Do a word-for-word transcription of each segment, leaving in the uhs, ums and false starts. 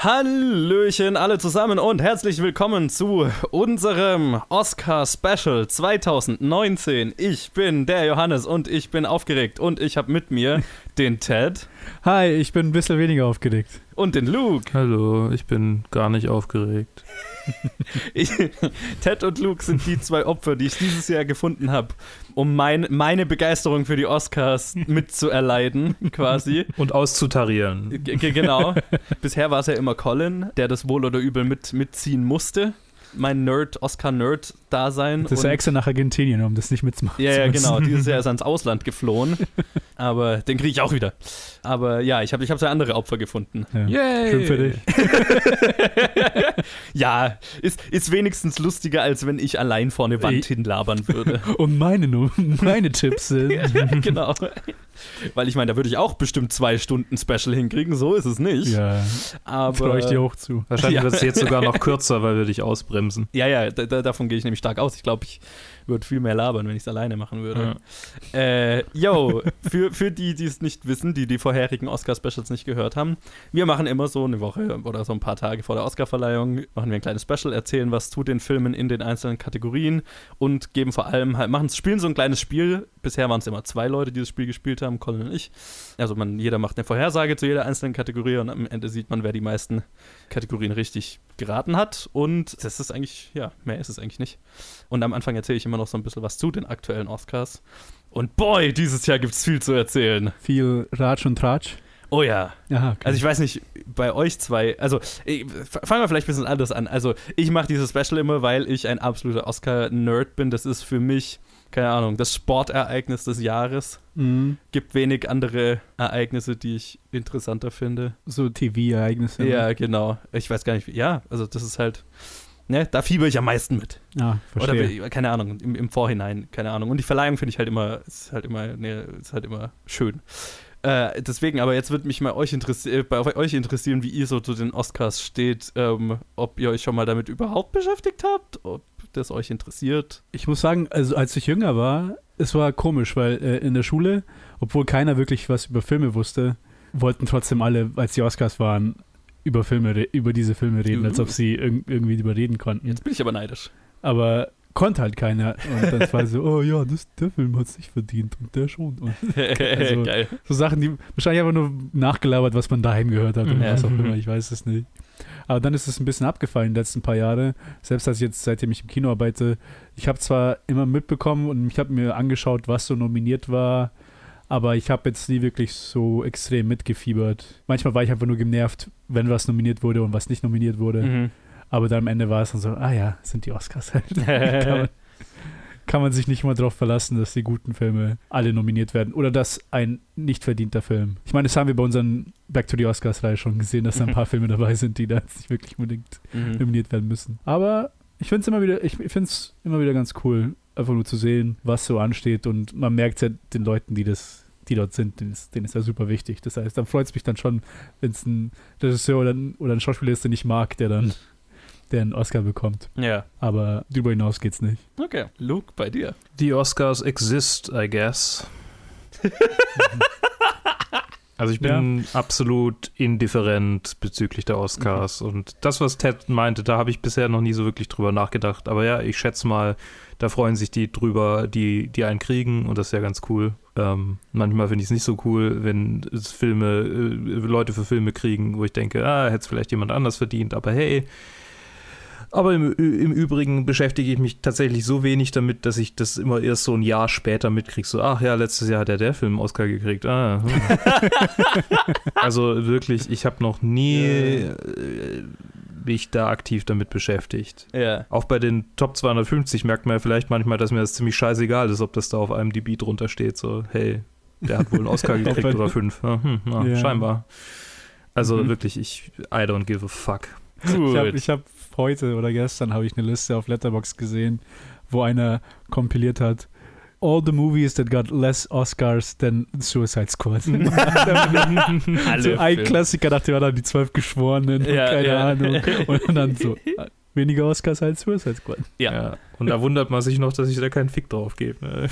Hallöchen alle zusammen und herzlich willkommen zu unserem Oscar-Special zwanzig neunzehn. Ich bin der Johannes und ich bin aufgeregt und ich habe mit mir den Ted. Hi, ich bin ein bisschen weniger aufgeregt. Und den Luke. Hallo, ich bin gar nicht aufgeregt. Ich, Ted und Luke sind die zwei Opfer, die ich dieses Jahr gefunden habe, um mein, meine Begeisterung für die Oscars mitzuerleiden, quasi. Und auszutarieren. G- g- genau. Bisher war es ja immer Colin, der das wohl oder übel mit, mitziehen musste. Mein Nerd, Oscar-Nerd-Dasein. Das ist ja extra nach Argentinien, um das nicht mitzumachen. Ja, ja, genau. Dieses Jahr ist er ans Ausland geflohen. Aber den kriege ich auch wieder. Aber ja, ich habe ich hab zwei andere Opfer gefunden. Ja. Yay! Schön für dich. Ja, ist, ist wenigstens lustiger, als wenn ich allein vor eine Wand hinlabern würde. Und meine, meine Tipps sind. Ja, genau. Weil ich meine, da würde ich auch bestimmt zwei Stunden Special hinkriegen, so ist es nicht. Ja, aber traue ich dir auch zu. Wahrscheinlich Ja. wird es jetzt sogar noch kürzer, weil wir dich ausbremsen. Ja, ja, da, da, davon gehe ich nämlich stark aus. Ich glaube, ich würde viel mehr labern, wenn ich es alleine machen würde. Ja. Äh, yo, für, für die, die es nicht wissen, die die vorherigen Oscar-Specials nicht gehört haben, wir machen immer so eine Woche oder so ein paar Tage vor der Oscar-Verleihung, machen wir ein kleines Special, erzählen was zu den Filmen in den einzelnen Kategorien und geben vor allem halt, machen, spielen so ein kleines Spiel. Bisher waren es immer zwei Leute, die das Spiel gespielt haben, Colin und ich. Also man, jeder macht eine Vorhersage zu jeder einzelnen Kategorie und am Ende sieht man, wer die meisten Kategorien richtig geraten hat. Und das ist eigentlich, ja, mehr ist es eigentlich nicht. Und am Anfang erzähle ich immer noch so ein bisschen was zu den aktuellen Oscars. Und boy, dieses Jahr gibt es viel zu erzählen. Viel Ratsch und Tratsch. Oh ja. Aha, okay. Also ich weiß nicht, bei euch zwei, also ich, fangen wir vielleicht ein bisschen anders an. Also ich mache dieses Special immer, weil ich ein absoluter Oscar-Nerd bin. Das ist für mich, keine Ahnung, das Sportereignis des Jahres. Mhm. Gibt wenig andere Ereignisse, die ich interessanter finde. So T V-Ereignisse. Ja, genau. Ich weiß gar nicht, wie, ja, also das ist halt, ne, da fieber ich am meisten mit. Ah, verstehe. Oder, keine Ahnung, im, im Vorhinein, keine Ahnung. Und die Verleihung finde ich halt immer, ist halt immer, ne, ist halt immer schön. Äh, deswegen, aber jetzt würde mich mal euch interessieren, bei euch interessieren, wie ihr so zu den Oscars steht, ähm, ob ihr euch schon mal damit überhaupt beschäftigt habt, ob das euch interessiert. Ich muss sagen, also als ich jünger war, es war komisch, weil äh, in der Schule, obwohl keiner wirklich was über Filme wusste, wollten trotzdem alle, als die Oscars waren, über Filme, über diese Filme reden, Mhm. als ob sie irg- irgendwie überreden konnten. Jetzt bin ich aber neidisch. Aber konnte halt keiner. Und dann war so, oh ja, das, der Film hat es nicht verdient und der schon. Und also, Geil. so Sachen, die wahrscheinlich einfach nur nachgelabert, was man daheim gehört hat und Ja. was auch immer, ich weiß es nicht. Aber dann ist es ein bisschen abgefallen die letzten paar Jahre, selbst als ich jetzt, seitdem ich im Kino arbeite. Ich habe zwar immer mitbekommen und ich habe mir angeschaut, was so nominiert war, aber ich habe jetzt nie wirklich so extrem mitgefiebert. Manchmal war ich einfach nur genervt, wenn was nominiert wurde und was nicht nominiert wurde. Mhm. Aber dann am Ende war es dann so, ah ja, das sind die Oscars halt. kann, man, kann man sich nicht mal darauf verlassen, dass die guten Filme alle nominiert werden. Oder dass ein nicht verdienter Film. Ich meine, das haben wir bei unseren Back to the Oscars-Reihe schon gesehen, dass da ein paar Filme dabei sind, die da jetzt nicht wirklich unbedingt Mhm. nominiert werden müssen. Aber ich finde es immer wieder, ich, ich finde es immer wieder ganz cool, einfach nur zu sehen, was so ansteht. Und man merkt ja den Leuten, die das die dort sind, denen ist, denen ist ja super wichtig. Das heißt, dann freut es mich dann schon, wenn es ein Regisseur oder ein, oder ein Schauspieler ist, den ich mag, der dann der einen Oscar bekommt. Ja. Aber darüber hinaus geht's nicht. Okay. Luke, bei dir. Die Oscars exist, I guess. Also ich bin absolut indifferent bezüglich der Oscars. Mhm. Und das, was Ted meinte, da habe ich bisher noch nie so wirklich drüber nachgedacht. Aber ja, ich schätze mal, da freuen sich die drüber, die, die einen kriegen. Und das ist ja ganz cool. Ähm, manchmal finde ich es nicht so cool, wenn es Filme, äh, Leute für Filme kriegen, wo ich denke, ah, hätte es vielleicht jemand anders verdient. Aber hey, aber im, im Übrigen beschäftige ich mich tatsächlich so wenig damit, dass ich das immer erst so ein Jahr später mitkriege. So, ach ja, letztes Jahr hat ja der Film einen Oscar gekriegt. Ah, hm. Also wirklich, ich habe noch nie äh, mich da aktiv damit beschäftigt. Ja. Auch bei den Top zweihundertfünfzig merkt man ja vielleicht manchmal, dass mir das ziemlich scheißegal ist, ob das da auf einem I M D B drunter steht. So, hey, der hat wohl einen Oscar gekriegt oder fünf. Ja, hm, na, ja. Scheinbar. Also Mhm. wirklich, ich I don't give a fuck. Gut. Ich habe ich hab heute oder gestern habe ich eine Liste auf Letterboxd gesehen, wo einer kompiliert hat, all the movies that got less Oscars than Suicide Squad. So ein Klassiker, nach dem waren dann die zwölf Geschworenen, Ja, keine ja. Ahnung. Und dann so, Weniger Oscars als Suicide Squad. Ja. ja. Und da wundert man sich noch, dass ich da keinen Fick drauf gebe. Ne?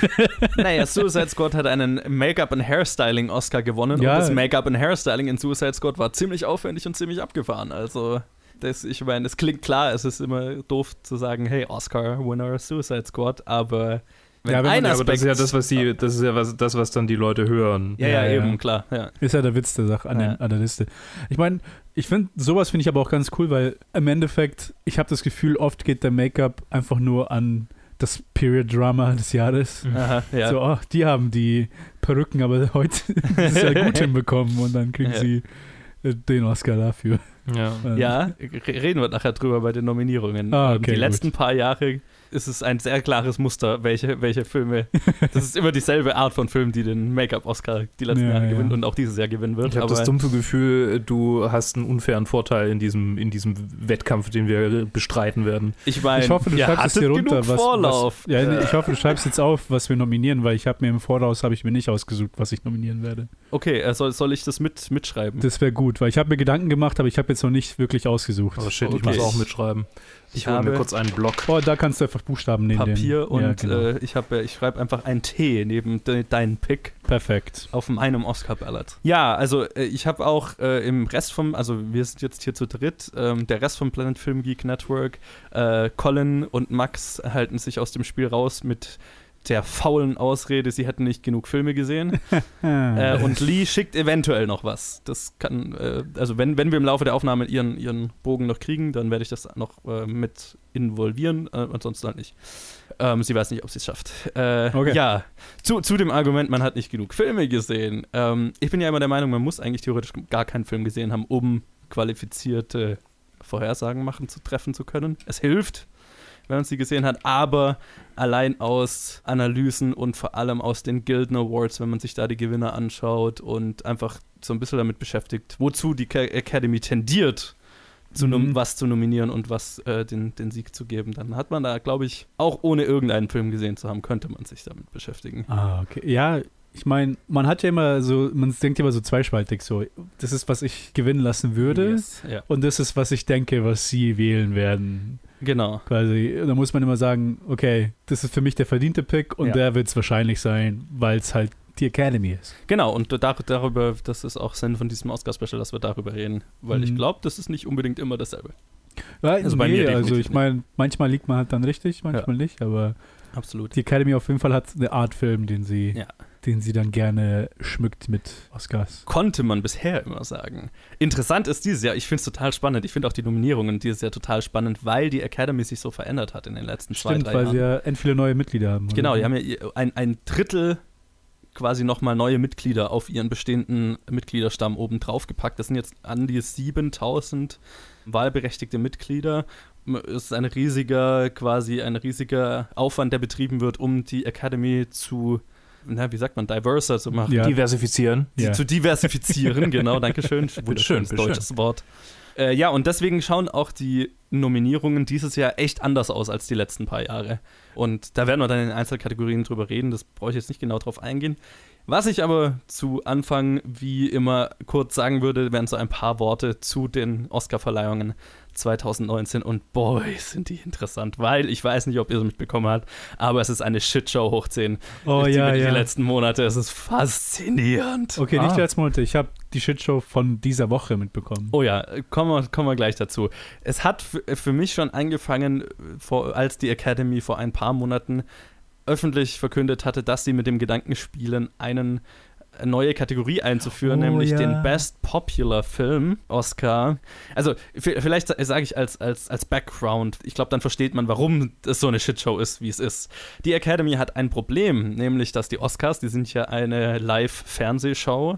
Naja, Suicide Squad hat einen Make-up- und Hairstyling-Oscar gewonnen. Ja. Und das Make-up- und Hairstyling in Suicide Squad war ziemlich aufwendig und ziemlich abgefahren. Also, das, ich meine, es klingt klar, es ist immer doof zu sagen, hey, Oscar-Winner Suicide Squad, aber wenn ja, wenn ein ja, Aspekt... aber das ist ja das, was die, das ist ja was, das, was dann die Leute hören. Ja, ja, Ja, ja. eben, klar. Ja. Ist ja der Witz der Sache an, Ja. den, an der Liste. Ich meine, ich finde, sowas finde ich aber auch ganz cool, weil im Endeffekt, ich habe das Gefühl, oft geht der Make-up einfach nur an das Period-Drama des Jahres. Aha, ja. So, oh, die haben die Perücken aber heute sehr gut hinbekommen und dann kriegen Ja. sie äh, den Oscar dafür. Ja. Ähm, Ja, re- reden wir nachher drüber bei den Nominierungen. Ah, Ähm, okay, die letzten gut. paar Jahre ist es ein sehr klares Muster, welche, welche Filme. Das ist immer dieselbe Art von Film, die den Make-up-Oscar die letzten Ja, Jahre ja. gewinnt und auch dieses Jahr gewinnen wird. Ich habe aber das dumpfe Gefühl, du hast einen unfairen Vorteil in diesem, in diesem Wettkampf, den wir bestreiten werden. ich meine, Ich hoffe, du ihr schreibst es hattet hier runter, genug was, Vorlauf. was ja, nee, Äh, ich hoffe, du schreibst jetzt auf, was wir nominieren, weil ich habe mir im Voraus habe ich mir nicht ausgesucht, was ich nominieren werde. Okay, äh, soll, soll ich das mit, mitschreiben? Das wäre gut, weil ich habe mir Gedanken gemacht, aber ich habe jetzt noch nicht wirklich ausgesucht. Oh shit, ich Okay. muss auch mitschreiben. Ich Ich hole mir habe kurz einen Block. Oh, da kannst du einfach Buchstaben nehmen. Papier und ja, genau. äh, ich, hab, äh, ich schreibe einfach ein T neben de, deinen Pick Perfekt. auf meinem Oscar-Ballot. Ja, also äh, ich habe auch äh, im Rest vom, also wir sind jetzt hier zu dritt, ähm, der Rest vom Planet Film Geek Network, äh, Colin und Max halten sich aus dem Spiel raus mit der faulen Ausrede, sie hätten nicht genug Filme gesehen. äh, und Lee schickt eventuell noch was. Das kann, äh, also wenn, wenn wir im Laufe der Aufnahme ihren, ihren Bogen noch kriegen, dann werde ich das noch äh, mit involvieren, äh, ansonsten halt nicht. Ähm, sie weiß nicht, ob sie es schafft. Äh, Okay. Ja, zu, zu dem Argument, man hat nicht genug Filme gesehen. Ähm, ich bin ja immer der Meinung, man muss eigentlich theoretisch gar keinen Film gesehen haben, um qualifizierte Vorhersagen machen zu treffen zu können. Es hilft, wenn man sie gesehen hat, aber allein aus Analysen und vor allem aus den Gilden Awards, wenn man sich da die Gewinner anschaut und einfach so ein bisschen damit beschäftigt, wozu die Ca- Academy tendiert, zu nom- Mhm. was zu nominieren und was äh, den, den Sieg zu geben, dann hat man da, glaube ich, auch ohne irgendeinen Film gesehen zu haben, könnte man sich damit beschäftigen. Ah, okay. Ja, ich meine, man hat ja immer so, man denkt immer so zweispaltig so, das ist, was ich gewinnen lassen würde Yes, ja. und das ist, was ich denke, was sie wählen werden. Genau. Quasi, da muss man immer sagen, okay, das ist für mich der verdiente Pick und Ja. der wird es wahrscheinlich sein, weil es halt die Academy ist. Genau, und dar- darüber, das ist auch Sinn von diesem Oscar-Special, dass wir darüber reden, weil Mhm. ich glaube, das ist nicht unbedingt immer dasselbe. Ja, Also bei nee, mir also definitiv ich meine, manchmal liegt man halt dann richtig, manchmal nicht, aber Absolut. die Academy auf jeden Fall hat eine Art Film, den sie, Ja. den sie dann gerne schmückt mit Oscars. Konnte man bisher immer sagen. Interessant ist dieses Jahr, ich finde es total spannend, ich finde auch die Nominierungen dieses Jahr total spannend, weil die Academy sich so verändert hat in den letzten zwei, Stimmt, drei weil Jahren. sie ja end viele neue Mitglieder haben. oder? Genau, die haben ja ihr- ein, ein Drittel quasi nochmal neue Mitglieder auf ihren bestehenden Mitgliederstamm oben drauf gepackt. Das sind jetzt an die siebentausend wahlberechtigte Mitglieder. Es ist ein riesiger, quasi ein riesiger Aufwand, der betrieben wird, um die Academy zu, na, wie sagt man, diverser zu machen. Ja. Diversifizieren. Die Ja. zu diversifizieren, genau, danke schön. Bitteschön, Wunderschönes bitteschön. deutsches Wort. Äh, ja, und deswegen schauen auch die Nominierungen dieses Jahr echt anders aus als die letzten paar Jahre. Und da werden wir dann in den Einzelkategorien drüber reden, das brauche ich jetzt nicht genau drauf eingehen. Was ich aber zu Anfang wie immer kurz sagen würde, wären so ein paar Worte zu den Oscar-Verleihungen zwanzig neunzehn und boy, sind die interessant, weil ich weiß nicht, ob ihr es mitbekommen habt, aber es ist eine Shitshow hoch zehn. Oh die, ja, die ja. letzten Monate, es ist faszinierend. Okay, nicht Ah. die letzten Monate. Ich habe die Shitshow von dieser Woche mitbekommen. Oh ja, kommen wir, kommen wir gleich dazu. Es hat f- für mich schon angefangen, vor, als die Academy vor ein paar Monaten öffentlich verkündet hatte, dass sie mit dem Gedanken spielen, einen eine neue Kategorie einzuführen, Oh, nämlich ja. den Best Popular Film Oscar. Also v- vielleicht sage ich als, als, als Background, ich glaube, dann versteht man, warum es so eine Shitshow ist, wie es ist. Die Academy hat ein Problem, nämlich, dass die Oscars, die sind ja eine Live-Fernsehshow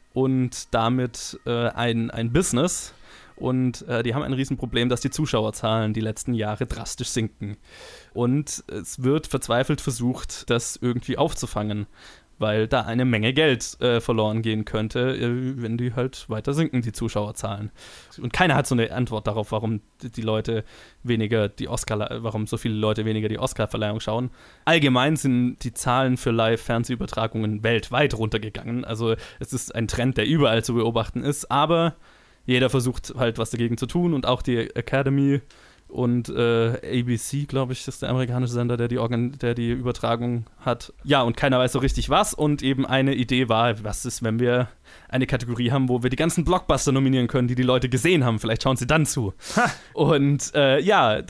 und damit äh, ein, ein Business. Und äh, die haben ein Riesenproblem, dass die Zuschauerzahlen die letzten Jahre drastisch sinken. Und es wird verzweifelt versucht, das irgendwie aufzufangen, weil da eine Menge Geld äh, verloren gehen könnte, äh, wenn die halt weiter sinken, die Zuschauerzahlen. Und keiner hat so eine Antwort darauf, warum die Leute weniger die Oscar, warum so viele Leute weniger die Oscar-Verleihung schauen. Allgemein sind die Zahlen für Live-Fernsehübertragungen weltweit runtergegangen. Also es ist ein Trend, der überall zu beobachten ist, aber jeder versucht halt was dagegen zu tun und auch die Academy Und äh, A B C, glaube ich, ist der amerikanische Sender, der die, Organ- der die Übertragung hat. Ja, und keiner weiß so richtig was. Und eben eine Idee war, was ist, wenn wir eine Kategorie haben, wo wir die ganzen Blockbuster nominieren können, die die Leute gesehen haben. Vielleicht schauen sie dann zu. Und äh, ja,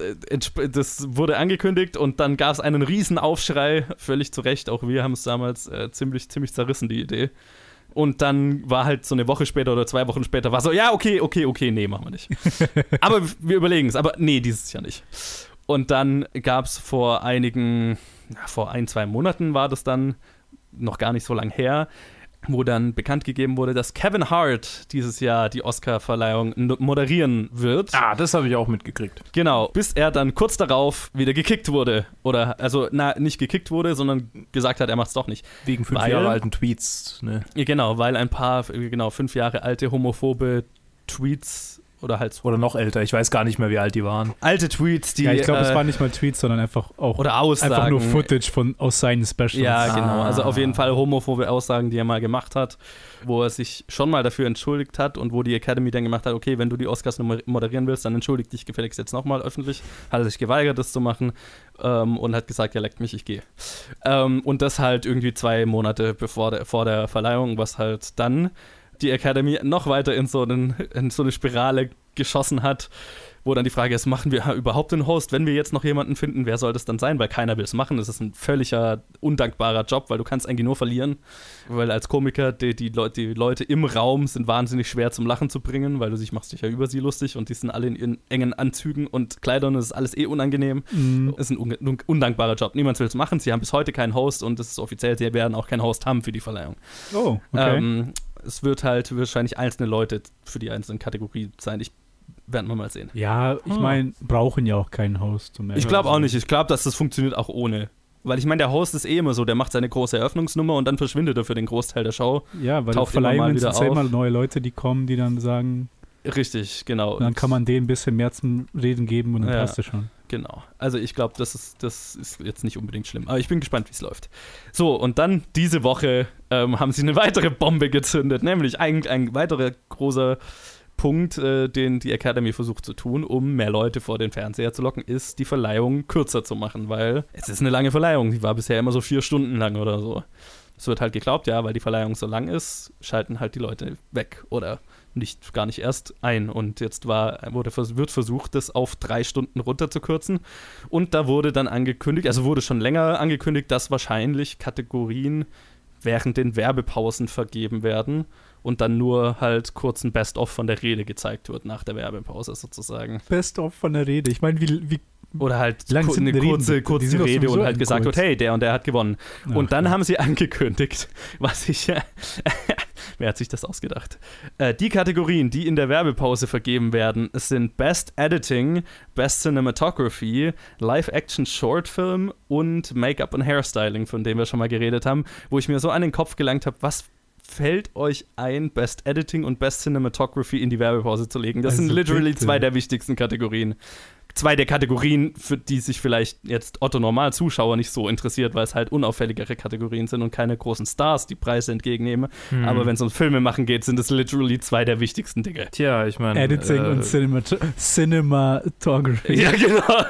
das wurde angekündigt und dann gab es einen riesen Aufschrei. Völlig zu Recht, auch wir haben es damals äh, ziemlich, ziemlich zerrissen, die Idee. Und dann war halt so eine Woche später oder zwei Wochen später, war so, ja, okay, okay, okay, nee, machen wir nicht. Aber wir überlegen es, aber nee, dieses Jahr nicht. Und dann gab es vor einigen, ja, vor ein, zwei Monaten war das dann, noch gar nicht so lang her, wo dann bekannt gegeben wurde, dass Kevin Hart dieses Jahr die Oscar-Verleihung moderieren wird. Ah, das habe ich auch mitgekriegt. Genau, bis er dann kurz darauf wieder gekickt wurde. Oder, also, na, nicht gekickt wurde, sondern gesagt hat, er macht es doch nicht. Wegen fünf weil, Jahre alten Tweets, ne? Genau, weil ein paar, genau, fünf Jahre alte homophobe Tweets oder halt... Oder noch älter, ich weiß gar nicht mehr, wie alt die waren. Alte Tweets, die... Ja, ich glaube, äh, es waren nicht mal Tweets, sondern einfach auch... Oder Aussagen. Einfach nur Footage von, aus seinen Specials. Ja, ah. genau. Also auf jeden Fall homophobe Aussagen, die er mal gemacht hat, wo er sich schon mal dafür entschuldigt hat und wo die Academy dann gemacht hat, okay, wenn du die Oscars moderieren willst, dann entschuldig dich gefälligst jetzt nochmal öffentlich. Hat er sich geweigert, das zu machen ähm, und hat gesagt, ja, leckt mich, ich gehe. Ähm, und das halt irgendwie zwei Monate bevor der, vor der Verleihung, was halt dann die Academy noch weiter in so, einen, in so eine Spirale geschossen hat, wo dann die Frage ist, machen wir überhaupt einen Host? Wenn wir jetzt noch jemanden finden, wer soll das dann sein? Weil keiner will es machen. Das ist ein völliger undankbarer Job, weil du kannst eigentlich nur verlieren. Weil als Komiker, die, die, Leute, die Leute im Raum sind wahnsinnig schwer zum Lachen zu bringen, weil du dich machst dich ja über sie lustig und die sind alle in ihren engen Anzügen und Kleidern. Das ist alles eh unangenehm. Mhm. Das ist ein un- undankbarer Job. Niemand will es machen. Sie haben bis heute keinen Host und das ist offiziell, sie werden auch keinen Host haben für die Verleihung. Oh, okay. Ähm, es wird halt wahrscheinlich einzelne Leute für die einzelnen Kategorien sein. Ich werden wir mal sehen. Ja, ich oh. meine, brauchen ja auch keinen Host. Um ich glaube auch nicht. Ich glaube, dass das funktioniert auch ohne. Weil ich meine, der Host ist eh immer so, der macht seine große Eröffnungsnummer und dann verschwindet er für den Großteil der Show. Ja, weil auf Verleihungen sind es immer neue Leute, die kommen, die dann sagen... Richtig, genau. Und dann kann man denen ein bisschen mehr zum Reden geben und dann ja, passt es schon. Genau. Also ich glaube, das ist, das ist jetzt nicht unbedingt schlimm. Aber ich bin gespannt, wie es läuft. So, und dann diese Woche ähm, haben sie eine weitere Bombe gezündet, nämlich ein, ein weiterer großer Punkt, äh, den die Academy versucht zu tun, um mehr Leute vor den Fernseher zu locken, ist, die Verleihung kürzer zu machen, weil es ist eine lange Verleihung. Die war bisher immer so vier Stunden lang oder so. Es wird halt geglaubt, ja, weil die Verleihung so lang ist, schalten halt die Leute weg oder nicht gar nicht erst ein. Und jetzt war, wurde, wird versucht, das auf drei Stunden runterzukürzen. Und da wurde dann angekündigt, also wurde schon länger angekündigt, dass wahrscheinlich Kategorien während den Werbepausen vergeben werden und dann nur halt kurz ein Best-of von der Rede gezeigt wird nach der Werbepause sozusagen. Best-of von der Rede? Ich meine, wie... wie Oder halt eine kurze, kurze Rede und halt gesagt wird, hey, der und der hat gewonnen. Ach, und dann ja. haben sie angekündigt, was ich... Wer hat sich das ausgedacht? Äh, die Kategorien, die in der Werbepause vergeben werden, sind Best Editing, Best Cinematography, Live-Action Shortfilm und Make-up und Hairstyling, von dem wir schon mal geredet haben, wo ich mir so an den Kopf gelangt habe, was fällt euch ein, Best Editing und Best Cinematography in die Werbepause zu legen? Das also sind literally bitte. zwei der wichtigsten Kategorien. Zwei der Kategorien, für die sich vielleicht jetzt Otto-Normal-Zuschauer nicht so interessiert, weil es halt unauffälligere Kategorien sind und keine großen Stars die Preise entgegennehmen. Hm. Aber wenn es um Filme machen geht, sind es literally zwei der wichtigsten Dinge. Tja, ich meine... Editing äh, und Cinemat- Cinematography. Ja, genau.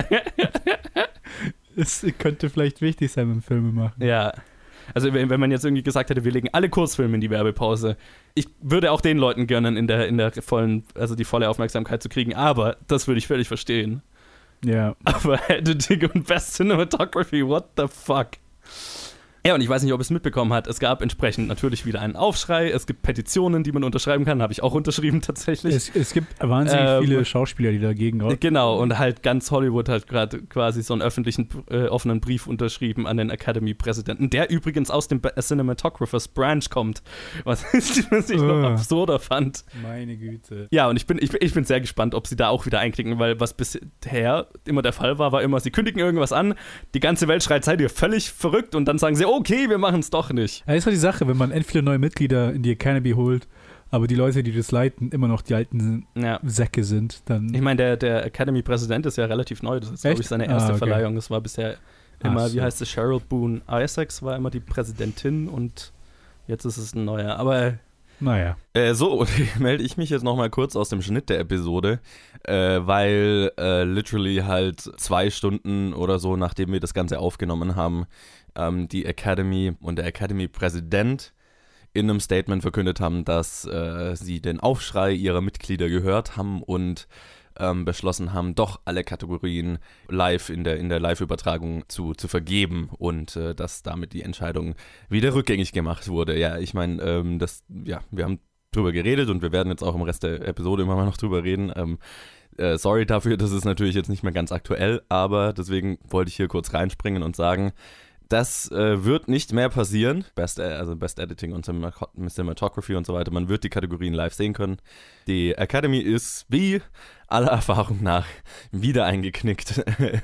Es könnte vielleicht wichtig sein beim Filme machen. Ja. Also wenn man jetzt irgendwie gesagt hätte, wir legen alle Kurzfilme in die Werbepause, ich würde auch den Leuten gönnen, in der, in der vollen, also die volle Aufmerksamkeit zu kriegen, aber das würde ich völlig verstehen. Ja. Aber Editing und Best Cinematography, what the fuck? Ja, und ich weiß nicht, ob es mitbekommen hat, es gab entsprechend natürlich wieder einen Aufschrei, es gibt Petitionen, die man unterschreiben kann, habe ich auch unterschrieben tatsächlich. Es, es gibt wahnsinnig ähm, viele Schauspieler, die dagegen raus. Genau, und halt ganz Hollywood hat gerade quasi so einen öffentlichen, äh, offenen Brief unterschrieben an den Academy-Präsidenten, der übrigens aus dem Cinematographers Branch kommt, was, was ich noch absurder fand. Meine Güte. Ja, und ich bin, ich, ich bin sehr gespannt, ob sie da auch wieder einklicken, weil was bisher immer der Fall war, war immer, sie kündigen irgendwas an, die ganze Welt schreit, seid ihr völlig verrückt und dann sagen sie, okay, wir machen es doch nicht. Ja, das ist halt die Sache, wenn man endlich viele neue Mitglieder in die Academy holt, aber die Leute, die das leiten, immer noch die alten ja. Säcke sind, dann... Ich meine, der, der Academy-Präsident ist ja relativ neu, das ist, glaube ich, seine erste ah, okay. Verleihung. Das war bisher immer, Ach, wie so. heißt es, Cheryl Boone Isaacs war immer die Präsidentin und jetzt ist es ein neuer. Aber Naja. Äh, so, melde ich mich jetzt nochmal kurz aus dem Schnitt der Episode, äh, weil äh, literally halt zwei Stunden oder so, nachdem wir das Ganze aufgenommen haben, ähm, die Academy und der Academy-Präsident in einem Statement verkündet haben, dass äh, sie den Aufschrei ihrer Mitglieder gehört haben und ähm, beschlossen haben, doch alle Kategorien live in der, in der Live-Übertragung zu, zu vergeben und äh, dass damit die Entscheidung wieder rückgängig gemacht wurde. Ja, ich meine, ähm, das, ja, wir haben drüber geredet und wir werden jetzt auch im Rest der Episode immer mal noch drüber reden. Ähm, äh, sorry dafür, das ist natürlich jetzt nicht mehr ganz aktuell, aber deswegen wollte ich hier kurz reinspringen und sagen, das äh, wird nicht mehr passieren. Best, also Best Editing und Cinematography und so weiter. Man wird die Kategorien live sehen können. Die Academy ist wie aller Erfahrung nach wieder eingeknickt.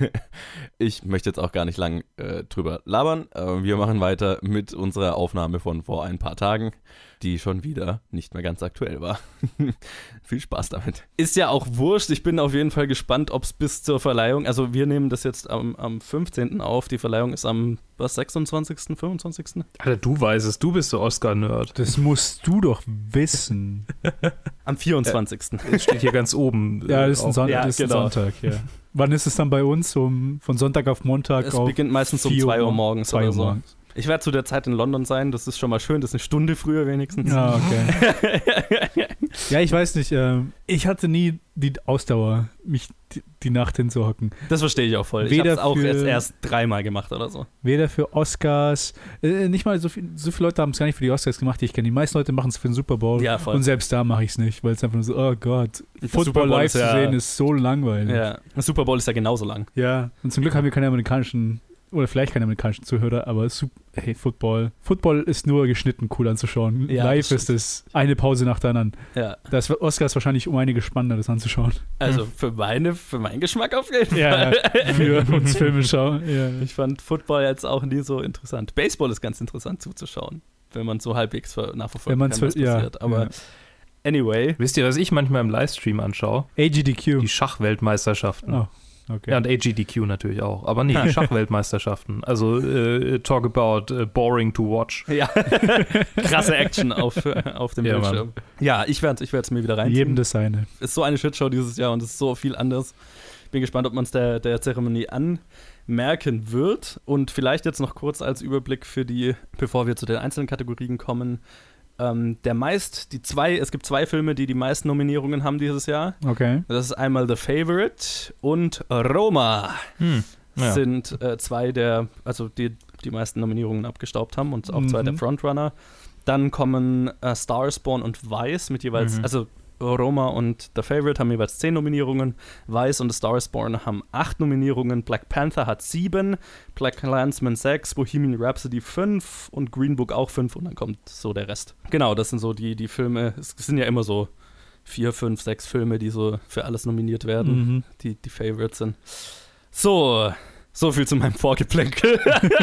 Ich möchte jetzt auch gar nicht lang äh, drüber labern. Äh, wir machen weiter mit unserer Aufnahme von vor ein paar Tagen, die schon wieder nicht mehr ganz aktuell war. Viel Spaß damit. Ist ja auch wurscht. Ich bin auf jeden Fall gespannt, ob es bis zur Verleihung, also wir nehmen das jetzt am, am fünfzehnten auf. Die Verleihung ist am was, sechsundzwanzigsten, fünfundzwanzigsten? Alter, du weißt es, du bist der Oscar-Nerd. Das musst du doch wissen. Am vierundzwanzigsten Es steht hier ganz oben. Ja, das ist ein, Son- ja, das ist genau. ein Sonntag, ja. Wann ist es dann bei uns? Um, von Sonntag auf Montag? Es auf beginnt meistens um vier zwei Uhr morgens zwei oder Uhr so. morgens. Ich werde zu der Zeit in London sein, das ist schon mal schön, das ist eine Stunde früher wenigstens. Ja, okay. Ja, ich weiß nicht, äh, ich hatte nie die Ausdauer, mich die, die Nacht hinzuhocken. Das verstehe ich auch voll. Ich Weder habe es auch für- jetzt erst dreimal gemacht oder so. Weder für Oscars, äh, nicht mal so, viel, so viele Leute haben es gar nicht für die Oscars gemacht, die ich kenne. Die meisten Leute machen es für den Super Bowl. Ja, voll. Und selbst da mache ich es nicht, weil es einfach nur so, oh Gott, Der Super Football Bowl live ist zu ja- sehen ist so langweilig. Ja, der Super Bowl ist ja genauso lang. Ja, und zum Glück haben wir keine amerikanischen, oder vielleicht keine amerikanischen Zuhörer, aber Sup- hey, Football. Football ist nur geschnitten cool anzuschauen. Ja, Live das ist es eine Pause nach der anderen. Ja, Das Oscar ist wahrscheinlich um einiges spannender, das anzuschauen. also für, meine, für meinen Geschmack auf jeden Ja, Fall. für uns Filmeschauer. Ja. Ich fand Football jetzt auch nie so interessant. Baseball ist ganz interessant zuzuschauen, wenn man so halbwegs ver- nachverfolgen Wenn man's kann, was ver- ja, passiert. Aber ja. anyway, Wisst ihr, was ich manchmal im Livestream anschaue? A G D Q. Die Schachweltmeisterschaften. Oh, okay. Ja, und A G D Q natürlich auch. Aber nee, die Schachweltmeisterschaften. Also äh, talk about uh, boring to watch. ja, krasse Action auf, auf dem Ja, Bildschirm. Ja, ich werde ich es mir wieder reinziehen. Jedem das seine. Ist so eine Shitshow dieses Jahr und es ist so viel anders. Bin gespannt, ob man es der, der Zeremonie anmerken wird. Und vielleicht jetzt noch kurz als Überblick für die, bevor wir zu den einzelnen Kategorien kommen. Ähm, der meist, die zwei, es gibt zwei Filme, die die meisten Nominierungen haben dieses Jahr. Okay. Das ist einmal The Favorite und Roma. Hm. Ja. Sind äh, zwei der, also die die meisten Nominierungen abgestaubt haben und auch Mhm. zwei der Frontrunner. Dann kommen äh, Starspawn und Vice mit jeweils, Mhm. also Roma und The Favorite haben jeweils zehn Nominierungen, Vice und Starspawn haben acht Nominierungen, Black Panther hat sieben, Black Klansman sechs, Bohemian Rhapsody fünf und Green Book auch fünf und dann kommt so der Rest. Genau, das sind so die, die Filme, es sind ja immer so vier, fünf, sechs Filme, die so für alles nominiert werden, Mhm. die die Favorites sind. So, so viel zu meinem Vorgeplänkel.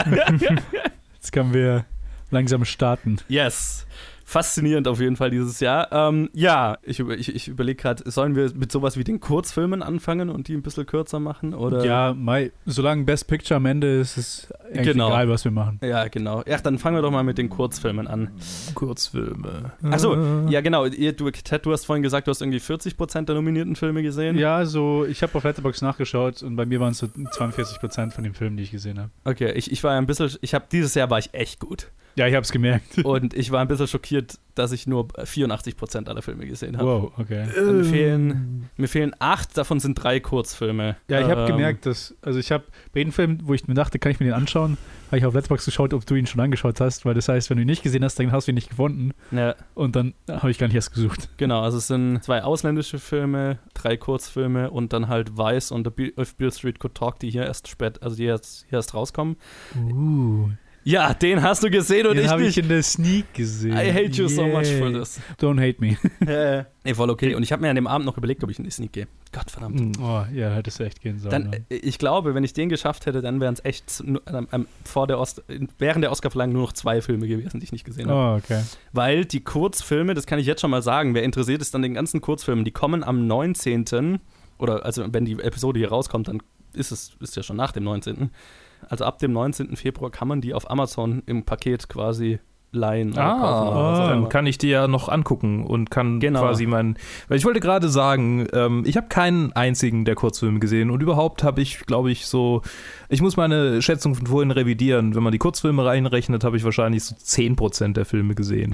Jetzt können wir langsam starten. Yes. Faszinierend auf jeden Fall dieses Jahr. Ähm, ja, ich, über, ich, ich überlege gerade, sollen wir mit sowas wie den Kurzfilmen anfangen und die ein bisschen kürzer machen? Oder? Ja, Mai, solange Best Picture am Ende ist, ist eigentlich Genau. egal, was wir machen. Ja, genau. Ja, dann fangen wir doch mal mit den Kurzfilmen an. Kurzfilme. Achso, ja genau. Ihr, du, Ted, du hast vorhin gesagt, du hast irgendwie vierzig Prozent der nominierten Filme gesehen. Ja, so, ich habe auf Letterboxd nachgeschaut und bei mir waren es so zweiundvierzig Prozent von den Filmen, die ich gesehen habe. Okay, ich, ich war ja ein bisschen, ich habe, dieses Jahr war ich echt gut. Ja, ich habe es gemerkt. Und ich war ein bisschen schockiert, dass ich nur vierundachtzig Prozent aller Filme gesehen habe. Wow, okay. Mir fehlen, mir fehlen acht, davon sind drei Kurzfilme. Ja, ich habe Ähm, gemerkt, dass, also ich habe bei jedem Film, wo ich mir dachte, kann ich mir den anschauen, habe ich auf Letterboxd geschaut, ob du ihn schon angeschaut hast, weil das heißt, wenn du ihn nicht gesehen hast, dann hast du ihn nicht gefunden Ja, und dann habe ich gar nicht erst gesucht. genau, also es sind zwei ausländische Filme, drei Kurzfilme und dann halt Vice und If Beale Street Could Talk, die hier erst spät, also die jetzt hier erst rauskommen. Uh, Ja, den hast du gesehen und den ich habe ich nicht. in der Sneak gesehen. I hate you so much for Yay. this. Don't hate me. Äh, nee, voll okay. Und ich habe mir an dem Abend noch überlegt, ob ich in die Sneak gehe. Gott verdammt. Oh, ja, hättest du echt gehen sollen. Dann, äh, ich glaube, wenn ich den geschafft hätte, dann wären es echt nu- ähm, ähm, vor der Ost während der Oscarverleihung nur noch zwei Filme gewesen, die ich nicht gesehen habe. Oh, okay. Weil die Kurzfilme, das kann ich jetzt schon mal sagen, wer interessiert ist an den ganzen Kurzfilmen, die kommen am neunzehnten oder also wenn die Episode hier rauskommt, dann ist es ist ja schon nach dem neunzehnten Also ab dem neunzehnten Februar kann man die auf Amazon im Paket quasi leihen. Ah, kaufen oder was auch dann immer. kann ich die ja noch angucken und kann Genau. quasi meinen, weil ich wollte gerade sagen, ähm, ich habe keinen einzigen der Kurzfilme gesehen und überhaupt habe ich, glaube ich, so, ich muss meine Schätzung von vorhin revidieren. Wenn man die Kurzfilme reinrechnet, habe ich wahrscheinlich so zehn Prozent der Filme gesehen,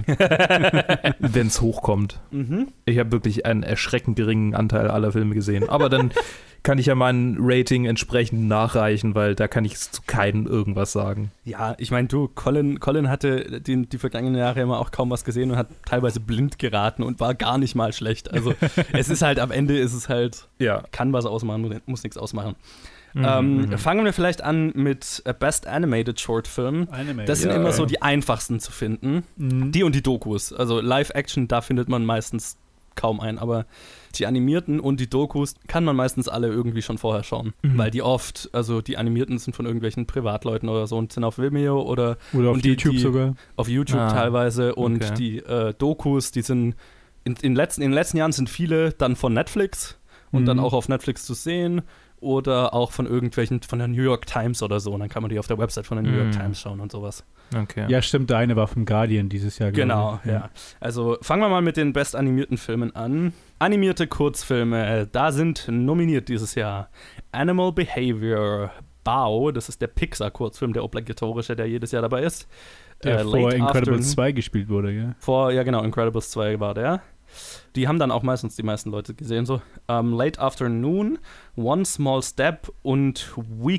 wenn es hochkommt. Mhm. Ich habe wirklich einen erschreckend geringen Anteil aller Filme gesehen, aber dann kann ich ja mein Rating entsprechend nachreichen, weil da kann ich zu keinem irgendwas sagen. Ja, ich meine, du, Colin, Colin hatte die, die vergangenen Jahre immer auch kaum was gesehen und hat teilweise blind geraten und war gar nicht mal schlecht. Also es ist halt, am Ende ist es halt, Ja. kann was ausmachen, muss, muss nichts ausmachen. Mhm, ähm, mhm. Fangen wir vielleicht an mit äh, Best Animated Short Film. Anime. Das sind Ja. immer so die einfachsten zu finden. Mhm. Die und die Dokus. Also Live-Action, da findet man meistens kaum einen, aber die animierten und die Dokus kann man meistens alle irgendwie schon vorher schauen, Mhm. weil die oft, also die animierten sind von irgendwelchen Privatleuten oder so und sind auf Vimeo oder Oder auf und die- YouTube die- sogar. auf YouTube Ah, teilweise und okay. die äh, Dokus, die sind in, in, letzten, in den letzten Jahren sind viele dann von Netflix und Mhm. dann auch auf Netflix zu sehen oder auch von irgendwelchen, von der New York Times oder so und dann kann man die auf der Website von der New York Mhm. Times schauen und sowas. Okay. Ja, stimmt, der eine war vom Guardian dieses Jahr. glaube Genau, ich. ja. Also fangen wir mal mit den best animierten Filmen an. Animierte Kurzfilme, äh, da sind nominiert dieses Jahr Animal Behavior, Bao, das ist der Pixar-Kurzfilm, der obligatorische, der jedes Jahr dabei ist. Der Äh, vor Late Incredibles Afternoon. zwei gespielt wurde, gell? Vor, ja genau, Incredibles zwei war der. Die haben dann auch meistens die meisten Leute gesehen, so. Ähm, Late Afternoon, One Small Step und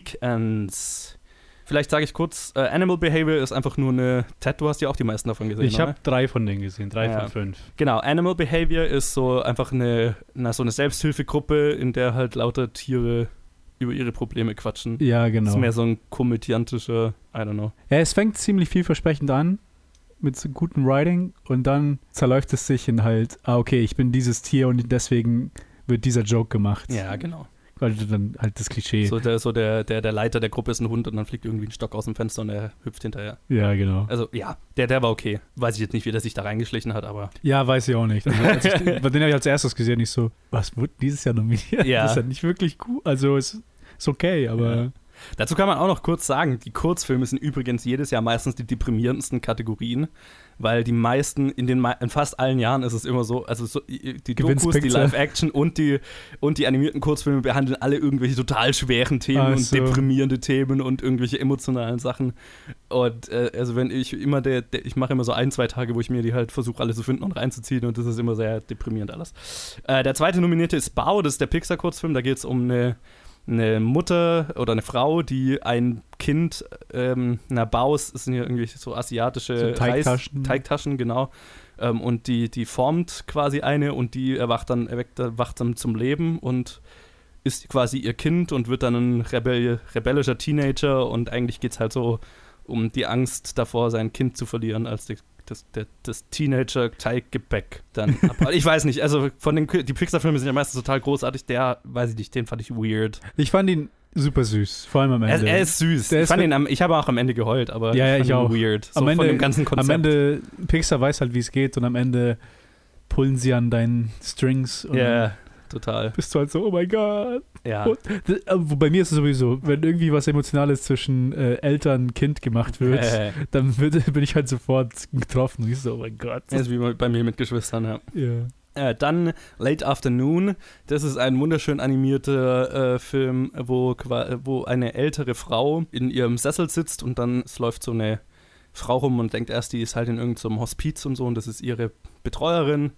Weekends. Vielleicht sage ich kurz, äh, Animal Behavior ist einfach nur eine, Ted, du hast ja auch die meisten davon gesehen, Ich oder? habe drei von denen gesehen, drei Ja. von fünf. Genau, Animal Behavior ist so einfach eine, na, so eine Selbsthilfegruppe, in der halt lauter Tiere über ihre Probleme quatschen. Ja, Das genau. ist mehr so ein komödiantischer, I don't know. Ja, es fängt ziemlich vielversprechend an mit so gutem Writing und dann zerläuft es sich in halt, ah, okay, ich bin dieses Tier und deswegen wird dieser Joke gemacht. Ja, genau. Weil dann halt das Klischee. So, der, so der, der, der Leiter der Gruppe ist ein Hund und dann fliegt irgendwie ein Stock aus dem Fenster und er hüpft hinterher. Ja, genau. Also ja, der, der war okay. Weiß ich jetzt nicht, wie der sich da reingeschlichen hat, aber Ja, weiß ich auch nicht. Also, als ich, bei den habe ich als erstes gesehen, ich so, was wurde dieses Jahr nominiert? Ja. Das ist ja nicht wirklich gut. Also es ist okay, aber Ja. Dazu kann man auch noch kurz sagen, die Kurzfilme sind übrigens jedes Jahr meistens die deprimierendsten Kategorien, weil die meisten, in den in fast allen Jahren ist es immer so, also so, die Gewinnt's Dokus, die Pixar. Live-Action und die, und die animierten Kurzfilme behandeln alle irgendwelche total schweren Themen Ach und so. deprimierende Themen und irgendwelche emotionalen Sachen. Und äh, also wenn ich immer der, der ich mache immer so ein, zwei Tage, wo ich mir die halt versuche, alle zu finden und reinzuziehen und das ist immer sehr deprimierend alles. Äh, der zweite Nominierte ist Bao, das ist der Pixar-Kurzfilm, da geht es um eine eine Mutter oder eine Frau, die ein Kind, ähm, na, Baus, das sind ja irgendwie so asiatische So Teigtaschen. Reis, Teigtaschen, genau, ähm, und die, die formt quasi eine und die erwacht dann, erweckt, erwacht dann zum Leben und ist quasi ihr Kind und wird dann ein Rebell, rebellischer Teenager und eigentlich geht es halt so um die Angst davor, sein Kind zu verlieren, als die Das, das, das Teenager-Teiggebäck dann ab. Ich weiß nicht, also von den die Pixar-Filme sind ja meistens total großartig. Der, weiß ich nicht, den fand ich weird. ich fand ihn super süß, vor allem am Er, Ende. er ist süß. Der ich, ist fand mit- ihn am, ich habe auch am Ende geheult, aber Ja, ja, ich ich fand auch. ihn weird. So Am Ende- von dem ganzen Konzept. am Ende, Pixar weiß halt, wie es geht und am Ende pullen sie an deinen Strings und Ja, total. bist du halt so, oh mein Gott. Ja. Und, d- aber bei mir ist es sowieso, wenn irgendwie was Emotionales zwischen äh, Eltern und Kind gemacht wird, Äh, dann wird, bin ich halt sofort getroffen und ich so, oh mein Gott. das ist wie bei mir mit Geschwistern, ja. Ja. Äh, dann Late Afternoon, das ist ein wunderschön animierter äh, Film, wo, qua- wo eine ältere Frau in ihrem Sessel sitzt und dann es läuft so eine Frau rum und denkt erst, die ist halt in irgendeinem so Hospiz und so und das ist ihre Betreuerin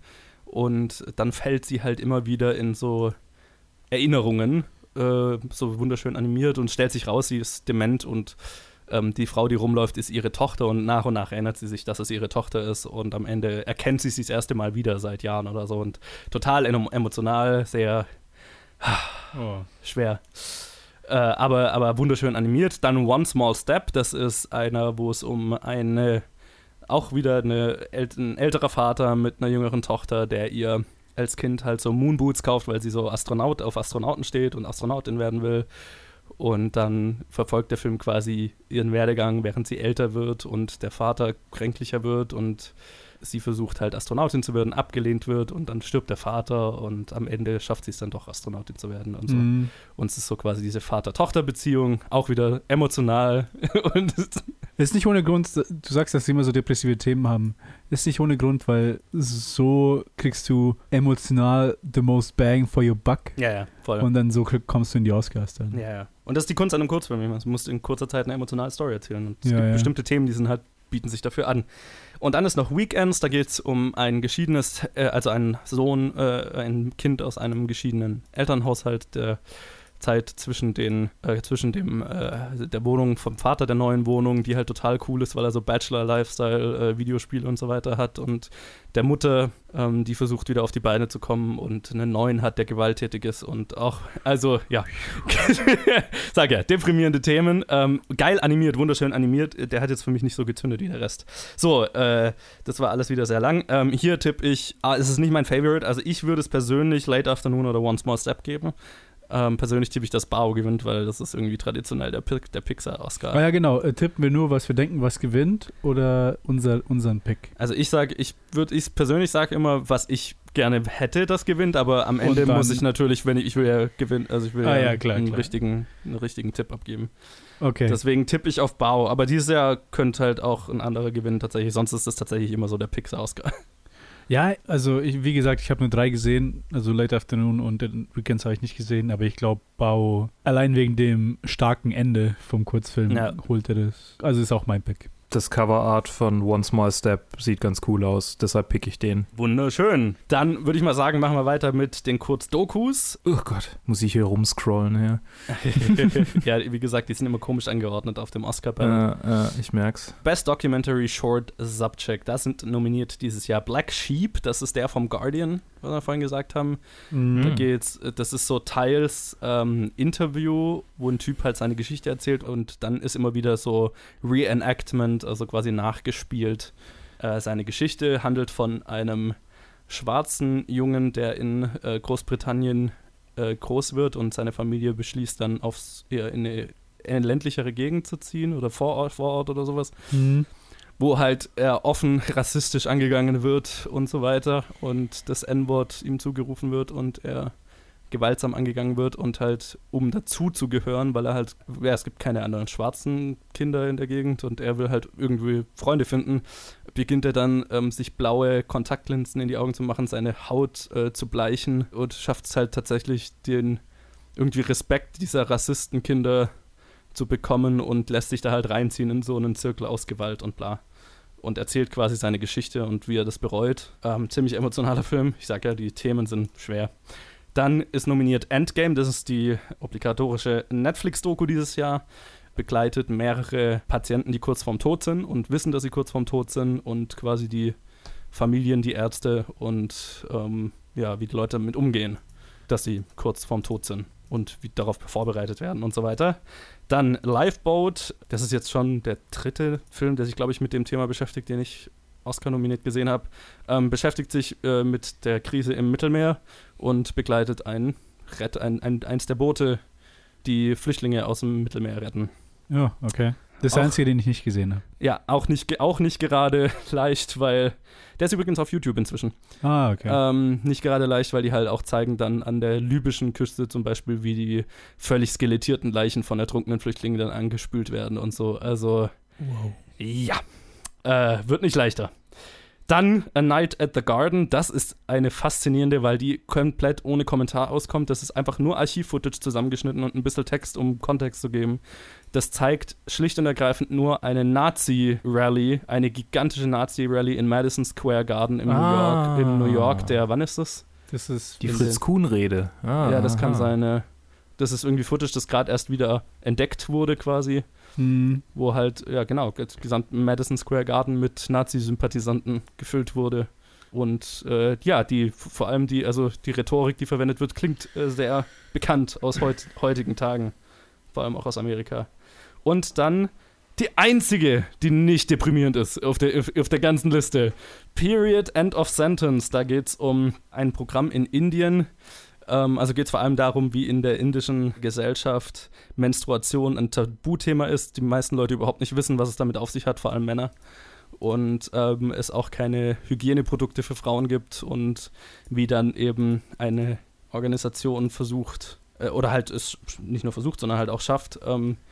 und dann fällt sie halt immer wieder in so Erinnerungen, äh, so wunderschön animiert und stellt sich raus, sie ist dement und ähm, die Frau, die rumläuft, ist ihre Tochter und nach und nach erinnert sie sich, dass es ihre Tochter ist und am Ende erkennt sie sich das erste Mal wieder seit Jahren oder so und total emo- emotional, sehr Oh. schwer. Äh, aber, aber wunderschön animiert. Dann One Small Step, das ist einer, wo es um eine, auch wieder eine, ält- ein älterer Vater mit einer jüngeren Tochter, der ihr als Kind halt so Moonboots kauft, weil sie so Astronaut auf Astronauten steht und Astronautin werden will. Und dann verfolgt der Film quasi ihren Werdegang, während sie älter wird und der Vater kränklicher wird und sie versucht halt Astronautin zu werden, abgelehnt wird und dann stirbt der Vater und am Ende schafft sie es dann doch, Astronautin zu werden und so. Mhm. Und es ist so quasi diese Vater-Tochter-Beziehung, auch wieder emotional. Und Ist nicht ohne Grund, du sagst, dass sie immer so depressive Themen haben. Ist nicht ohne Grund, weil so kriegst du emotional the most bang for your buck. Ja, ja, voll. Und dann so kommst du in die Oscars dann. Ja, ja. Und das ist die Kunst an einem Kurzfilm. Man muss in kurzer Zeit eine emotionale Story erzählen. Und es ja, gibt ja. bestimmte Themen, die sind halt, bieten sich dafür an. Und dann ist noch Weekends, da geht es um ein geschiedenes, äh, also einen Sohn, äh, ein Kind aus einem geschiedenen Elternhaushalt, der Zeit zwischen den, äh, zwischen dem, äh, der Wohnung vom Vater der neuen Wohnung, die halt total cool ist, weil er so Bachelor-Lifestyle, äh, Videospiele und so weiter hat, und der Mutter, ähm, die versucht wieder auf die Beine zu kommen und einen neuen hat, der gewalttätig ist und auch, also, ja, sag ja, deprimierende Themen, ähm, geil animiert, wunderschön animiert, der hat jetzt für mich nicht so gezündet wie der Rest. So, äh, das war alles wieder sehr lang. Ähm, hier tippe ich, ah, es ist nicht mein Favorite, also ich würde es persönlich Late Afternoon oder One Small Step geben. Ähm, persönlich tippe ich, dass Bao gewinnt, weil das ist irgendwie traditionell der, P- der Pixar-Oscar. Ah ja, genau. Äh, tippen wir nur, was wir denken, was gewinnt, oder unser, unseren Pick? Also ich sage, ich würde, ich persönlich sage immer, was ich gerne hätte, das gewinnt, aber am Ende muss ich natürlich, wenn ich, ich will ja gewinnen, also ich will ah, ja, ja klar, einen, klar. Richtigen, einen richtigen Tipp abgeben. Okay. Deswegen tippe ich auf Bao, aber dieses Jahr könnte halt auch ein anderer gewinnen tatsächlich, sonst ist das tatsächlich immer so der Pixar-Oscar. Ja, also ich, wie gesagt, ich habe nur drei gesehen, also Late Afternoon und den Weekends habe ich nicht gesehen, aber ich glaube, Bao, allein wegen dem starken Ende vom Kurzfilm, ja. holt er das. Also ist auch mein Pick. Das Coverart von One Small Step sieht ganz cool aus, deshalb pick ich den. Wunderschön. Dann würde ich mal sagen, machen wir weiter mit den Kurzdokus. Oh Gott, muss ich hier rumscrollen, ja. Ja, wie gesagt, die sind immer komisch angeordnet auf dem Oscar-Panel. Äh, äh, ich merk's. Best Documentary Short Subject. Da sind nominiert dieses Jahr Black Sheep, das ist der vom Guardian, was wir vorhin gesagt haben. Mhm. Da geht's, das ist so teils ähm, Interview, wo ein Typ halt seine Geschichte erzählt und dann ist immer wieder so Reenactment, also quasi nachgespielt. Äh, seine Geschichte handelt von einem schwarzen Jungen, der in äh, Großbritannien äh, groß wird und seine Familie beschließt dann aufs, ja, in, eine, in eine ländlichere Gegend zu ziehen oder Vorort, Vorort oder sowas. Mhm. Wo halt er offen rassistisch angegangen wird und so weiter und das En-Wort ihm zugerufen wird und er gewaltsam angegangen wird und halt, um dazu zu gehören, weil er halt, ja, es gibt keine anderen schwarzen Kinder in der Gegend und er will halt irgendwie Freunde finden, beginnt er dann, ähm, sich blaue Kontaktlinsen in die Augen zu machen, seine Haut äh, zu bleichen und schafft es halt tatsächlich, den irgendwie Respekt dieser Rassistenkinder zu bekommen und lässt sich da halt reinziehen in so einen Zirkel aus Gewalt und bla. Und erzählt quasi seine Geschichte und wie er das bereut. Ähm, ziemlich emotionaler Film. Ich sag ja, die Themen sind schwer. Dann ist nominiert Endgame, das ist die obligatorische Netflix-Doku dieses Jahr. Begleitet mehrere Patienten, die kurz vorm Tod sind und wissen, dass sie kurz vorm Tod sind und quasi die Familien, die Ärzte und ähm, ja, wie die Leute damit umgehen, dass sie kurz vorm Tod sind und wie darauf vorbereitet werden und so weiter. Dann Lifeboat, das ist jetzt schon der dritte Film, der sich, glaube ich, mit dem Thema beschäftigt, den ich Oscar-nominiert gesehen habe, ähm, beschäftigt sich äh, mit der Krise im Mittelmeer und begleitet ein, Rett, ein, ein, eins der Boote, die Flüchtlinge aus dem Mittelmeer retten. Ja, okay. Das ist der einzige, den ich nicht gesehen habe. Ja, auch nicht, auch nicht gerade leicht, weil der ist übrigens auf YouTube inzwischen. Ah, okay. Ähm, nicht gerade leicht, weil die halt auch zeigen dann an der libyschen Küste zum Beispiel, wie die völlig skelettierten Leichen von ertrunkenen Flüchtlingen dann angespült werden und so. Also, wow. Ja. Äh, wird nicht leichter. Dann A Night at the Garden, das ist eine faszinierende, weil die komplett ohne Kommentar auskommt. Das ist einfach nur Archiv-Footage zusammengeschnitten und ein bisschen Text, um Kontext zu geben. Das zeigt schlicht und ergreifend nur eine Nazi-Rally, eine gigantische Nazi-Rally in Madison Square Garden in New Ah. York. In New York, der, wann ist das? Das ist Die In Fritz-Kuhn-Rede. Ah, ja, das kann aha. sein. äh, Das ist irgendwie Footage, das gerade erst wieder entdeckt wurde quasi. hm. Wo halt, ja genau, das gesamte Madison Square Garden mit Nazi-Sympathisanten gefüllt wurde. Und äh, ja, die, vor allem die, also die Rhetorik, die verwendet wird, klingt äh, sehr bekannt aus heut, heutigen Tagen. Vor allem auch aus Amerika. Und dann die einzige, die nicht deprimierend ist auf der, auf, auf der ganzen Liste. Period, End of Sentence. Da geht es um ein Programm in Indien. Also geht es vor allem darum, wie in der indischen Gesellschaft Menstruation ein Tabuthema ist. Die meisten Leute überhaupt nicht wissen, was es damit auf sich hat, vor allem Männer. Und ähm, es auch keine Hygieneprodukte für Frauen gibt und wie dann eben eine Organisation versucht, äh, oder halt es nicht nur versucht, sondern halt auch schafft, ähm,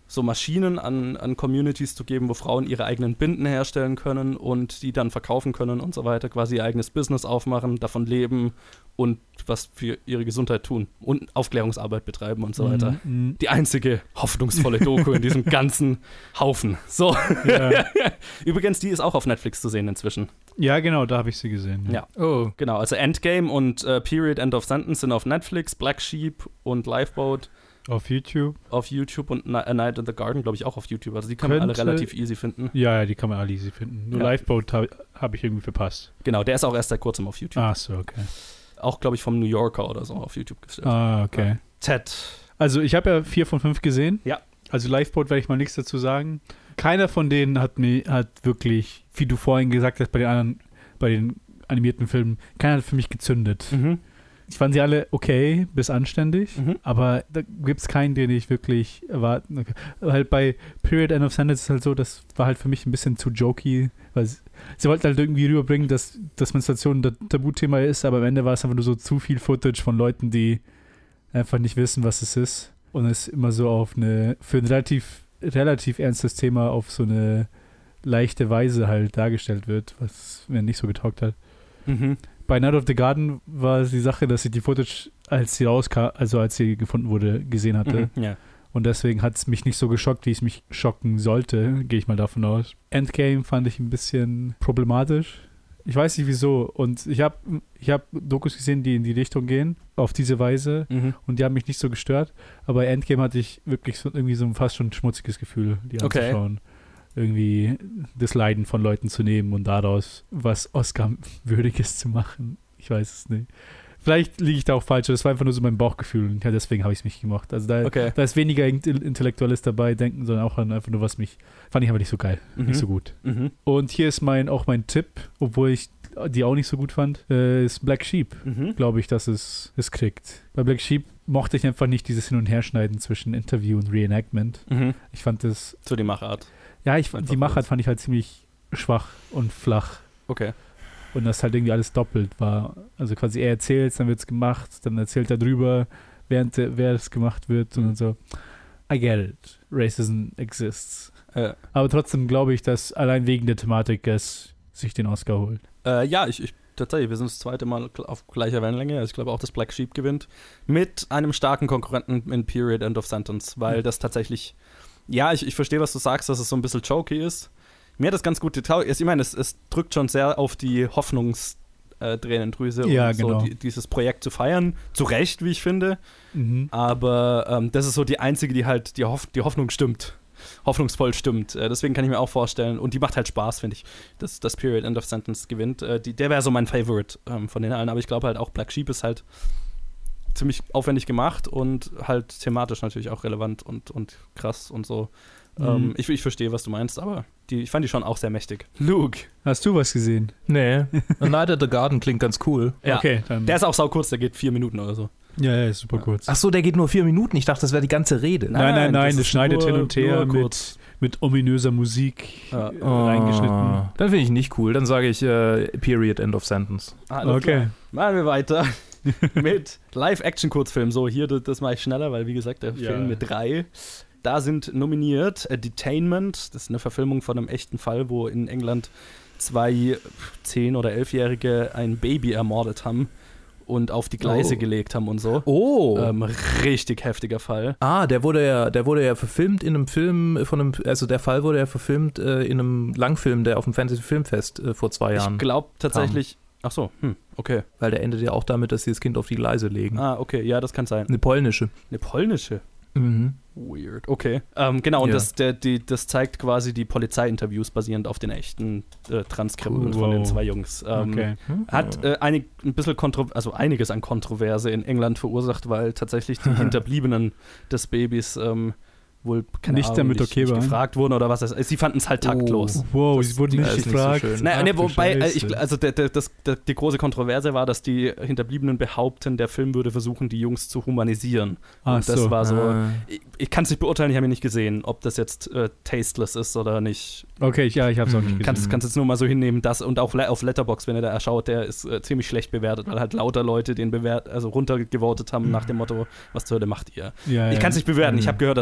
so Maschinen an, an Communities zu geben, wo Frauen ihre eigenen Binden herstellen können und die dann verkaufen können und so weiter, quasi ihr eigenes Business aufmachen, davon leben und was für ihre Gesundheit tun und Aufklärungsarbeit betreiben und so weiter. Mhm. Die einzige hoffnungsvolle Doku in diesem ganzen Haufen. So. Ja. Übrigens, die ist auch auf Netflix zu sehen inzwischen. Ja, genau, da habe ich sie gesehen. Ja. Oh. Genau, also Endgame und äh, Period End of Sentence sind auf Netflix, Black Sheep und Lifeboat Auf YouTube? auf YouTube und A Night in the Garden, glaube ich, auch auf YouTube. Also die kann man Könnte- alle relativ easy finden. Ja, ja, die kann man alle easy finden. Nur Ja. Lifeboat habe hab ich irgendwie verpasst. Genau, der ist auch erst seit kurzem auf YouTube. Ach so, okay. Auch, glaube ich, vom New Yorker oder so auf YouTube gestellt. Ah, okay. Ted. Also ich habe ja vier von fünf gesehen. Ja. Also Lifeboat werde ich mal nichts dazu sagen. Keiner von denen hat mir hat wirklich, wie du vorhin gesagt hast, bei den anderen, bei den animierten Filmen, keiner hat für mich gezündet. Mhm. Ich fand sie alle okay, bis anständig, Mhm. aber da gibt es keinen, den ich wirklich erwarten. Halt bei Period End of Sentence ist halt so, das war halt für mich ein bisschen zu jokey, weil sie, sie wollten halt irgendwie rüberbringen, dass, dass Menstruation ein Tabuthema ist, aber am Ende war es einfach nur so zu viel Footage von Leuten, die einfach nicht wissen, was es ist. Und es immer so auf eine, für ein relativ, relativ ernstes Thema auf so eine leichte Weise halt dargestellt wird, was mir nicht so getaugt hat. Mhm. Bei Night of the Garden war es die Sache, dass ich die Footage, als sie rauskam, also als sie gefunden wurde, gesehen hatte. Mhm. Ja. Und deswegen hat es mich nicht so geschockt, wie es mich schocken sollte, gehe ich mal davon aus. Endgame fand ich ein bisschen problematisch. Ich weiß nicht wieso. Und ich habe ich hab Dokus gesehen, die in die Richtung gehen, auf diese Weise. Mhm. Und die haben mich nicht so gestört. Aber bei Endgame hatte ich wirklich so, irgendwie so ein fast schon schmutziges Gefühl, die Okay. anzuschauen. Irgendwie das Leiden von Leuten zu nehmen und daraus was Oscar-würdiges zu machen. Ich weiß es nicht. Vielleicht liege ich da auch falsch. Das war einfach nur so mein Bauchgefühl. Und ja, deswegen habe ich es mich gemacht. Also da, Okay. da ist weniger Intellektuelles dabei, denken, sondern auch an einfach nur was mich, fand ich aber nicht so geil, Mhm. nicht so gut. Mhm. Und hier ist mein auch mein Tipp, obwohl ich die auch nicht so gut fand, äh, ist Black Sheep. Mhm. Glaube ich, dass es es kriegt. Bei Black Sheep mochte ich einfach nicht dieses Hin- und Herschneiden zwischen Interview und Reenactment. Mhm. Ich fand das, So die Machart. ja, ich, Einfach die Machart kurz. fand ich halt ziemlich schwach und flach. Okay. Und das halt irgendwie alles doppelt war. Also quasi er erzählt, dann wird es gemacht, dann erzählt er drüber, während der- wer es gemacht wird und dann so, I get it, Racism exists. Äh, Aber trotzdem glaube ich, dass allein wegen der Thematik es sich den Oscar holt. äh, ja, ich, ich tatsächlich, wir sind das zweite Mal auf gleicher Wellenlänge. Also ich glaube auch, dass Black Sheep gewinnt. Mit einem starken Konkurrenten in Period End of Sentence, weil Mhm. das tatsächlich, ja, ich, ich verstehe, was du sagst, dass es so ein bisschen jokey ist. Mir hat das ganz gut getaugt. Ich meine, es, es drückt schon sehr auf die Hoffnungstränendrüse, um Ja, so genau. die, dieses Projekt zu feiern. Zu Recht, wie ich finde. Mhm. Aber ähm, das ist so die einzige, die halt die, Hoff die Hoffnung stimmt. Hoffnungsvoll stimmt. Äh, deswegen kann ich mir auch vorstellen. Und die macht halt Spaß, finde ich, dass das Period End of Sentence gewinnt. Äh, die, der wäre so mein Favorite ähm, von den allen. Aber ich glaube halt auch, Black Sheep ist halt ziemlich aufwendig gemacht und halt thematisch natürlich auch relevant und, und krass und so. Mhm. Ähm, ich, ich verstehe, was du meinst, aber die, ich fand die schon auch sehr mächtig. Luke. Hast du was gesehen? Nee. A Night at the Garden klingt ganz cool. Ja. Okay, dann. Der ist auch sau kurz, der geht vier Minuten oder so. ja, ja, ist super kurz. Ach so, der geht nur vier Minuten. Ich dachte, das wäre die ganze Rede. Nein, nein, nein, das ist schneidet nur- hin und her nur mit, kurz. mit ominöser Musik Ja. äh, reingeschnitten. Ah, dann finde ich nicht cool. Dann sage ich äh, Period End of Sentence. Alles Okay. klar. Machen wir weiter mit Live-Action-Kurzfilm. So, hier, das, das mache ich schneller, weil, wie gesagt, der Ja. Film mit drei. Da sind nominiert äh, Detainment, das ist eine Verfilmung von einem echten Fall, wo in England zwei zehn- oder elfjährige ein Baby ermordet haben und auf die Gleise Oh. gelegt haben und so. Oh. Ähm, richtig heftiger Fall. Ah, der wurde ja, der wurde ja verfilmt in einem Film von einem, also der Fall wurde ja verfilmt äh, in einem Langfilm, der auf dem Fantasy Filmfest äh, vor zwei Jahren. Ich glaube tatsächlich. Ach so, hm, okay. Weil der endet ja auch damit, dass sie das Kind auf die Gleise legen. Ah, okay, ja, das kann sein. Eine polnische. Eine polnische. Mhm. Weird, okay. Ähm, genau, und Ja. das, der, die, das zeigt quasi die Polizeiinterviews basierend auf den echten äh, Transkripten Cool, von den wow. zwei Jungs. Ähm, Okay. Hat äh, einig, ein bisschen kontro also einiges an Kontroverse in England verursacht, weil tatsächlich die Hinterbliebenen des Babys ähm, wohl keine Nicht Ahnung, damit nicht, okay nicht waren. gefragt wurden oder was. Das, sie fanden es halt taktlos. Wow, Das sie wurden Ding nicht ist nicht so gefragt. schön. Naja, Ach, ne, du wobei, äh, Scheiße. ich, also der, der, das, der, die große Kontroverse war, dass die Hinterbliebenen behaupten, der Film würde versuchen, die Jungs zu humanisieren. Ach Und das so. war so, Ah. ich, ich kann es nicht beurteilen, ich habe ihn nicht gesehen, ob das jetzt äh, tasteless ist oder nicht. Okay, ich, ja, ich hab's auch nicht Mhm. gesehen. Kannst kannst jetzt nur mal so hinnehmen, das und auch Le- auf Letterboxd, wenn ihr da erschaut, der ist äh, ziemlich schlecht bewertet, weil halt lauter Leute den bewert, also runtergevotet haben nach dem Motto, was zur Hölle macht ihr? ja, Ich ja. kann es nicht bewerten, ich Mhm. habe gehört, das soll saugut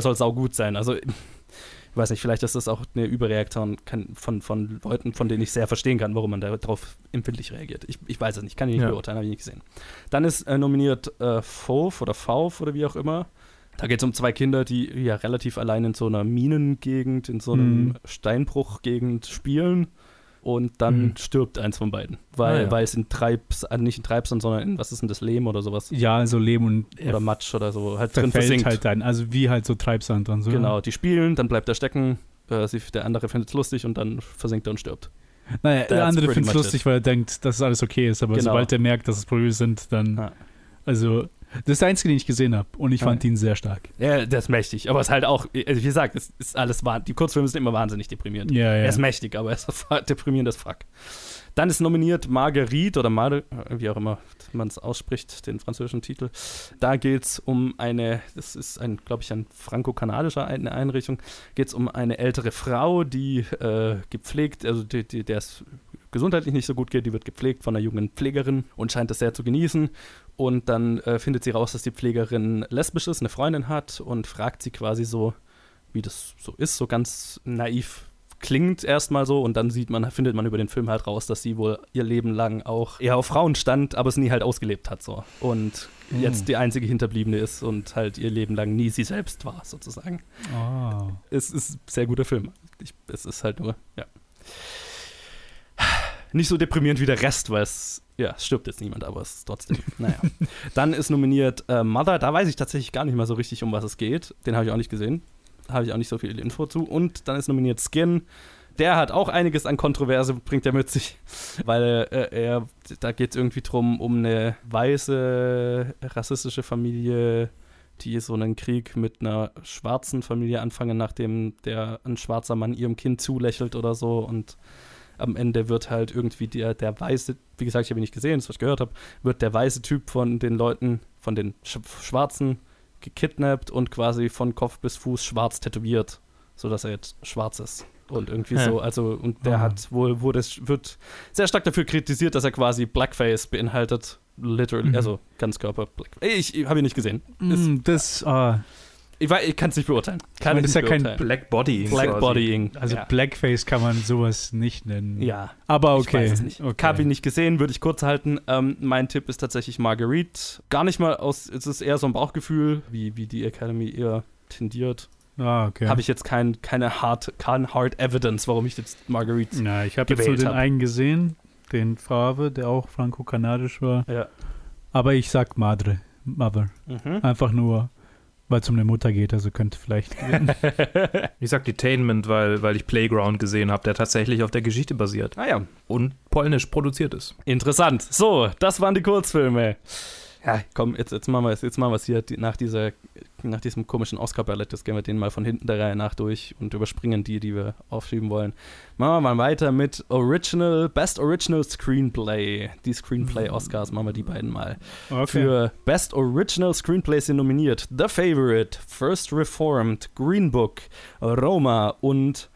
gut sein. Also, ich weiß nicht, vielleicht ist das auch eine Überreaktion von, von Leuten, von denen ich sehr verstehen kann, warum man darauf empfindlich reagiert. Ich, ich weiß es nicht, kann ich nicht ja. beurteilen, habe ich nicht gesehen. Dann ist äh, nominiert äh, Fauve oder Fauve oder wie auch immer. Da geht es um zwei Kinder, die ja relativ allein in so einer Minengegend, in so einem mhm. Steinbruchgegend spielen. Und dann mhm. stirbt eins von beiden. Weil, ah, ja. weil es in Treibs, nicht in Treibsand, sondern in, was ist denn das, Lehm oder sowas? Ja, also Lehm und oder Matsch oder so. Halt drin versinkt. halt dann, also wie halt so Treibsand dann so. Genau, die spielen, dann bleibt er stecken, äh, sie, der andere findet es lustig und dann versinkt er und stirbt. Naja, That's der andere findet es lustig, it. weil er denkt, dass es alles okay ist, aber genau. sobald er merkt, dass es Probleme sind, dann, ah. also... Das ist der einzige, den ich gesehen habe und ich fand okay. ihn sehr stark. Ja, der ist mächtig, aber es ist halt auch, wie gesagt, es ist alles, die Kurzfilme sind immer wahnsinnig deprimierend. Ja, ja. Er ist mächtig, aber er ist deprimierend as fuck. Dann ist nominiert Marguerite oder Mar, wie auch immer man es ausspricht, den französischen Titel. Da geht es um eine, das ist ein, glaube ich, ein franco-kanadischer eine Einrichtung, geht es um eine ältere Frau, die äh, gepflegt, also die, die, der es gesundheitlich nicht so gut geht, die wird gepflegt von einer jungen Pflegerin und scheint das sehr zu genießen. Und dann äh, findet sie raus, dass die Pflegerin lesbisch ist, eine Freundin hat und fragt sie quasi so, wie das so ist, so ganz naiv klingt erstmal so und dann sieht man, findet man über den Film halt raus, dass sie wohl ihr Leben lang auch eher auf Frauen stand, aber es nie halt ausgelebt hat so und mhm. jetzt die einzige Hinterbliebene ist und halt ihr Leben lang nie sie selbst war sozusagen. Oh. Es ist ein sehr guter Film. Ich, es ist halt nur, ja. Nicht so deprimierend wie der Rest, weil es, ja, es stirbt jetzt niemand, aber es ist trotzdem, naja. Dann ist nominiert äh, Mother, da weiß ich tatsächlich gar nicht mal so richtig, um was es geht. Den habe ich auch nicht gesehen. Da habe ich auch nicht so viel Info zu. Und dann ist nominiert Skin. Der hat auch einiges an Kontroverse, bringt er mit sich, weil äh, er, da geht es irgendwie drum, um eine weiße, rassistische Familie, die so einen Krieg mit einer schwarzen Familie anfangen, nachdem der ein schwarzer Mann ihrem Kind zulächelt oder so und am Ende wird halt irgendwie der, der weiße, wie gesagt, ich habe ihn nicht gesehen, das was ich gehört habe, wird der weiße Typ von den Leuten, von den Sch- Schwarzen gekidnappt und quasi von Kopf bis Fuß schwarz tätowiert, sodass er jetzt schwarz ist. Und irgendwie ja. so, also, und der ah. hat wohl, wurde, wird sehr stark dafür kritisiert, dass er quasi Blackface beinhaltet. Literally, mhm. also Ganzkörper Blackface. Ich, ich habe ihn nicht gesehen. Mm, das, ah. Ich, ich kann es nicht beurteilen. Kann ich meine, das ist ja kein Black Bodying. Black Bodying. Also ja. Blackface kann man sowas nicht nennen. Ja. Aber okay. Ich weiß es nicht. Okay. Habe ihn nicht gesehen, würde ich kurz halten. Ähm, mein Tipp ist tatsächlich Marguerite. Gar nicht mal aus, es ist eher so ein Bauchgefühl, wie, wie die Academy eher tendiert. Ah, okay. Habe ich jetzt kein, keine hard, kein hard Evidence, warum ich jetzt Marguerite Na, ich habe jetzt nur den hab. einen gesehen, den Fave, der auch franco-kanadisch war. Ja. Aber ich sag Madre, Mother. Mhm. Einfach nur, weil es um eine Mutter geht, also könnte vielleicht Ich sag Detainment, weil, weil ich Playground gesehen habe, der tatsächlich auf der Geschichte basiert. Ah ja. Und polnisch produziert ist. Interessant. So, das waren die Kurzfilme. Ja, komm, jetzt, jetzt machen wir es jetzt machen wir es hier die, nach, dieser, nach diesem komischen Oscar-Ballett. Jetzt gehen wir den mal von hinten der Reihe nach durch und überspringen die, die wir aufschieben wollen. Machen wir mal weiter mit Original, Best Original Screenplay. Die Screenplay-Oscars machen wir die beiden mal. Okay. Für Best Original Screenplay sind nominiert The Favorite, First Reformed, Green Book, Roma und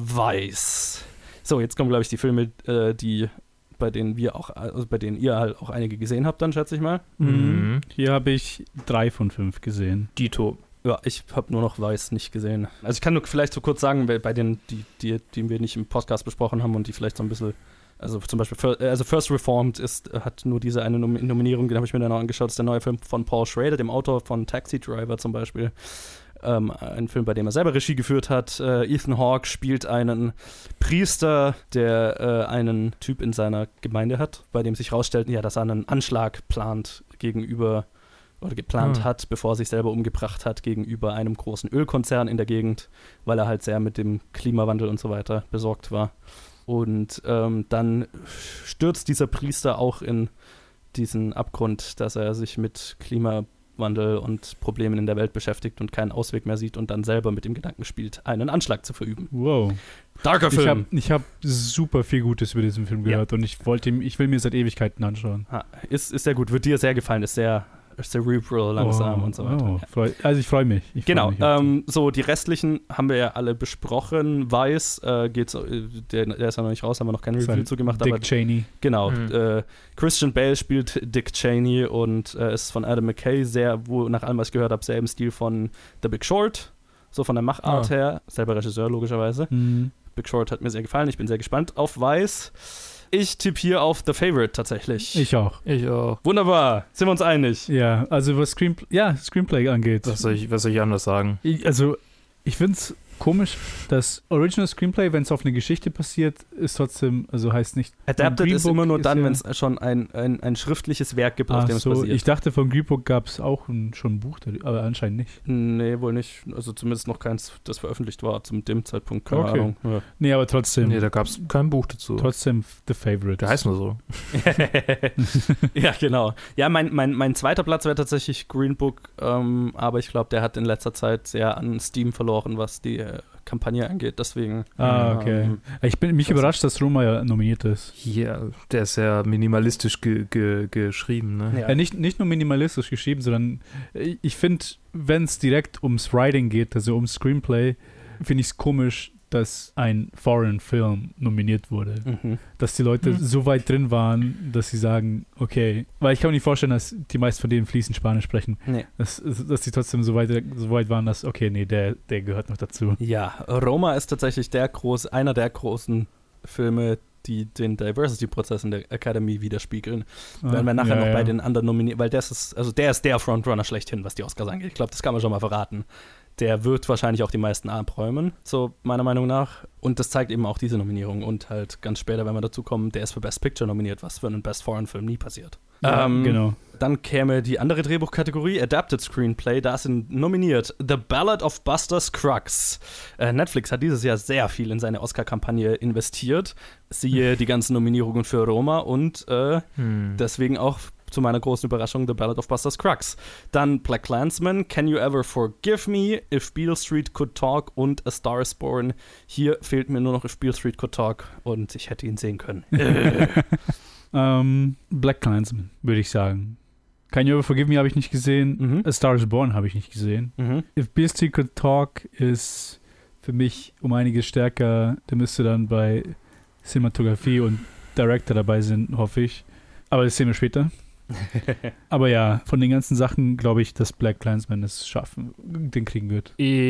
Vice. So, jetzt kommen, glaube ich, die Filme, äh, die bei denen wir auch, also bei denen ihr halt auch einige gesehen habt, dann schätze ich mal. Mhm. Hier habe ich drei von fünf gesehen. Dito. Ja, ich habe nur noch Weiß nicht gesehen. Also ich kann nur vielleicht so kurz sagen, bei denen, die, die, die wir nicht im Podcast besprochen haben und die vielleicht so ein bisschen, also zum Beispiel, also First Reformed ist, hat nur diese eine Nominierung, den habe ich mir dann auch angeschaut, das ist der neue Film von Paul Schrader, dem Autor von Taxi Driver zum Beispiel. Ähm, ein Film, bei dem er selber Regie geführt hat. Äh, Ethan Hawke spielt einen Priester, der äh, einen Typ in seiner Gemeinde hat, bei dem sich herausstellt, ja, dass er einen Anschlag plant gegenüber oder geplant mhm. hat, bevor er sich selber umgebracht hat, gegenüber einem großen Ölkonzern in der Gegend, weil er halt sehr mit dem Klimawandel und so weiter besorgt war. Und ähm, dann stürzt dieser Priester auch in diesen Abgrund, dass er sich mit Klimawandel und Problemen in der Welt beschäftigt und keinen Ausweg mehr sieht und dann selber mit dem Gedanken spielt, einen Anschlag zu verüben. Wow. Darker Film. Ich habe hab super viel Gutes über diesen Film gehört ja. und ich wollte ich will mir seit Ewigkeiten anschauen. Ha, ist, ist sehr gut. Wird dir sehr gefallen. Ist sehr cerebral, langsam oh, und so weiter. Oh, freu, also ich freue mich. Ich genau. Freu mich ähm, so, die restlichen haben wir ja alle besprochen. Weiß, äh, geht's, der, der ist ja noch nicht raus, haben wir noch kein Review zu gemacht. Dick aber, Cheney. Genau. Mhm. Äh, Christian Bale spielt Dick Cheney und äh, ist von Adam McKay sehr, wo nach allem, was ich gehört habe, sehr im Stil von The Big Short. so von der Machart Ah. her. Selber Regisseur, logischerweise. Mhm. Big Short hat mir sehr gefallen. Ich bin sehr gespannt auf Weiß. Ich tippe hier auf The Favorite tatsächlich. Ich auch. Ich auch. Wunderbar, sind wir uns einig? Ja, also was Screenplay, ja, Screenplay angeht. Was soll ich, was soll ich anders sagen? Ich, also, ich finde es komisch, dass Original Screenplay, wenn es auf eine Geschichte passiert, ist trotzdem, also heißt nicht. Adapted Green ist Book immer nur ist dann, ja- wenn es schon ein, ein, ein schriftliches Werk gibt, auf Ach dem es so, basiert. ich dachte, von Green Book gab es auch ein, schon ein Buch, darüber, aber anscheinend nicht. Nee, wohl nicht. Also zumindest noch keins, das veröffentlicht war zum dem Zeitpunkt. Keine Okay. Ahnung. Ja. Nee, aber trotzdem, Nee, da gab es kein Buch dazu. trotzdem The Favorite. Der heißt nur so. Ja, genau. Ja, mein, mein, mein zweiter Platz wäre tatsächlich Green Book, ähm, aber ich glaube, der hat in letzter Zeit sehr an Steam verloren, was die äh, Kampagne angeht. Deswegen. Ah, okay. ähm, Ich bin mich das- überrascht, dass Roma ja nominiert ist. Hier, der ist ja minimalistisch ge ge geschrieben, ne? Ja. Ja, nicht, nicht nur minimalistisch geschrieben, sondern äh, ich finde, wenn es direkt ums Writing geht, also ums Screenplay, finde ich es komisch, dass ein Foreign Film nominiert wurde. Mhm. Dass die Leute Hm. so weit drin waren, dass sie sagen, okay, weil ich kann mir nicht vorstellen, dass die meisten von denen fließend Spanisch sprechen, Nee. dass, dass die trotzdem so weit, so weit waren, dass, okay, nee, der, der gehört noch dazu. Ja, Roma ist tatsächlich der groß, einer der großen Filme, die den Diversity-Prozess in der Academy widerspiegeln. Werden wir nachher Ah, Ja, noch ja. bei den anderen nominieren, weil das ist, also der ist der Frontrunner schlechthin, was die Oscars angeht. Ich glaube, das kann man schon mal verraten. Der wird wahrscheinlich auch die meisten abräumen, so meiner Meinung nach. Und das zeigt eben auch diese Nominierung. Und halt ganz später, wenn wir dazu kommen, der ist für Best Picture nominiert, was für einen Best Foreign Film nie passiert. Ja, Ähm, genau. Dann käme die andere Drehbuchkategorie, Adapted Screenplay. Da sind nominiert The Ballad of Buster Scruggs. Äh, Netflix hat dieses Jahr sehr viel in seine Oscar-Kampagne investiert. Siehe die ganzen Nominierungen für Roma und äh, Hm. deswegen auch zu meiner großen Überraschung The Ballad of Buster Scruggs. Dann Black Klansman, Can You Ever Forgive Me, If Beale Street Could Talk und A Star Is Born. Hier fehlt mir nur noch If Beale Street Could Talk und ich hätte ihn sehen können. Ähm, Black Klansman, würde ich sagen. Can You Ever Forgive Me habe ich nicht gesehen. Mhm. A Star Is Born habe ich nicht gesehen. Mhm. If Beale Street Could Talk ist für mich um einiges stärker. Der müsste dann bei Cinematografie und Director dabei sein, hoffe ich. Aber das sehen wir später. Aber ja, von den ganzen Sachen glaube ich, dass Black Klansman es schaffen, den kriegen wird.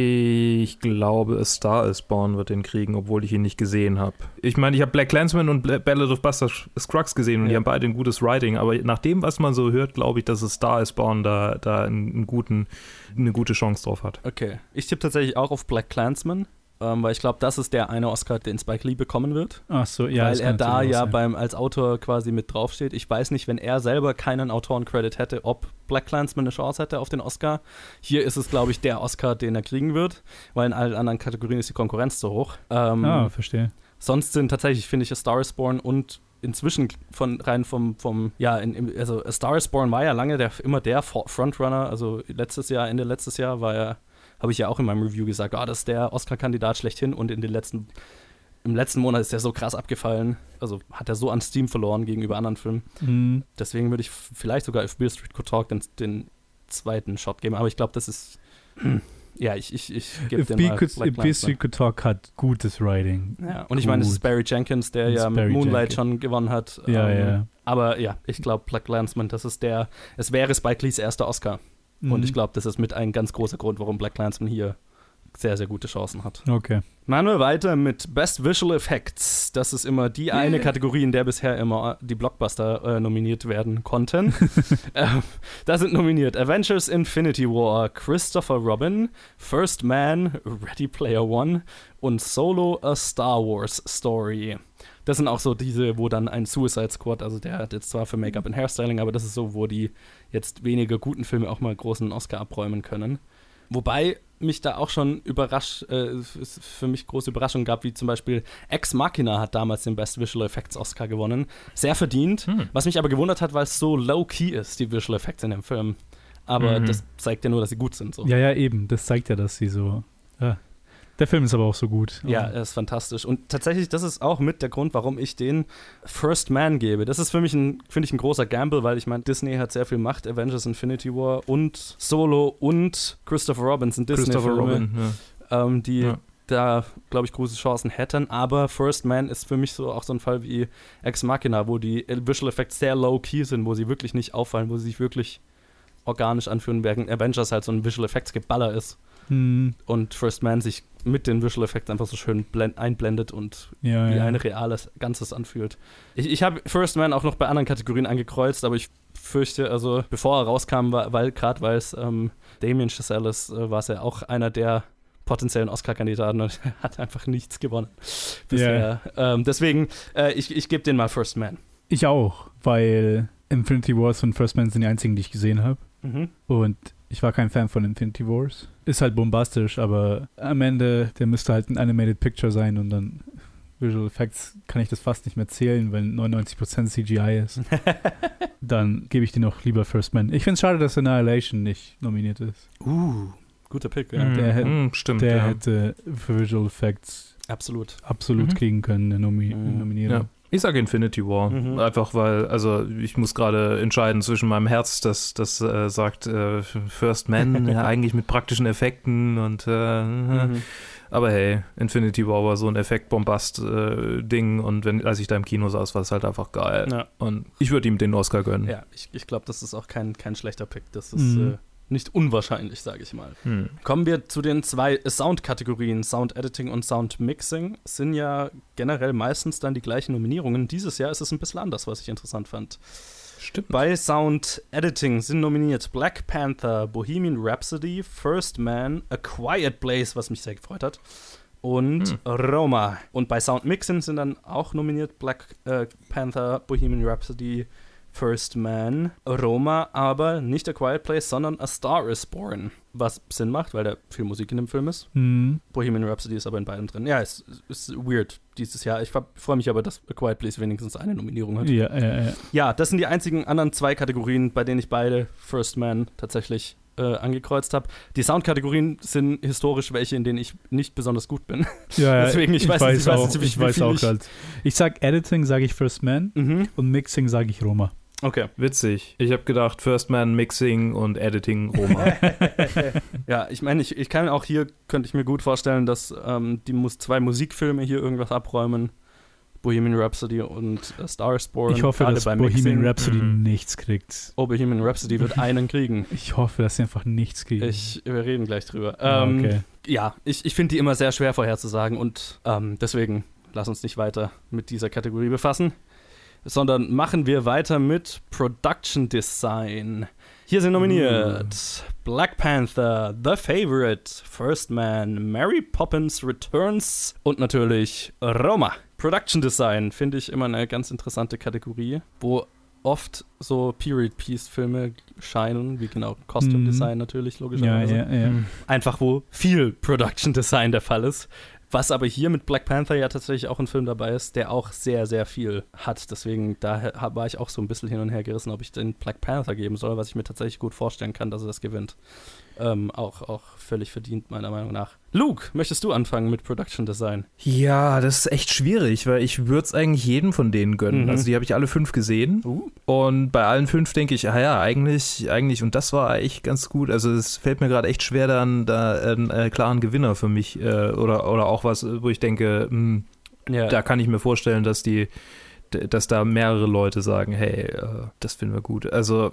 Ich glaube, A Star Is Born wird den kriegen, obwohl ich ihn nicht gesehen habe. Ich meine, ich habe Black Klansman und Bla- Ballad of Buster Scruggs gesehen und Ja. die haben beide ein gutes Writing, aber nach dem, was man so hört, glaube ich, dass A Star Is Born da, da einen, einen guten, eine gute Chance drauf hat. Okay. Ich tippe tatsächlich auch auf Black Klansman, ähm, weil ich glaube, das ist der eine Oscar, den Spike Lee bekommen wird. Ach so, ja. weil das er kann da natürlich ja auch sein. beim, als Autor quasi mit draufsteht. Ich weiß nicht, wenn er selber keinen Autorencredit hätte, ob Black Klansman eine Chance hätte auf den Oscar. Hier ist es, glaube ich, der Oscar, den er kriegen wird, weil in allen anderen Kategorien ist die Konkurrenz so hoch. Ähm, Ah, verstehe. Sonst sind tatsächlich, finde ich, A Star Is Born und inzwischen von rein vom, vom ja, in, im- also A Star Is Born war ja lange der, immer der Fo- Frontrunner, also letztes Jahr, Ende letztes Jahr war er, habe ich ja auch in meinem Review gesagt, ah, das ist der Oscar-Kandidat schlechthin und in den letzten, im letzten Monat ist der so krass abgefallen, also hat er so an Steam verloren gegenüber anderen Filmen. Mhm. Deswegen würde ich f- vielleicht sogar If Beale Street Could Talk den, den zweiten Shot geben, aber ich glaube, das ist, ja, ich, ich, ich gebe If den Beale mal Could- Black If Beale Klansman. Street Could Talk hat gutes Writing. Ja, und ich meine, es ist Gut. Barry Jenkins, der Es ja ist mit Barry Moonlight Jenkins. schon gewonnen hat. Ja, Ähm, ja. Aber ja, ich glaube, Black Klansman, das ist der, es wäre Spike Lees erster Oscar. Und Mhm. ich glaube, das ist mit ein ganz großer Grund, warum Black Klansman hier sehr, sehr gute Chancen hat. Okay. Machen wir weiter mit Best Visual Effects. Das ist immer die eine Kategorie, in der bisher immer die Blockbuster äh, nominiert werden konnten. ähm, da sind nominiert Avengers Infinity War, Christopher Robin, First Man, Ready Player One und Solo A Star Wars Story. Das sind auch so diese, wo dann ein Suicide Squad, also der hat jetzt zwar für Make-up und Hairstyling, aber das ist so, wo die jetzt weniger guten Filme auch mal großen Oscar abräumen können. Wobei mich da auch schon überrascht, äh, es für mich große Überraschungen gab, wie zum Beispiel Ex Machina hat damals den Best Visual Effects Oscar gewonnen. Sehr verdient, Hm. was mich aber gewundert hat, weil es so low-key ist, die Visual Effects in dem Film. Aber Mhm. das zeigt ja nur, dass sie gut sind. So. Ja, ja, eben. Das zeigt ja, dass sie so. Ja. Der Film ist aber auch so gut. Ja, er ist fantastisch. Und tatsächlich, das ist auch mit der Grund, warum ich den First Man gebe. Das ist für mich ein, finde ich, ein großer Gamble, weil ich meine, Disney hat sehr viel Macht. Avengers Infinity War und Solo und Christopher Robin sind Christopher Disney-Filme, Robin, ja. ähm, die Ja. da, glaube ich, große Chancen hätten. Aber First Man ist für mich so auch so ein Fall wie Ex Machina, wo die Visual Effects sehr low-key sind, wo sie wirklich nicht auffallen, wo sie sich wirklich organisch anfühlen, während Avengers halt so ein Visual Effects Geballer ist. Hm. Und First Man sich mit den Visual Effects einfach so schön blend, einblendet und Ja, wie ja. ein reales Ganzes anfühlt. Ich, ich habe First Man auch noch bei anderen Kategorien angekreuzt, aber ich fürchte, also bevor er rauskam, war, weil gerade weil es ähm, Damien Chazelle ist, äh, war es ja auch einer der potenziellen Oscar-Kandidaten und hat einfach nichts gewonnen bisher. Yeah. Ähm, deswegen, äh, ich, ich gebe den mal First Man. Ich auch, weil Infinity Wars und First Man sind die einzigen, die ich gesehen habe. Mhm. Und ich war kein Fan von Infinity Wars. Ist halt bombastisch, aber am Ende, der müsste halt ein Animated Picture sein und dann Visual Effects kann ich das fast nicht mehr zählen, weil neunundneunzig Prozent C G I ist. Dann gebe ich dir noch lieber First Man. Ich finde es schade, dass Annihilation nicht nominiert ist. Uh, guter Pick, ja. Mm, Der, mm, stimmt, der ja. hätte für Visual Effects absolut, absolut Mhm. kriegen können, eine Nomi- Mhm. Nominierung. Ja. Ich sage Infinity War, Mhm. einfach weil, also ich muss gerade entscheiden zwischen meinem Herz, das, das äh, sagt äh, First Man, ja, eigentlich mit praktischen Effekten und äh, Mhm. aber hey, Infinity War war so ein Effekt-Bombast-Ding äh, und wenn, als ich da im Kino saß, war es halt einfach geil. Ja. Und ich würde ihm den Oscar gönnen. Ja, ich, ich glaube, das ist auch kein, kein schlechter Pick. Das ist Mhm. äh, nicht unwahrscheinlich, sage ich mal. Hm. Kommen wir zu den zwei Sound-Kategorien. Sound Editing und Sound Mixing sind ja generell meistens dann die gleichen Nominierungen. Dieses Jahr ist es ein bisschen anders, was ich interessant fand. Stimmt. Bei Sound Editing sind nominiert Black Panther, Bohemian Rhapsody, First Man, A Quiet Place, was mich sehr gefreut hat, und Hm. Roma. Und bei Sound Mixing sind dann auch nominiert Black äh, Panther, Bohemian Rhapsody, First Man, Roma, aber nicht A Quiet Place, sondern A Star is Born. Was Sinn macht, weil da viel Musik in dem Film ist. Mhm. Bohemian Rhapsody ist aber in beiden drin. Ja, es ist weird dieses Jahr. Ich freue mich aber, dass A Quiet Place wenigstens eine Nominierung hat. Ja, ja, ja. Ja, das sind die einzigen anderen zwei Kategorien, bei denen ich beide First Man tatsächlich äh, angekreuzt habe. Die Soundkategorien sind historisch welche, in denen ich nicht besonders gut bin. Ja, ja, Deswegen, ich weiß nicht, ich weiß auch, nicht, wie- ich wie weiß viel auch ich- halt. Ich sag Editing, sage ich First Man Mhm. und Mixing sage ich Roma. Okay. Witzig. Ich habe gedacht, First Man, Mixing und Editing, Roma. Ja, ich meine, ich, ich kann auch hier, könnte ich mir gut vorstellen, dass ähm, die Mus- zwei Musikfilme hier irgendwas abräumen. Bohemian Rhapsody und A Star is Born. Ich hoffe, gerade dass bei Bohemian Mixing. Rhapsody Mhm. nichts kriegt. Oh, Bohemian Rhapsody wird einen kriegen. Ich hoffe, dass sie einfach nichts kriegen. Ich, wir reden gleich drüber. Ah, Ähm, okay. Ja, ich, ich finde die immer sehr schwer vorherzusagen und ähm, deswegen lass uns nicht weiter mit dieser Kategorie befassen, sondern machen wir weiter mit Production Design. Hier sind nominiert Black Panther, The Favorite, First Man, Mary Poppins Returns und natürlich Roma. Production Design finde ich immer eine ganz interessante Kategorie, wo oft so Period-Piece-Filme scheinen, wie genau Costume Mhm. Design natürlich, Ja, logischerweise. ja, ja. Einfach wo viel Production Design der Fall ist. Was aber hier mit Black Panther ja tatsächlich auch ein Film dabei ist, der auch sehr, sehr viel hat. Deswegen, da war ich auch so ein bisschen hin und her gerissen, ob ich den Black Panther geben soll, was ich mir tatsächlich gut vorstellen kann, dass er das gewinnt. Ähm, auch, auch völlig verdient, meiner Meinung nach. Luke, möchtest du anfangen mit Production Design? Ja, das ist echt schwierig, weil ich würde es eigentlich jedem von denen gönnen. Mhm. Also die habe ich alle fünf gesehen. Uh. Und bei allen fünf denke ich, ah ja, eigentlich, eigentlich, und das war echt ganz gut. Also es fällt mir gerade echt schwer, dann da einen äh, klaren Gewinner für mich äh, oder, oder auch was, wo ich denke, mh, Ja. da kann ich mir vorstellen, dass die, d- dass da mehrere Leute sagen, hey, äh, das finden wir gut. Also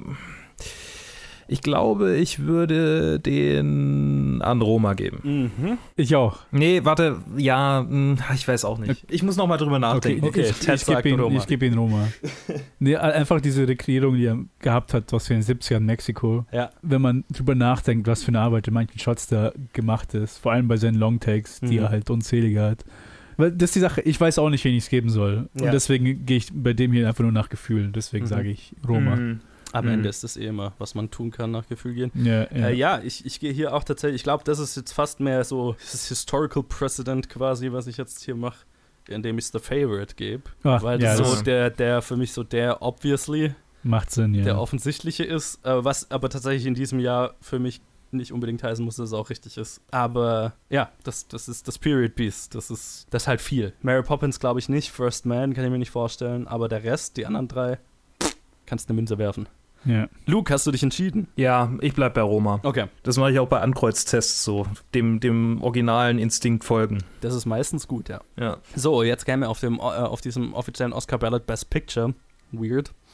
ich glaube, ich würde den an Roma geben. Mhm. Ich auch. Nee, warte, ja, mh, ich weiß auch nicht. Ich muss nochmal drüber nachdenken. Okay, ich, Ted ich gebe sagt ihn, Roma. ich geb ihn Roma. Nee, einfach diese Rekrierung, die er gehabt hat, was für in den siebzigern in Mexiko. Ja. Wenn man drüber nachdenkt, was für eine Arbeit in manchen Shots da gemacht ist, vor allem bei seinen Longtakes, die Mhm. er halt unzählige hat. Weil das ist die Sache, ich weiß auch nicht, wen ich es geben soll. Ja. Und deswegen gehe ich bei dem hier einfach nur nach Gefühl. Deswegen Mhm. sage ich Roma. Mhm. Am Mhm. Ende ist das eh immer, was man tun kann, nach Gefühl gehen. Ja, ja. Äh, ja, ich, ich gehe hier auch tatsächlich, ich glaube, das ist jetzt fast mehr so das Historical Precedent quasi, was ich jetzt hier mache, indem ich es The Favorite gebe. Ach, Weil ja, das das so der, der für mich so der obviously, macht Sinn, ja. der offensichtliche ist, äh, was aber tatsächlich in diesem Jahr für mich nicht unbedingt heißen muss, dass es auch richtig ist. Aber ja, das, das ist das Period Piece. Das ist, das ist halt viel. Mary Poppins glaube ich nicht, First Man kann ich mir nicht vorstellen, aber der Rest, die anderen drei, kannst eine Münze werfen. ja. Luke, hast du dich entschieden? Ja, ich bleib bei Roma. Okay. Das mache ich auch bei Ankreuztests so, dem, dem originalen Instinkt folgen. Das ist meistens gut, ja. Ja. So, jetzt kämen wir auf, dem, äh, auf diesem offiziellen Oscar-Ballot Best Picture. Weird.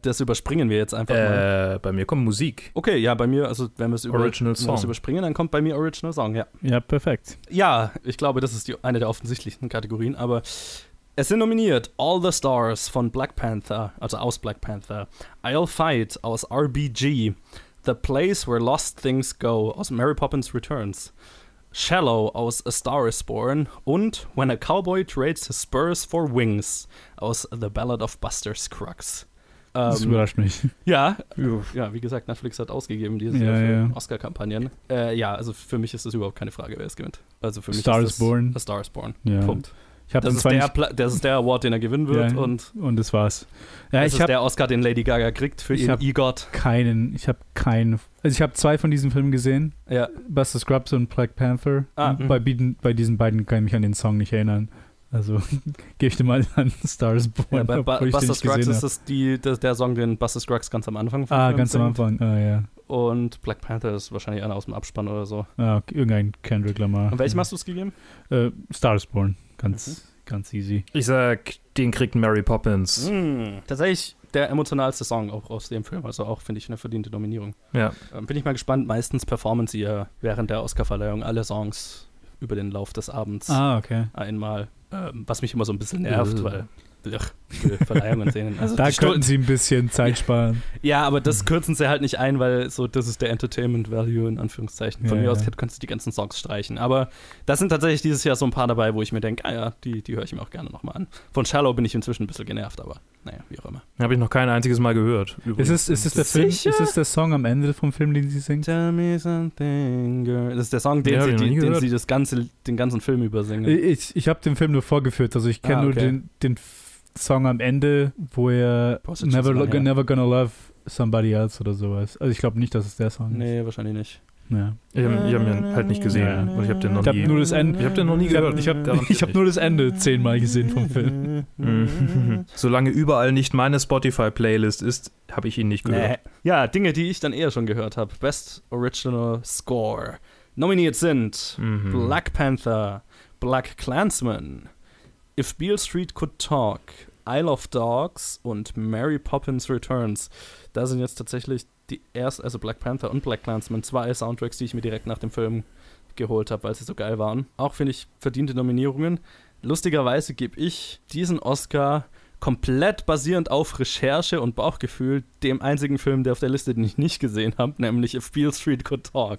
das überspringen wir jetzt einfach mal. Äh, bei mir kommt Musik. Okay, ja, bei mir, also wenn wir es über, Original Song. überspringen, dann kommt bei mir Original Song, ja. Ja, perfekt. Ja, ich glaube, das ist die, eine der offensichtlichsten Kategorien, aber es sind nominiert All the Stars von Black Panther, also aus Black Panther, I'll Fight aus R B G, The Place Where Lost Things Go aus Mary Poppins Returns, Shallow aus A Star is Born und When a Cowboy Trades His Spurs for Wings aus The Ballad of Buster Scruggs. Das Ähm, überrascht mich. ja, ja, wie gesagt, Netflix hat ausgegeben dieses Ja, Jahr für ja. Oscar-Kampagnen. Äh, ja, also für mich ist das überhaupt keine Frage, wer es gewinnt. Also für mich Star ist is das Born. A Star is Born. Ja. Punkt. Ich hab Das den ist, zwar der nicht, Pla- das ist der Award, den er gewinnen wird Ja, und und das war's. Ja, das ich ist habe der Oscar, den Lady Gaga kriegt für Ich ihren hab- EGOT. keinen, ich habe keinen, also ich habe zwei von diesen Filmen gesehen, Ja. Buster Scruggs und Black Panther. Ah, Und mhm. bei, bieten, bei diesen beiden kann ich mich an den Song nicht erinnern. Also gebe ich dir mal an Star is Born, Ja, bei obwohl Bu- ich den Buster nicht Scruggs gesehen ist hab. das die, das, der Song, den Buster Scruggs ganz am Anfang vom Ah, Film ganz am singt. Anfang, ah ja. Und Black Panther ist wahrscheinlich einer aus dem Abspann oder so. Ah, okay, irgendein Kendrick Lamar. Und welchem hast du es gegeben? Äh, Star is Born, ganz, ganz easy. Ich sag, den kriegt Mary Poppins. Mm, tatsächlich der emotionalste Song auch aus dem Film. Also auch, finde ich, eine verdiente Nominierung. Ja. Ähm, bin ich mal gespannt. Meistens performen sie ja während der Oscarverleihung alle Songs über den Lauf des Abends Ah, okay. einmal. Ähm, was mich immer so ein bisschen nervt, Uh. weil ach, ich will Verleihungen sehen. Also Da die Stu- könnten sie ein bisschen Zeit sparen. Ja, aber das kürzen sie halt nicht ein, weil so das ist der Entertainment Value in Anführungszeichen. Von Ja, mir aus ja. könntest du die ganzen Songs streichen. Aber da sind tatsächlich dieses Jahr so ein paar dabei, wo ich mir denke, ah ja, die, die höre ich mir auch gerne nochmal an. Von Shallow bin ich inzwischen ein bisschen genervt, aber naja, wie auch immer. Habe ich noch kein einziges Mal gehört. Ist es, ist, es der Film, Sicher? ist es der Song am Ende vom Film, den sie singt? Tell me something, girl. Das ist der Song, den, Ja, hab sie, ich noch die, nie den gehört. sie das ganze, den ganzen Film übersingen. Ich, ich habe den Film nur vorgeführt, also ich kenne Ah, nur okay. den, den F- Song am Ende, wo er Boah, ist jetzt never, schon so lo- lange her. never Gonna Love Somebody Else oder sowas. Also ich glaube nicht, dass es der Song ist. Nee, wahrscheinlich nicht. Ja. Ich habe hab ihn halt nicht gesehen. Ja. Und ich habe den noch Ich habe nie. nur das Ende. Ich hab den noch nie ich hab- gehört. Ich habe Garantiert hab nicht. nur das Ende zehnmal gesehen vom Film. Mhm. Solange überall nicht meine Spotify-Playlist ist, habe ich ihn nicht gehört. Nee. Ja, Dinge, die ich dann eher schon gehört habe. Best Original Score. Nominiert sind Mhm. Black Panther, Black Klansman, If Beale Street Could Talk, Isle of Dogs und Mary Poppins Returns. Da sind jetzt tatsächlich die ersten, also Black Panther und Black Klansman, zwei Soundtracks, die ich mir direkt nach dem Film geholt habe, weil sie so geil waren. Auch finde ich verdiente Nominierungen. Lustigerweise gebe ich diesen Oscar komplett basierend auf Recherche und Bauchgefühl dem einzigen Film, der auf der Liste, den ich nicht gesehen habe, nämlich If Beale Street Could Talk.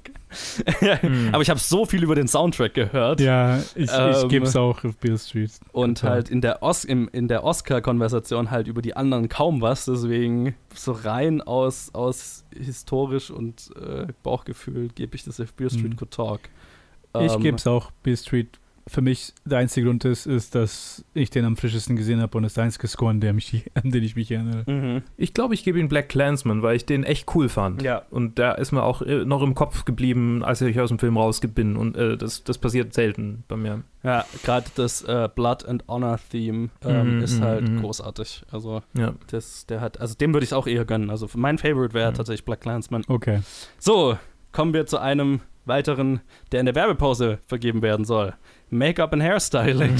Mhm. Aber ich habe so viel über den Soundtrack gehört. Ja, ich, Ähm, ich gebe es auch auf Beale Street. Und Total. halt in der, Os im, in der Oscar-Konversation halt über die anderen kaum was, deswegen so rein aus, aus historisch und äh, Bauchgefühl gebe ich das If Beale Street Mhm. Could Talk. Ich Ähm, gebe es auch Beale Street. Für mich der einzige Grund ist, ist, dass ich den am frischesten gesehen habe und das ist der einzige Score, an, der mich, an den ich mich erinnere. Mhm. Ich glaube, ich gebe ihn Black Klansman, weil ich den echt cool fand. Ja. Und da ist mir auch äh, noch im Kopf geblieben, als ich aus dem Film raus bin. Und äh, das, das passiert selten bei mir. Ja, gerade das äh, Blood and Honor Theme ähm, Mhm, ist mhm, halt mhm. großartig. Also Ja. das, der hat, also dem würde ich es auch eher gönnen. Also mein Favorite wäre Mhm. tatsächlich Black Klansman. Okay. So, kommen wir zu einem weiteren, der in der Werbepause vergeben werden soll. Make-up and Hairstyling.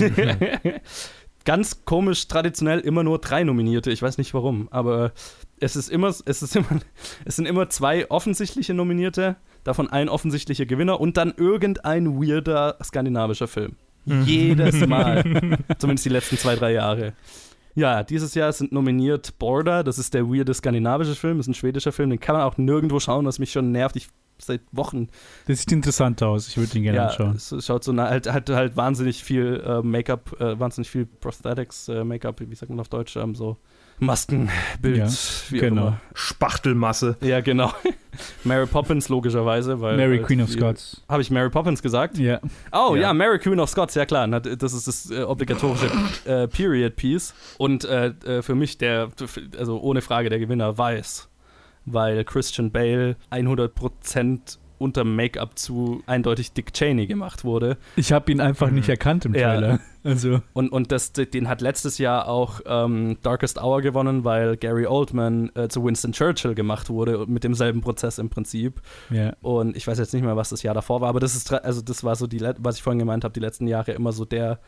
Ganz komisch, traditionell immer nur drei Nominierte. Ich weiß nicht warum, aber es ist immer, es ist immer, es sind immer zwei offensichtliche Nominierte, davon ein offensichtlicher Gewinner und dann irgendein weirder skandinavischer Film. Jedes Mal. Zumindest die letzten zwei, drei Jahre. Ja, dieses Jahr sind nominiert Border, das ist der weirde skandinavische Film, das ist ein schwedischer Film, den kann man auch nirgendwo schauen, was mich schon nervt. Ich seit Wochen. Das sieht interessant aus, ich würde ihn gerne Ja, anschauen. es schaut so nah, halt, halt, halt wahnsinnig viel äh, Make-up, äh, wahnsinnig viel Prosthetics, äh, Make-up, wie sagt man auf Deutsch, ähm, so Masken, Bild, Ja, wie auch genau. immer. Spachtelmasse. Ja, genau. Mary Poppins logischerweise, weil Mary halt Queen of die- Scots. Habe ich Mary Poppins gesagt? Ja. Oh ja, Ja. Mary Queen of Scots, ja klar. na, Das ist das äh, obligatorische äh, Period-Piece. Und äh, äh, für mich der, also ohne Frage der Gewinner, Weiß. Weil Christian Bale hundert Prozent unter Make-up zu eindeutig Dick Cheney gemacht wurde. Ich habe ihn einfach nicht Mhm. erkannt im Ja. Trailer. Also, Und, und das, den hat letztes Jahr auch ähm, Darkest Hour gewonnen, weil Gary Oldman äh, zu Winston Churchill gemacht wurde, mit demselben Prozess im Prinzip. ja. Und ich weiß jetzt nicht mehr, was das Jahr davor war, aber das ist, tra- also das war so die, le- was ich vorhin gemeint habe, die letzten Jahre immer so der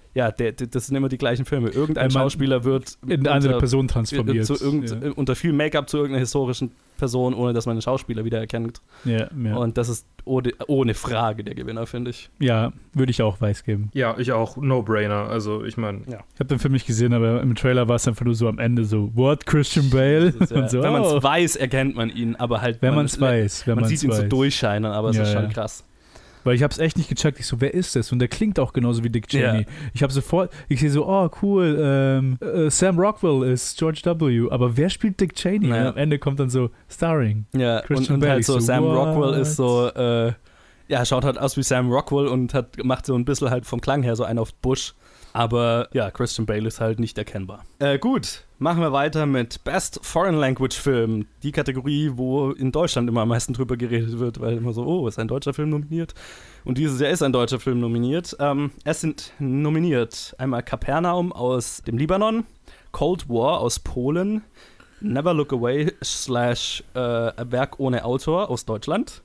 ja, der, der, das sind immer die gleichen Filme. Irgendein Wenn man Schauspieler wird in eine andere Person transformiert. Zu irgend, ja. Unter viel Make-up zu irgendeiner historischen Person, ohne dass man den Schauspieler wiedererkennt. Ja, ja. Und das ist ohne, ohne Frage der Gewinner, finde ich. Ja, würde ich auch weiß geben. Ja, ich auch. No-brainer. Also, ich meine. Ja. Ich habe den Film nicht gesehen, aber im Trailer war es einfach nur so am Ende so, what, Christian Bale? Ist, ja, Und so, wenn man es oh. weiß, erkennt man ihn, aber halt. Wenn man es weiß. Wenn man man's sieht ihn weiß. so durchscheinen, aber es Ja, ist schon ja. krass. Weil ich habe es echt nicht gecheckt. Ich so, wer ist das? Und der klingt auch genauso wie Dick Cheney. Ja. Ich habe sofort, ich sehe so, oh cool, ähm, äh, Sam Rockwell ist George W. Aber wer spielt Dick Cheney? Naja. Und am Ende kommt dann so, starring. Ja, und, Christian und Bale. halt Ich so, so, Sam what? Rockwell ist so, äh, ja, schaut halt aus wie Sam Rockwell und hat, macht so ein bisschen halt vom Klang her so einen auf Bush. Aber ja, Christian Bale ist halt nicht erkennbar. Äh, gut, machen wir weiter mit Best Foreign Language Film. Die Kategorie, wo in Deutschland immer am meisten drüber geredet wird, weil immer so, oh, ist ein deutscher Film nominiert? Und dieses Jahr ist ein deutscher Film nominiert. Ähm, es sind nominiert einmal Kapernaum aus dem Libanon, Cold War aus Polen, Never Look Away slash äh, Werk ohne Autor aus Deutschland,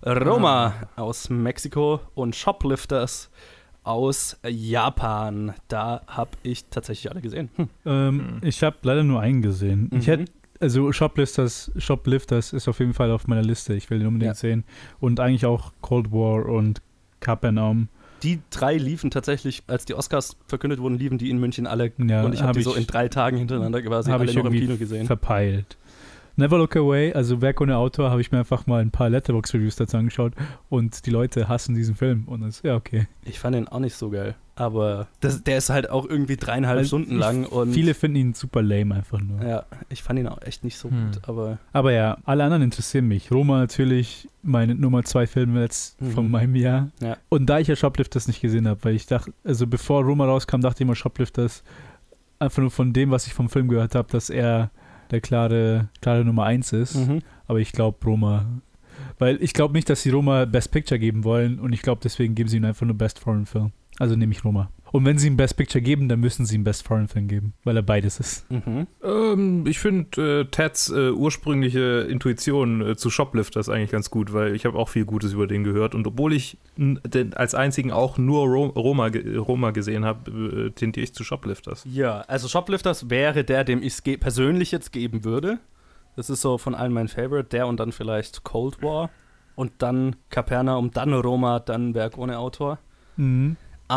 Roma ah. aus Mexiko und Shoplifters aus Japan. Da habe ich tatsächlich alle gesehen. Hm. Ähm, mhm. Ich habe leider nur einen gesehen. Mhm. Ich hätte, also Shoplifters, Shoplifters ist auf jeden Fall auf meiner Liste. Ich will den unbedingt ja. sehen. Und eigentlich auch Cold War und Kapernaum. Die drei liefen tatsächlich, als die Oscars verkündet wurden, liefen die in München alle. Ja, und ich habe hab die so in drei Tagen hintereinander quasi alle ich noch im Kino gesehen. Verpeilt. Never Look Away, also Werk ohne Autor, habe ich mir einfach mal ein paar Letterboxd-Reviews dazu angeschaut und die Leute hassen diesen Film und das ist ja okay. Ich fand ihn auch nicht so geil, aber das, der ist halt auch irgendwie dreieinhalb also Stunden lang. Und viele finden ihn super lame einfach nur. Ja, ich fand ihn auch echt nicht so hm. gut, aber... Aber ja, alle anderen interessieren mich. Roma natürlich, meine Nummer zwei Film jetzt Mhm. von meinem Jahr. Ja. Und da ich ja Shoplifters nicht gesehen habe, weil ich dachte, also bevor Roma rauskam, dachte ich immer Shoplifters, einfach nur von dem, was ich vom Film gehört habe, dass er der klare, klare Nummer eins ist. Mhm. Aber ich glaube Roma. Weil ich glaube nicht, dass sie Roma Best Picture geben wollen und ich glaube, deswegen geben sie ihm einfach nur Best Foreign Film. Also nehme ich Roma. Und wenn sie ihm Best Picture geben, dann müssen sie ihm Best Foreign Film geben, weil er beides ist. Mhm. Ähm, ich finde äh, Teds äh, ursprüngliche Intuition äh, zu Shoplifters eigentlich ganz gut, weil ich habe auch viel Gutes über den gehört und obwohl ich n- den als einzigen auch nur Ro- Roma, ge- Roma gesehen habe, äh, tendiere ich zu Shoplifters. Ja, also Shoplifters wäre der, dem ich es ge- persönlich jetzt geben würde. Das ist so von allen mein Favorite. Der und dann vielleicht Cold War und dann Kapernaum, dann Roma, dann Werk ohne Autor. Mhm.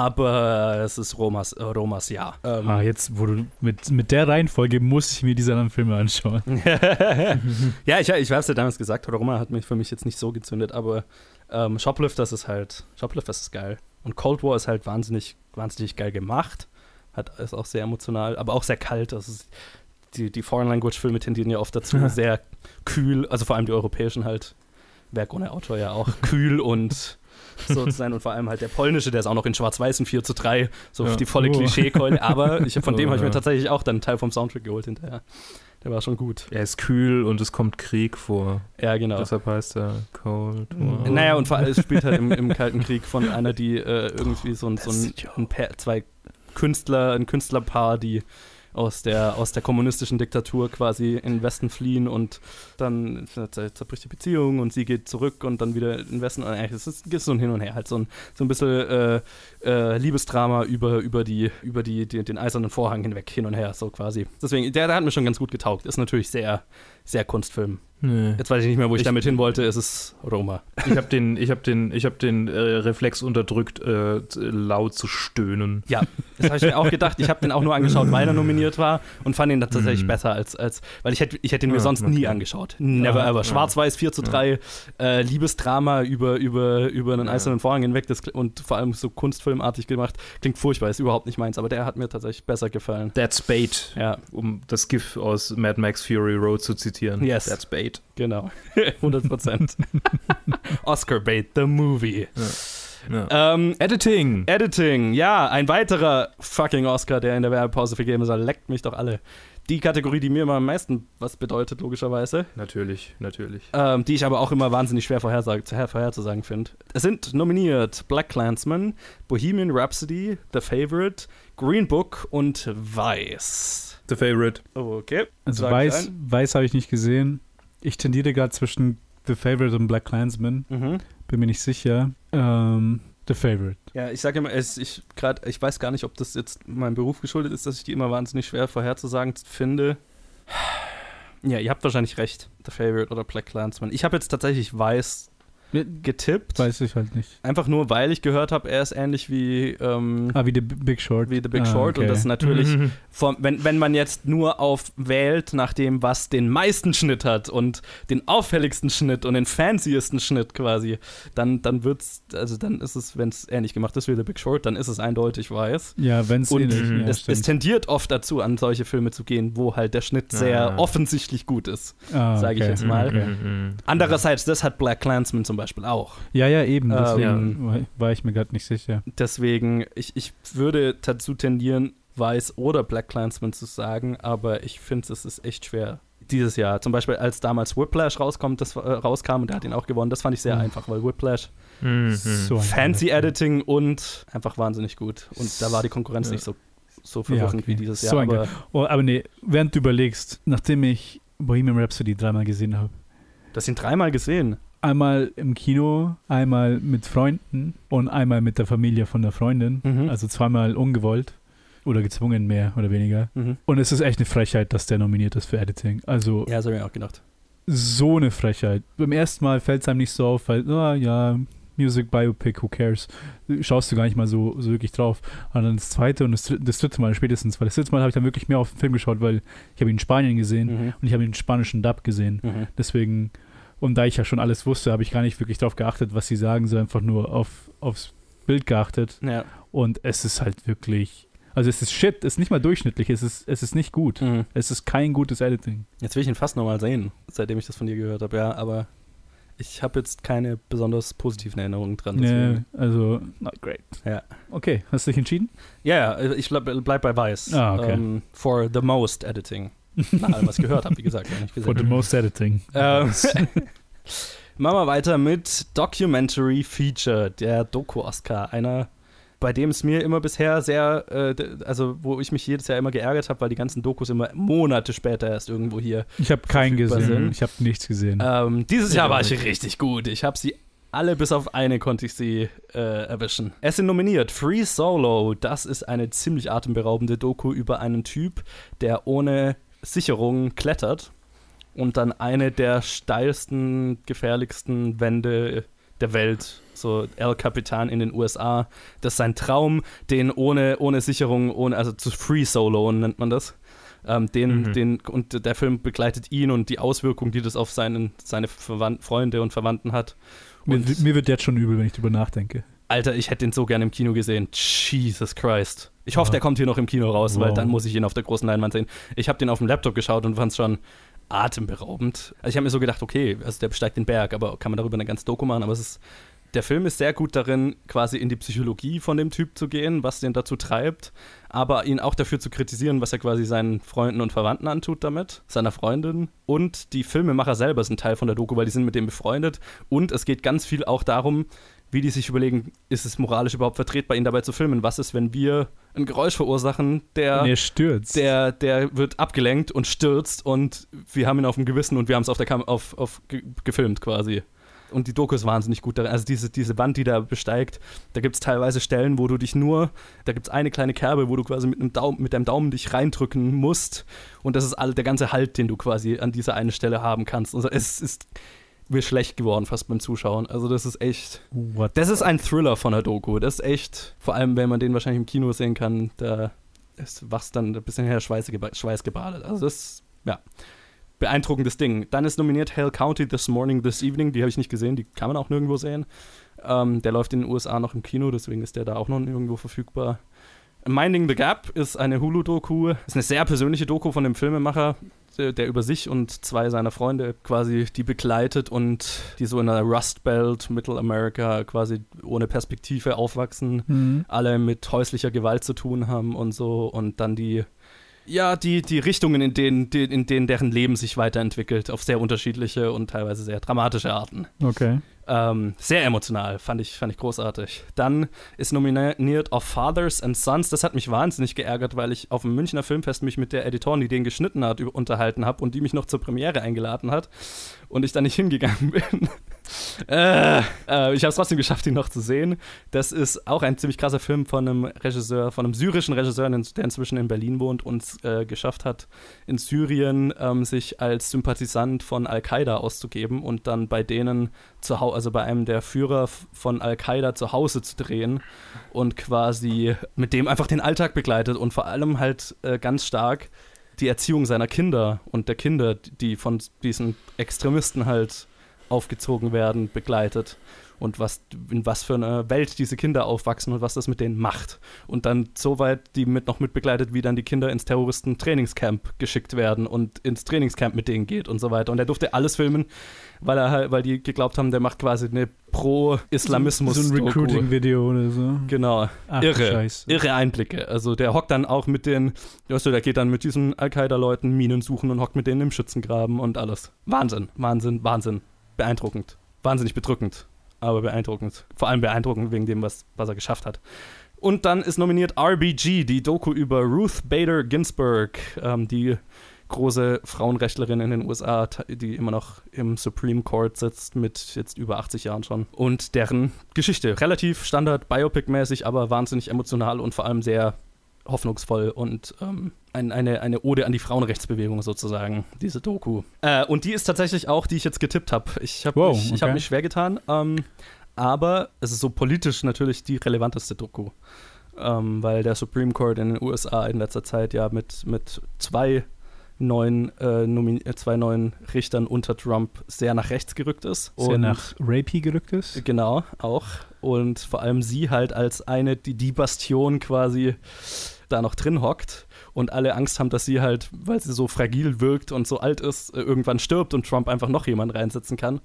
Aber es ist Romas, äh, Romas Jahr. Ähm, Ah, jetzt, wo du mit, mit der Reihenfolge muss ich mir diese anderen Filme anschauen. ja, ich, ich habe es ja damals gesagt, Roma hat mich für mich jetzt nicht so gezündet, aber ähm, Shoplifters ist halt, Shoplifters ist geil. Und Cold War ist halt wahnsinnig, wahnsinnig geil gemacht. Hat, ist auch sehr emotional, aber auch sehr kalt. Das ist, die, die Foreign-Language-Filme tendieren ja oft dazu, sehr kühl, also vor allem die europäischen halt, Werk ohne Autor ja auch, kühl und so zu sein und vor allem halt der polnische, der ist auch noch in Schwarz-Weiß und vier zu drei, so Ja. die volle Oh. Klischeekeule, aber ich, von Oh, dem habe ich mir ja. tatsächlich auch dann einen Teil vom Soundtrack geholt hinterher. Der war schon gut. Er ist kühl und es kommt Krieg vor. Ja, genau. Deshalb heißt er Cold War. Naja, und vor allem, es spielt halt im, im Kalten Krieg von einer, die äh, irgendwie so ein, so ein, ein Paar, zwei Künstler, ein Künstlerpaar, die aus der, aus der kommunistischen Diktatur quasi in den Westen fliehen und dann zerbricht die Beziehung und sie geht zurück und dann wieder in den Westen. Es ist, es ist so ein Hin und Her, halt so ein, so ein bisschen äh, äh, Liebesdrama über, über, die, über die, die, den eisernen Vorhang hinweg, hin und her, so quasi. Deswegen, der, der hat mir schon ganz gut getaugt. Ist natürlich sehr, sehr Kunstfilm. Nee. Jetzt weiß ich nicht mehr, wo ich, Ich- damit hin wollte, es ist Roma. Ich habe den, ich hab den, ich hab den äh, Reflex unterdrückt, äh, laut zu stöhnen. Ja, das habe ich mir auch gedacht. Ich habe den auch nur angeschaut, weil er nominiert war und fand ihn dann tatsächlich Mhm. besser als, als, weil ich hätte ich hätte ihn mir Ja, sonst nie okay. angeschaut. Never Ja, ever. ja. Schwarz-Weiß vier zu drei, äh, Liebesdrama über, über, über einen Ja. eisernen Vorhang hinweg das, und vor allem so kunstfilmartig gemacht. Klingt furchtbar, ist überhaupt nicht meins, aber der hat mir tatsächlich besser gefallen. That's bait, Ja, um das GIF aus Mad Max Fury Road zu zitieren. Yes. That's bait. genau. hundert Prozent. Oscar Bait, the movie. Ja. Ähm, Editing. Editing, ja, ein weiterer fucking Oscar, der in der Werbepause vergeben ist, leckt mich doch alle. Die Kategorie, die mir immer am meisten was bedeutet, logischerweise, Natürlich, natürlich. ähm, die ich aber auch immer wahnsinnig schwer vorhersag- zu- vorherzusagen finde. Es sind nominiert Black Klansman, Bohemian Rhapsody, The Favourite, Green Book und Vice. The Favorite. Oh, okay. Also Sag ich Weiß, ein. Weiß habe ich nicht gesehen. Ich tendiere gerade zwischen The Favourite und Black Klansman. Mhm. Bin mir nicht sicher. Ähm, The Favorite. Ja, ich sage immer, es, ich, grad, ich weiß gar nicht, ob das jetzt meinem Beruf geschuldet ist, dass ich die immer wahnsinnig schwer vorherzusagen finde. Ja, ihr habt wahrscheinlich recht. The Favorite oder Black Klansman. Ich habe jetzt tatsächlich Weiß getippt. Weiß ich halt nicht. Einfach nur, weil ich gehört habe, er ist ähnlich wie ähm, ah, wie The Big Short. Wie The Big ah, Short. Okay. Und das ist natürlich, mhm. vom, wenn, wenn man jetzt nur auf wählt, nach dem, was den meisten Schnitt hat und den auffälligsten Schnitt und den fanciesten Schnitt quasi, dann, dann wird's, also dann ist es, wenn es ähnlich gemacht ist wie The Big Short, dann ist es eindeutig Weiß. Ja, wenn es ähnlich Und ja, es, es tendiert oft dazu, an solche Filme zu gehen, wo halt der Schnitt ah. sehr offensichtlich gut ist, ah, sage okay. ich jetzt mal. Okay. Mhm. Andererseits, das hat Black Klansman zum Beispiel auch. Ja, ja, eben. Deswegen ähm, war ich mir gerade nicht sicher. Deswegen, ich, ich würde dazu tendieren, Weiß oder Black Klansman zu sagen, aber ich finde, es ist echt schwer. Dieses Jahr, zum Beispiel, als damals Whiplash rauskommt, das, äh, rauskam und der hat ihn auch gewonnen, das fand ich sehr mhm. einfach, weil Whiplash mhm. so fancy Editing und einfach wahnsinnig gut. Und da war die Konkurrenz ja. nicht so, so verwirrend ja, okay. wie dieses Jahr. So aber, oh, aber nee, während du überlegst, nachdem ich Bohemian Rhapsody dreimal gesehen habe. Du hast ihn dreimal gesehen? Einmal im Kino, einmal mit Freunden und einmal mit der Familie von der Freundin. Mhm. Also zweimal ungewollt oder gezwungen, mehr oder weniger. Mhm. Und es ist echt eine Frechheit, dass der nominiert ist für Editing. Also ja, das habe ich mir auch gedacht. So eine Frechheit. Beim ersten Mal fällt es einem nicht so auf, weil, oh, ja, Music, Biopic, who cares? Schaust du gar nicht mal so, so wirklich drauf. Und dann das zweite und das dritte, das dritte Mal spätestens, weil das dritte Mal habe ich dann wirklich mehr auf den Film geschaut, weil ich habe ihn in Spanien gesehen mhm. und ich habe ihn in spanischen Dub gesehen. Mhm. Deswegen... Und da ich ja schon alles wusste, habe ich gar nicht wirklich darauf geachtet, was sie sagen, sondern einfach nur auf, aufs Bild geachtet. Ja. Und es ist halt wirklich, also es ist shit, es ist nicht mal durchschnittlich, es ist, es ist nicht gut. Mhm. Es ist kein gutes Editing. Jetzt will ich ihn fast nochmal sehen, seitdem ich das von dir gehört habe, ja, aber ich habe jetzt keine besonders positiven Erinnerungen dran. Nee, also, not great. Ja. Okay, hast du dich entschieden? Ja, ja, ich bleib, bleib bei Weiß. Ah, okay. Um, for the most editing. Nach allem, was ich gehört habe, wie gesagt. Nicht For the most editing. Ähm, machen wir weiter mit Documentary Feature, der Doku-Oscar. Einer, bei dem es mir immer bisher sehr, äh, also wo ich mich jedes Jahr immer geärgert habe, weil die ganzen Dokus immer Monate später erst irgendwo hier Ich habe keinen gesehen. sind. Ich habe nichts gesehen. Ähm, dieses Jahr war ich richtig gut. Ich habe sie alle, bis auf eine konnte ich sie äh, erwischen. Es sind nominiert Free Solo. Das ist eine ziemlich atemberaubende Doku über einen Typ, der ohne Sicherung klettert und dann eine der steilsten, gefährlichsten Wände der Welt, so El Capitan in den U S A, das ist sein Traum, den ohne, ohne Sicherung, ohne, also zu Free Solo nennt man das, ähm, den, mhm. den, und der Film begleitet ihn und die Auswirkungen, die das auf seinen, seine Verwand- Freunde und Verwandten hat. Und mir, mir wird jetzt schon übel, wenn ich drüber nachdenke. Alter, ich hätte ihn so gerne im Kino gesehen. Jesus Christ. Ich hoffe, wow. der kommt hier noch im Kino raus, wow. weil dann muss ich ihn auf der großen Leinwand sehen. Ich habe den auf dem Laptop geschaut und fand es schon atemberaubend. Also ich habe mir so gedacht, okay, also der besteigt den Berg, aber kann man darüber eine ganze Doku machen? Aber es ist, der Film ist sehr gut darin, quasi in die Psychologie von dem Typ zu gehen, was den dazu treibt, aber ihn auch dafür zu kritisieren, was er quasi seinen Freunden und Verwandten antut damit, seiner Freundin. Und die Filmemacher selber sind Teil von der Doku, weil die sind mit dem befreundet. Und es geht ganz viel auch darum, wie die sich überlegen, ist es moralisch überhaupt vertretbar, ihn dabei zu filmen? Was ist, wenn wir ein Geräusch verursachen, der, der stürzt. Der, der wird abgelenkt und stürzt und wir haben ihn auf dem Gewissen und wir haben es auf der Kam- auf, auf ge- gefilmt quasi. Und die Doku ist wahnsinnig gut darin. Also diese, diese Wand, die da besteigt, da gibt es teilweise Stellen, wo du dich nur, da gibt es eine kleine Kerbe, wo du quasi mit, einem Daumen, mit deinem Daumen dich reindrücken musst und das ist all, der ganze Halt, den du quasi an dieser einen Stelle haben kannst. Also es ist mir schlecht geworden fast beim Zuschauen. Also das ist echt, What? Das ist ein Thriller von der Doku. Das ist echt, vor allem wenn man den wahrscheinlich im Kino sehen kann, da ist wachs dann ein bisschen her schweißgebadet. Also das ist, ja, beeindruckendes Ding. Dann ist nominiert Hale County This Morning, This Evening. Die habe ich nicht gesehen, die kann man auch nirgendwo sehen. Ähm, der läuft in den U S A noch im Kino, deswegen ist der da auch noch nirgendwo verfügbar. Minding the Gap ist eine Hulu-Doku. Ist eine sehr persönliche Doku von dem Filmemacher, der über sich und zwei seiner Freunde quasi die begleitet und die so in einer Rust Belt, Mittelamerika quasi ohne Perspektive aufwachsen, mhm. alle mit häuslicher Gewalt zu tun haben und so und dann die ja, die, die Richtungen, in denen, die, in denen deren Leben sich weiterentwickelt, auf sehr unterschiedliche und teilweise sehr dramatische Arten. Okay. Ähm, sehr emotional, fand ich, fand ich großartig. Dann ist nominiert Of Fathers and Sons. Das hat mich wahnsinnig geärgert, weil ich auf dem Münchner Filmfest mich mit der Editorin, die den geschnitten hat, unterhalten habe und die mich noch zur Premiere eingeladen hat und ich da nicht hingegangen bin. Äh, äh, ich habe es trotzdem geschafft, ihn noch zu sehen. Das ist auch ein ziemlich krasser Film von einem Regisseur, von einem syrischen Regisseur, der inzwischen in Berlin wohnt und es äh, geschafft hat, in Syrien ähm, sich als Sympathisant von Al-Qaida auszugeben und dann bei denen zu Hause, also bei einem der Führer von Al-Qaida zu Hause zu drehen und quasi mit dem einfach den Alltag begleitet und vor allem halt äh, ganz stark die Erziehung seiner Kinder und der Kinder, die von diesen Extremisten halt aufgezogen werden, begleitet und was, in was für einer Welt diese Kinder aufwachsen und was das mit denen macht. Und dann so weit die mit noch mitbegleitet, wie dann die Kinder ins Terroristen-Trainingscamp geschickt werden und ins Trainingscamp mit denen geht und so weiter. Und er durfte alles filmen, weil er halt, weil die geglaubt haben, der macht quasi eine Pro-Islamismus- So, so ein Recruiting-Video oder so. Genau. Ach, irre. Scheiße. Irre Einblicke. Also der hockt dann auch mit den, weißt du, der geht dann mit diesen Al-Qaida-Leuten Minen suchen und hockt mit denen im Schützengraben und alles. Wahnsinn, Wahnsinn, Wahnsinn. Beeindruckend. Wahnsinnig bedrückend, aber beeindruckend. Vor allem beeindruckend wegen dem, was, was er geschafft hat. Und dann ist nominiert R B G, die Doku über Ruth Bader Ginsburg, ähm, die große Frauenrechtlerin in den U S A, die immer noch im Supreme Court sitzt, mit jetzt über achtzig Jahren schon. Und deren Geschichte. Relativ Standard, Biopic-mäßig, aber wahnsinnig emotional und vor allem sehr hoffnungsvoll und ähm, ein, eine, eine Ode an die Frauenrechtsbewegung sozusagen, diese Doku. Äh, und die ist tatsächlich auch, die ich jetzt getippt habe. Ich habe wow, mich, okay. ich hab mich schwer getan, ähm, aber es ist so politisch natürlich die relevanteste Doku, ähm, weil der Supreme Court in den U S A in letzter Zeit ja mit, mit zwei neuen, äh, Nomin- äh, zwei neuen Richtern unter Trump sehr nach rechts gerückt ist. Sehr und nach Rapey gerückt ist? Genau, auch. Und vor allem sie halt als eine, die die Bastion quasi da noch drin hockt und alle Angst haben, dass sie halt, weil sie so fragil wirkt und so alt ist, irgendwann stirbt und Trump einfach noch jemanden reinsetzen kann.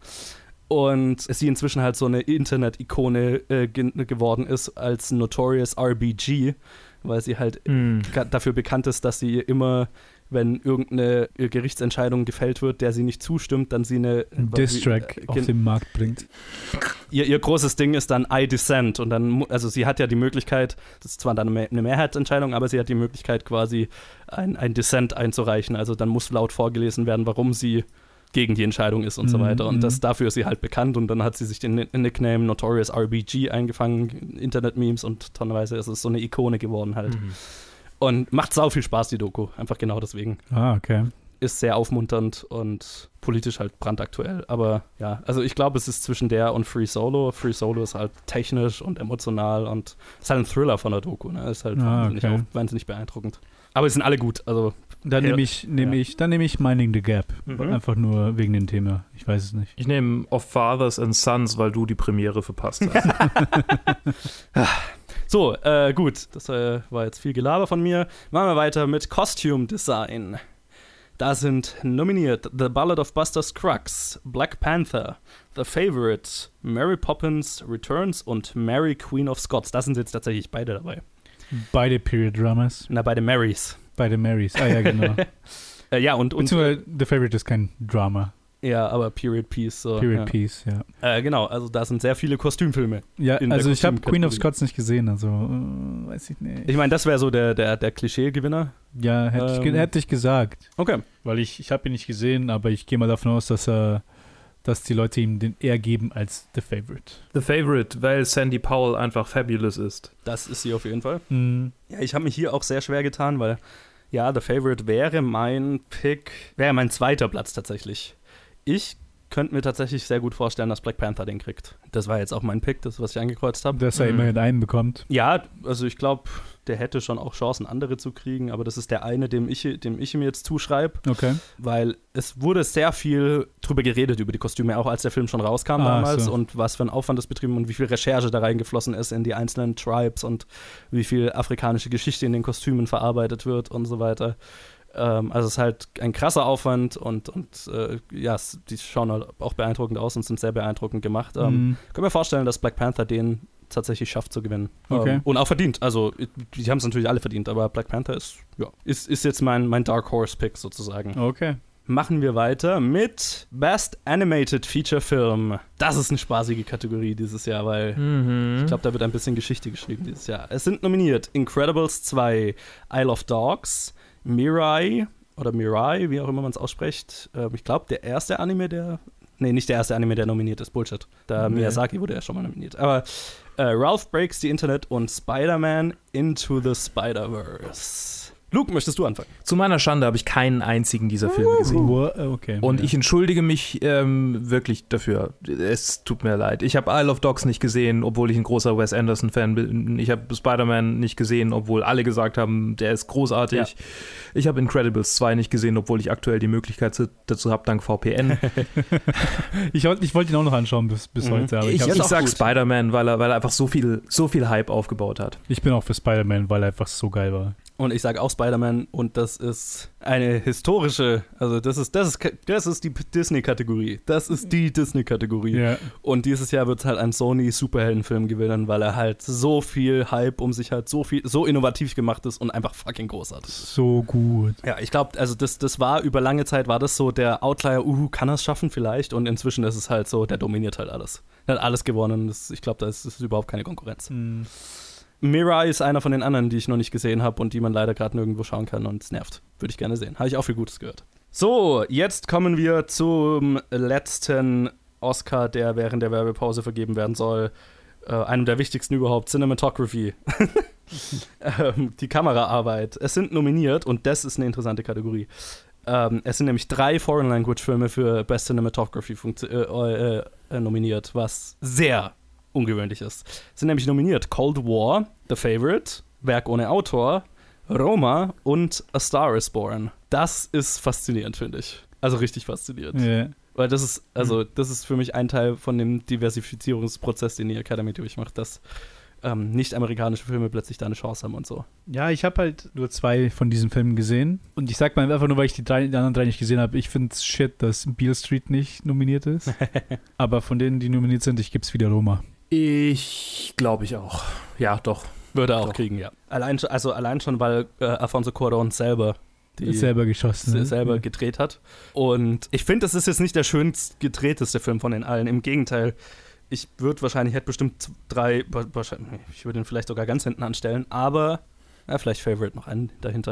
Und sie inzwischen halt so eine Internet-Ikone äh, ge- geworden ist als Notorious R B G, weil sie halt Mm. ga- dafür bekannt ist, dass sie immer, wenn irgendeine Gerichtsentscheidung gefällt wird, der sie nicht zustimmt, dann sie eine Ein Diss-Track äh, auf gen- den Markt bringt. Ihr, ihr großes Ding ist dann I dissent und dann, mu- also sie hat ja die Möglichkeit, das ist zwar dann eine eine Mehrheitsentscheidung, aber sie hat die Möglichkeit quasi ein, ein Dissent einzureichen, also dann muss laut vorgelesen werden, warum sie gegen die Entscheidung ist und so Mhm, weiter und mhm. das, dafür ist sie halt bekannt und dann hat sie sich den Ni- Nickname Notorious R B G eingefangen, Internet-Memes und tonnenweise ist es so eine Ikone geworden halt. Mhm. Und macht sau viel Spaß, die Doku, einfach genau deswegen. Ah, okay. Ist sehr aufmunternd und politisch halt brandaktuell. Aber ja, also ich glaube, es ist zwischen der und Free Solo. Free Solo ist halt technisch und emotional und ist halt ein Thriller von der Doku. Ne? Ist halt Ah, wahnsinnig, okay. auf, wahnsinnig beeindruckend. Aber sie sind alle gut. Also Dann Ja. nehme ich, nehm Ja. ich, dann nehme ich Minding the Gap. Mhm. Einfach nur wegen dem Thema. Ich weiß es nicht. Ich nehme Of Fathers and Sons, weil du die Premiere verpasst hast. so, äh, gut. Das äh, war jetzt viel Gelaber von mir. Machen wir weiter mit Costume Design. Da sind nominiert The Ballad of Buster Scruggs, Black Panther, The Favourite, Mary Poppins Returns und Mary Queen of Scots. Da sind jetzt tatsächlich beide dabei. Beide Period Dramas. Na, beide Marys. Beide Marys. Ah ja, genau. Äh, ja, und, und Beziehungsweise The Favorite ist kein Drama. ja, aber Period Piece. So, Period ja. Piece, ja. Äh, genau, also da sind sehr viele Kostümfilme. Ja, In der also ich habe Queen of Kostümkategorie. Scots nicht gesehen, also äh, weiß ich nicht. Ich meine, das wäre so der, der, der Klischee-Gewinner. ja, hätte, ich, ge- ähm, hätte ich gesagt. Okay. Weil ich, ich habe ihn nicht gesehen, aber ich gehe mal davon aus, dass er, dass die Leute ihm den eher geben als The Favorite. The Favorite, weil Sandy Powell einfach fabulous ist. Das ist sie auf jeden Fall. Mhm. Ja, ich habe mich hier auch sehr schwer getan, weil ja, The Favorite wäre mein Pick, wäre mein zweiter Platz tatsächlich. Ich könnte mir tatsächlich sehr gut vorstellen, dass Black Panther den kriegt. Das war jetzt auch mein Pick, das, was ich angekreuzt habe. Dass er Mhm. immerhin einen bekommt. Ja, also ich glaube, der hätte schon auch Chancen, andere zu kriegen, aber das ist der eine, dem ich, dem ich ihm jetzt zuschreibe, Okay. weil es wurde sehr viel drüber geredet, über die Kostüme, auch als der Film schon rauskam Ah, damals so. und was für ein Aufwand das betrieben und wie viel Recherche da reingeflossen ist in die einzelnen Tribes und wie viel afrikanische Geschichte in den Kostümen verarbeitet wird und so weiter. Ähm, also es ist halt ein krasser Aufwand und, und äh, ja, es, die schauen halt auch beeindruckend aus und sind sehr beeindruckend gemacht. Ähm, Mhm. Können wir vorstellen, dass Black Panther den tatsächlich schafft zu gewinnen. Okay. Ähm, und auch verdient. Also, die haben es natürlich alle verdient, aber Black Panther ist, ja, ist, ist jetzt mein, mein Dark Horse Pick sozusagen. Okay. Machen wir weiter mit Best Animated Feature Film. Das ist eine spaßige Kategorie dieses Jahr, weil Mhm. ich glaube, da wird ein bisschen Geschichte geschrieben dieses Jahr. Es sind nominiert Incredibles zwei, Isle of Dogs, Mirai oder Mirai, wie auch immer man es ausspricht. Ähm, ich glaube, der erste Anime, der nee, nicht der erste Anime, der nominiert ist, Bullshit. Da nee. Miyazaki wurde ja schon mal nominiert. Aber äh, Ralph Breaks the Internet und Spider-Man Into the Spider-Verse. Luke, möchtest du anfangen? Zu meiner Schande habe ich keinen einzigen dieser Filme gesehen. Okay, und ja. ich entschuldige mich ähm, wirklich dafür. Es tut mir leid. Ich habe Isle of Dogs nicht gesehen, obwohl ich ein großer Wes Anderson-Fan bin. Ich habe Spider-Man nicht gesehen, obwohl alle gesagt haben, der ist großartig. Ja. Ich habe Incredibles zwei nicht gesehen, obwohl ich aktuell die Möglichkeit dazu habe, dank V P N. ich ich wollte ihn auch noch anschauen bis, bis mhm. heute. Aber ich ich, ich sag Spider-Man, weil er, weil er einfach so viel, so viel Hype aufgebaut hat. Ich bin auch für Spider-Man, weil er einfach so geil war. Und ich sage auch Spider-Man und das ist eine historische, also das ist, das ist, das ist die Disney-Kategorie. Das ist die Disney-Kategorie. Yeah. Und dieses Jahr wird es halt ein Sony-Superheldenfilm gewinnen, weil er halt so viel Hype um sich hat, so viel, so innovativ gemacht ist und einfach fucking großartig. So gut. Ja, ich glaube, also das, das war über lange Zeit, war das so der Outlier, uh, kann er es schaffen vielleicht? Und inzwischen ist es halt so, der dominiert halt alles. Der hat alles gewonnen. Das, ich glaube, da ist, ist überhaupt keine Konkurrenz. Mhm. Mirai ist einer von den anderen, die ich noch nicht gesehen habe und die man leider gerade nirgendwo schauen kann und es nervt. Würde ich gerne sehen. Habe ich auch viel Gutes gehört. So, jetzt kommen wir zum letzten Oscar, der während der Werbepause vergeben werden soll. Äh, einem der wichtigsten überhaupt, Cinematography. ähm, die Kameraarbeit. Es sind nominiert und das ist eine interessante Kategorie. Ähm, es sind nämlich drei Foreign-Language-Filme für Best Cinematography funktio- äh, äh, nominiert, was sehr ungewöhnlich ist. Es sind nämlich nominiert Cold War, The Favorite, Werk ohne Autor, Roma und A Star is Born. Das ist faszinierend, finde ich. Also richtig faszinierend. Yeah. Weil das ist, also das ist für mich ein Teil von dem Diversifizierungsprozess, den die Academy durchmacht, dass ähm, nicht-amerikanische Filme plötzlich da eine Chance haben und so. Ja, ich habe halt nur zwei von diesen Filmen gesehen. Und ich sag mal einfach nur, weil ich die, drei, die anderen drei nicht gesehen habe, ich finde es shit, dass Beale Street nicht nominiert ist. Aber von denen, die nominiert sind, ich gebe es wieder Roma. Ich glaube ich auch. Ja, doch. Würde er auch doch. kriegen, ja. Allein, also allein schon, weil äh, Alfonso Cuarón selber die selber geschossen, ne? selber ja. gedreht hat. Und ich finde, das ist jetzt nicht der schönst gedrehteste Film von den allen. Im Gegenteil, ich würde wahrscheinlich, hätte bestimmt drei, wahrscheinlich, ich würde ihn vielleicht sogar ganz hinten anstellen, aber, ja, vielleicht Favorite noch einen dahinter.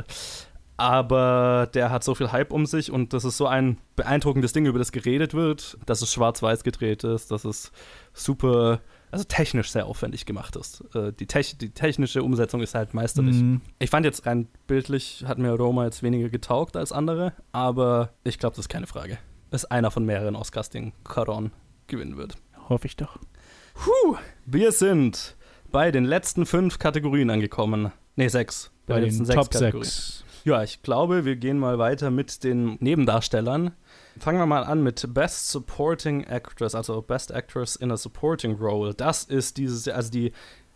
Aber der hat so viel Hype um sich und das ist so ein beeindruckendes Ding, über das geredet wird, dass es schwarz-weiß gedreht ist, dass es super, also technisch sehr aufwendig gemacht ist. Äh, die, Te- die technische Umsetzung ist halt meisterlich. Mhm. Ich fand jetzt rein bildlich, hat mir Roma jetzt weniger getaugt als andere, aber ich glaube, das ist keine Frage. Ist einer von mehreren Oscars, den Cuarón gewinnen wird. Hoffe ich doch. Puh, wir sind bei den letzten fünf Kategorien angekommen. Ne, sechs. Bei, bei den, den Top sechs. Ja, ich glaube, wir gehen mal weiter mit den Nebendarstellern. Fangen wir mal an mit Best Supporting Actress, also Best Actress in a Supporting Role. Das ist dieses Jahr, also die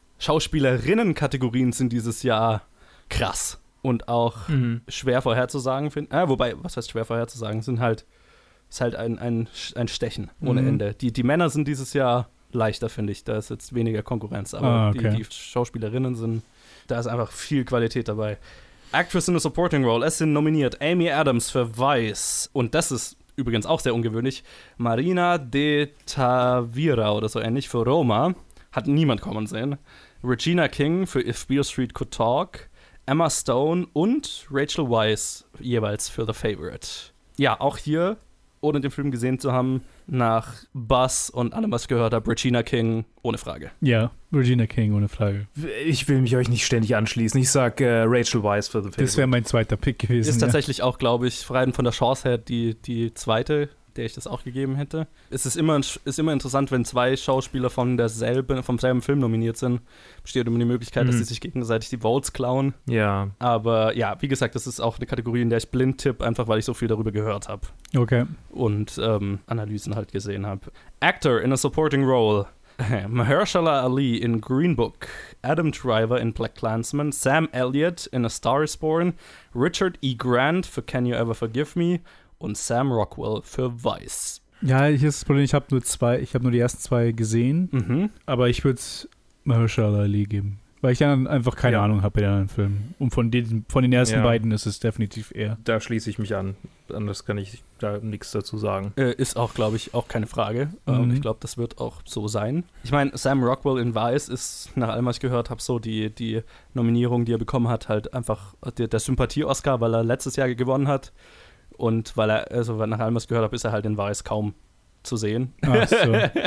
Schauspielerinnen-Kategorien sind dieses Jahr krass und auch mhm. schwer vorherzusagen. Find, äh, wobei, was heißt schwer vorherzusagen? Sind halt, ist halt ein, ein, ein Stechen ohne mhm. Ende. Die, die Männer sind dieses Jahr leichter, finde ich. Da ist jetzt weniger Konkurrenz, aber ah, okay. die, die Schauspielerinnen sind, da ist einfach viel Qualität dabei. Actress in a Supporting Role. Es sind nominiert Amy Adams für Vice. Und das ist übrigens auch sehr ungewöhnlich. Marina de Tavira oder so ähnlich für Roma. Hat niemand kommen sehen. Regina King für If Beale Street Could Talk. Emma Stone und Rachel Weisz jeweils für The Favorite. Ja, auch hier, ohne den Film gesehen zu haben, nach Buzz und allem, was ich gehört habe, Regina King ohne Frage. Ja, Regina King ohne Frage. Ich will mich euch nicht ständig anschließen. Ich sag äh, Rachel Weisz für The Favorite. Das wäre mein zweiter Pick gewesen. Ist ja. tatsächlich auch, glaube ich, rein von der Chance her die, die zweite, der ich das auch gegeben hätte. Es ist immer, ist immer interessant, wenn zwei Schauspieler von derselben, vom selben Film nominiert sind. Besteht immer die Möglichkeit, mhm. dass sie sich gegenseitig die Votes klauen. Ja. Aber ja, wie gesagt, das ist auch eine Kategorie, in der ich blind tippe, einfach weil ich so viel darüber gehört habe. Okay. Und ähm, Analysen halt gesehen habe. Actor in a Supporting Role. Mahershala Ali in Green Book, Adam Driver in BlacKkKlansman, Sam Elliott in A Star is Born, Richard E. Grant für Can You Ever Forgive Me und Sam Rockwell für Vice. Ja, hier ist das Problem, ich habe nur zwei, ich habe nur die ersten zwei gesehen, mhm. aber ich würde es Mahershala Ali geben. Weil ich dann einfach keine ja. Ahnung habe bei den anderen Filmen. Und von den, von den ersten ja. beiden ist es definitiv er. Da schließe ich mich an. Anders kann ich da nichts dazu sagen. Äh, ist auch, glaube ich, auch keine Frage. Mhm. Ähm, ich glaube, das wird auch so sein. Ich meine, Sam Rockwell in Vice ist, nach allem, was ich gehört habe, so die, die Nominierung, die er bekommen hat, halt einfach der, der Sympathie-Oscar, weil er letztes Jahr gewonnen hat. Und weil er, also nach allem, was ich gehört habe, ist er halt in Vice kaum zu sehen. Ach so.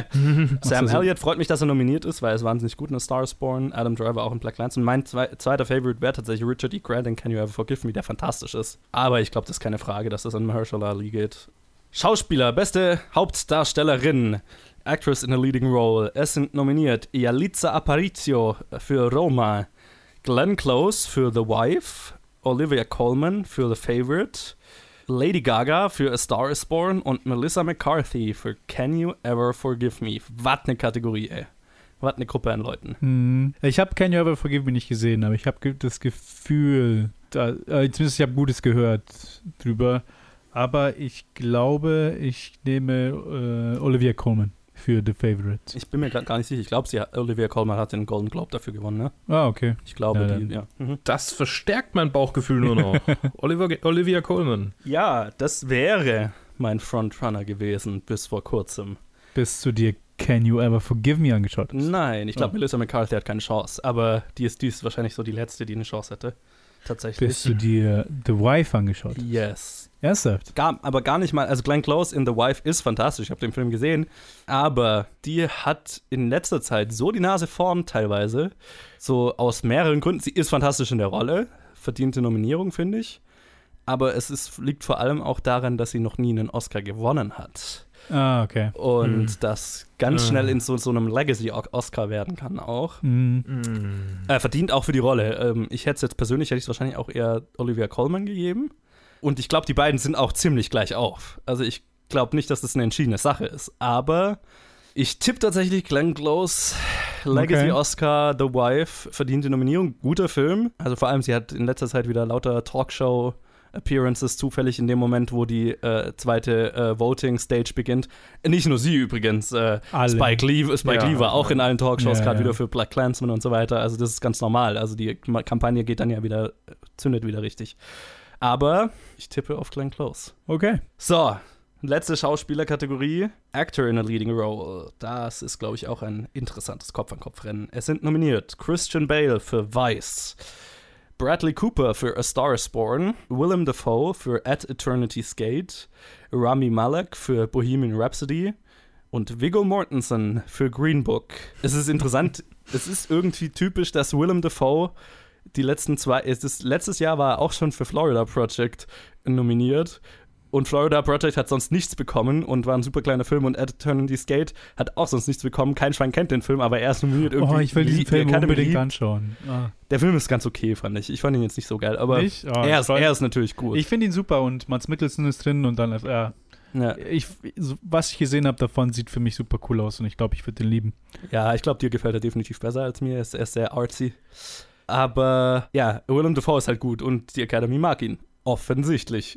Sam so. Elliott freut mich, dass er nominiert ist, weil er ist wahnsinnig gut in A Star is Born. Adam Driver auch in Black Klansman. Mein zwe- zweiter Favorite wäre tatsächlich Richard E. Grant in Can You Ever Forgive Me, der fantastisch ist. Aber ich glaube, das ist keine Frage, dass das an Mahershala Ali geht. Schauspieler, beste Hauptdarstellerin, Actress in a Leading Role. Es sind nominiert Yalitza Aparicio für Roma, Glenn Close für The Wife, Olivia Colman für The Favorite, Lady Gaga für A Star is Born und Melissa McCarthy für Can You Ever Forgive Me. Was eine Kategorie, ey. Was eine Gruppe an Leuten. Hm. Ich habe Can You Ever Forgive Me nicht gesehen, aber ich habe das Gefühl, da, äh, zumindest ich habe Gutes gehört drüber, aber ich glaube, ich nehme äh, Olivia Colman für The Favorite. Ich bin mir gar nicht sicher. Ich glaube, Olivia Colman hat den Golden Globe dafür gewonnen, ne? Ah, okay. Ich glaube, ja, die, ja. Mhm. Das verstärkt mein Bauchgefühl nur noch. Oliver, Olivia Colman. Ja, das wäre mein Frontrunner gewesen bis vor kurzem. Bis du dir Can You Ever Forgive Me angeschaut hast? Nein, ich glaube, Oh. Melissa McCarthy hat keine Chance. Aber die ist, die ist wahrscheinlich so die letzte, die eine Chance hätte. Tatsächlich. Bis du dir The Wife angeschaut hast? Yes. Ernsthaft? Gar, aber gar nicht mal, also Glenn Close in The Wife ist fantastisch, ich habe den Film gesehen, aber die hat in letzter Zeit so die Nase vorn teilweise, so aus mehreren Gründen. Sie ist fantastisch in der Rolle, verdiente Nominierung, finde ich, aber es ist, liegt vor allem auch daran, dass sie noch nie einen Oscar gewonnen hat. Ah, okay. Und Hm. das ganz Ah. schnell in so, so einem Legacy-Oscar werden kann auch. Mhm. Mm. Er verdient auch für die Rolle. Ähm, ich hätte es jetzt persönlich, hätte ich es wahrscheinlich auch eher Olivia Colman gegeben. Und ich glaube, die beiden sind auch ziemlich gleich auf. Also ich glaube nicht, dass das eine entschiedene Sache ist. Aber ich tippe tatsächlich Glenn Close, Legacy Okay. Oscar, The Wife, verdiente Nominierung. Guter Film. Also vor allem, sie hat in letzter Zeit wieder lauter Talkshow Appearances zufällig in dem Moment, wo die äh, zweite äh, Voting-Stage beginnt. Nicht nur sie übrigens. Äh, Alle. Spike Lee, Spike Ja, Lee war auch ja. in allen Talkshows, Ja, gerade ja. wieder für Black Klansman und so weiter. Also das ist ganz normal. Also die Kampagne geht dann ja wieder, zündet wieder richtig. Aber ich tippe auf Glenn Close. Okay. So, letzte Schauspielerkategorie. Actor in a Leading Role. Das ist, glaube ich, auch ein interessantes Kopf-an-Kopf-Rennen. Es sind nominiert Christian Bale für Vice, Bradley Cooper für A Star is Born, Willem Dafoe für At Eternity's Gate, Rami Malek für Bohemian Rhapsody und Viggo Mortensen für Green Book. Es ist interessant, es ist irgendwie typisch, dass Willem Dafoe die letzten zwei, es ist, letztes Jahr war er auch schon für Florida Project nominiert. Und Florida Project hat sonst nichts bekommen und war ein super kleiner Film. Und At Eternity's Gate hat auch sonst nichts bekommen. Kein Schwein kennt den Film, aber er ist nominiert irgendwie. Oh, ich will diesen Die Film Academy unbedingt liebt. anschauen. Ah. Der Film ist ganz okay, fand ich. Ich fand ihn jetzt nicht so geil, aber Nicht? Oh, er, ist, toll. er ist natürlich gut. Ich finde ihn super und Mads Mikkelsen ist drin und dann, ja, ja. ich, so, was ich gesehen habe davon, sieht für mich super cool aus und ich glaube, ich würde den lieben. ja, ich glaube, dir gefällt er definitiv besser als mir. Er ist, er ist sehr artsy. Aber ja, Willem Dafoe ist halt gut und die Academy mag ihn. Offensichtlich.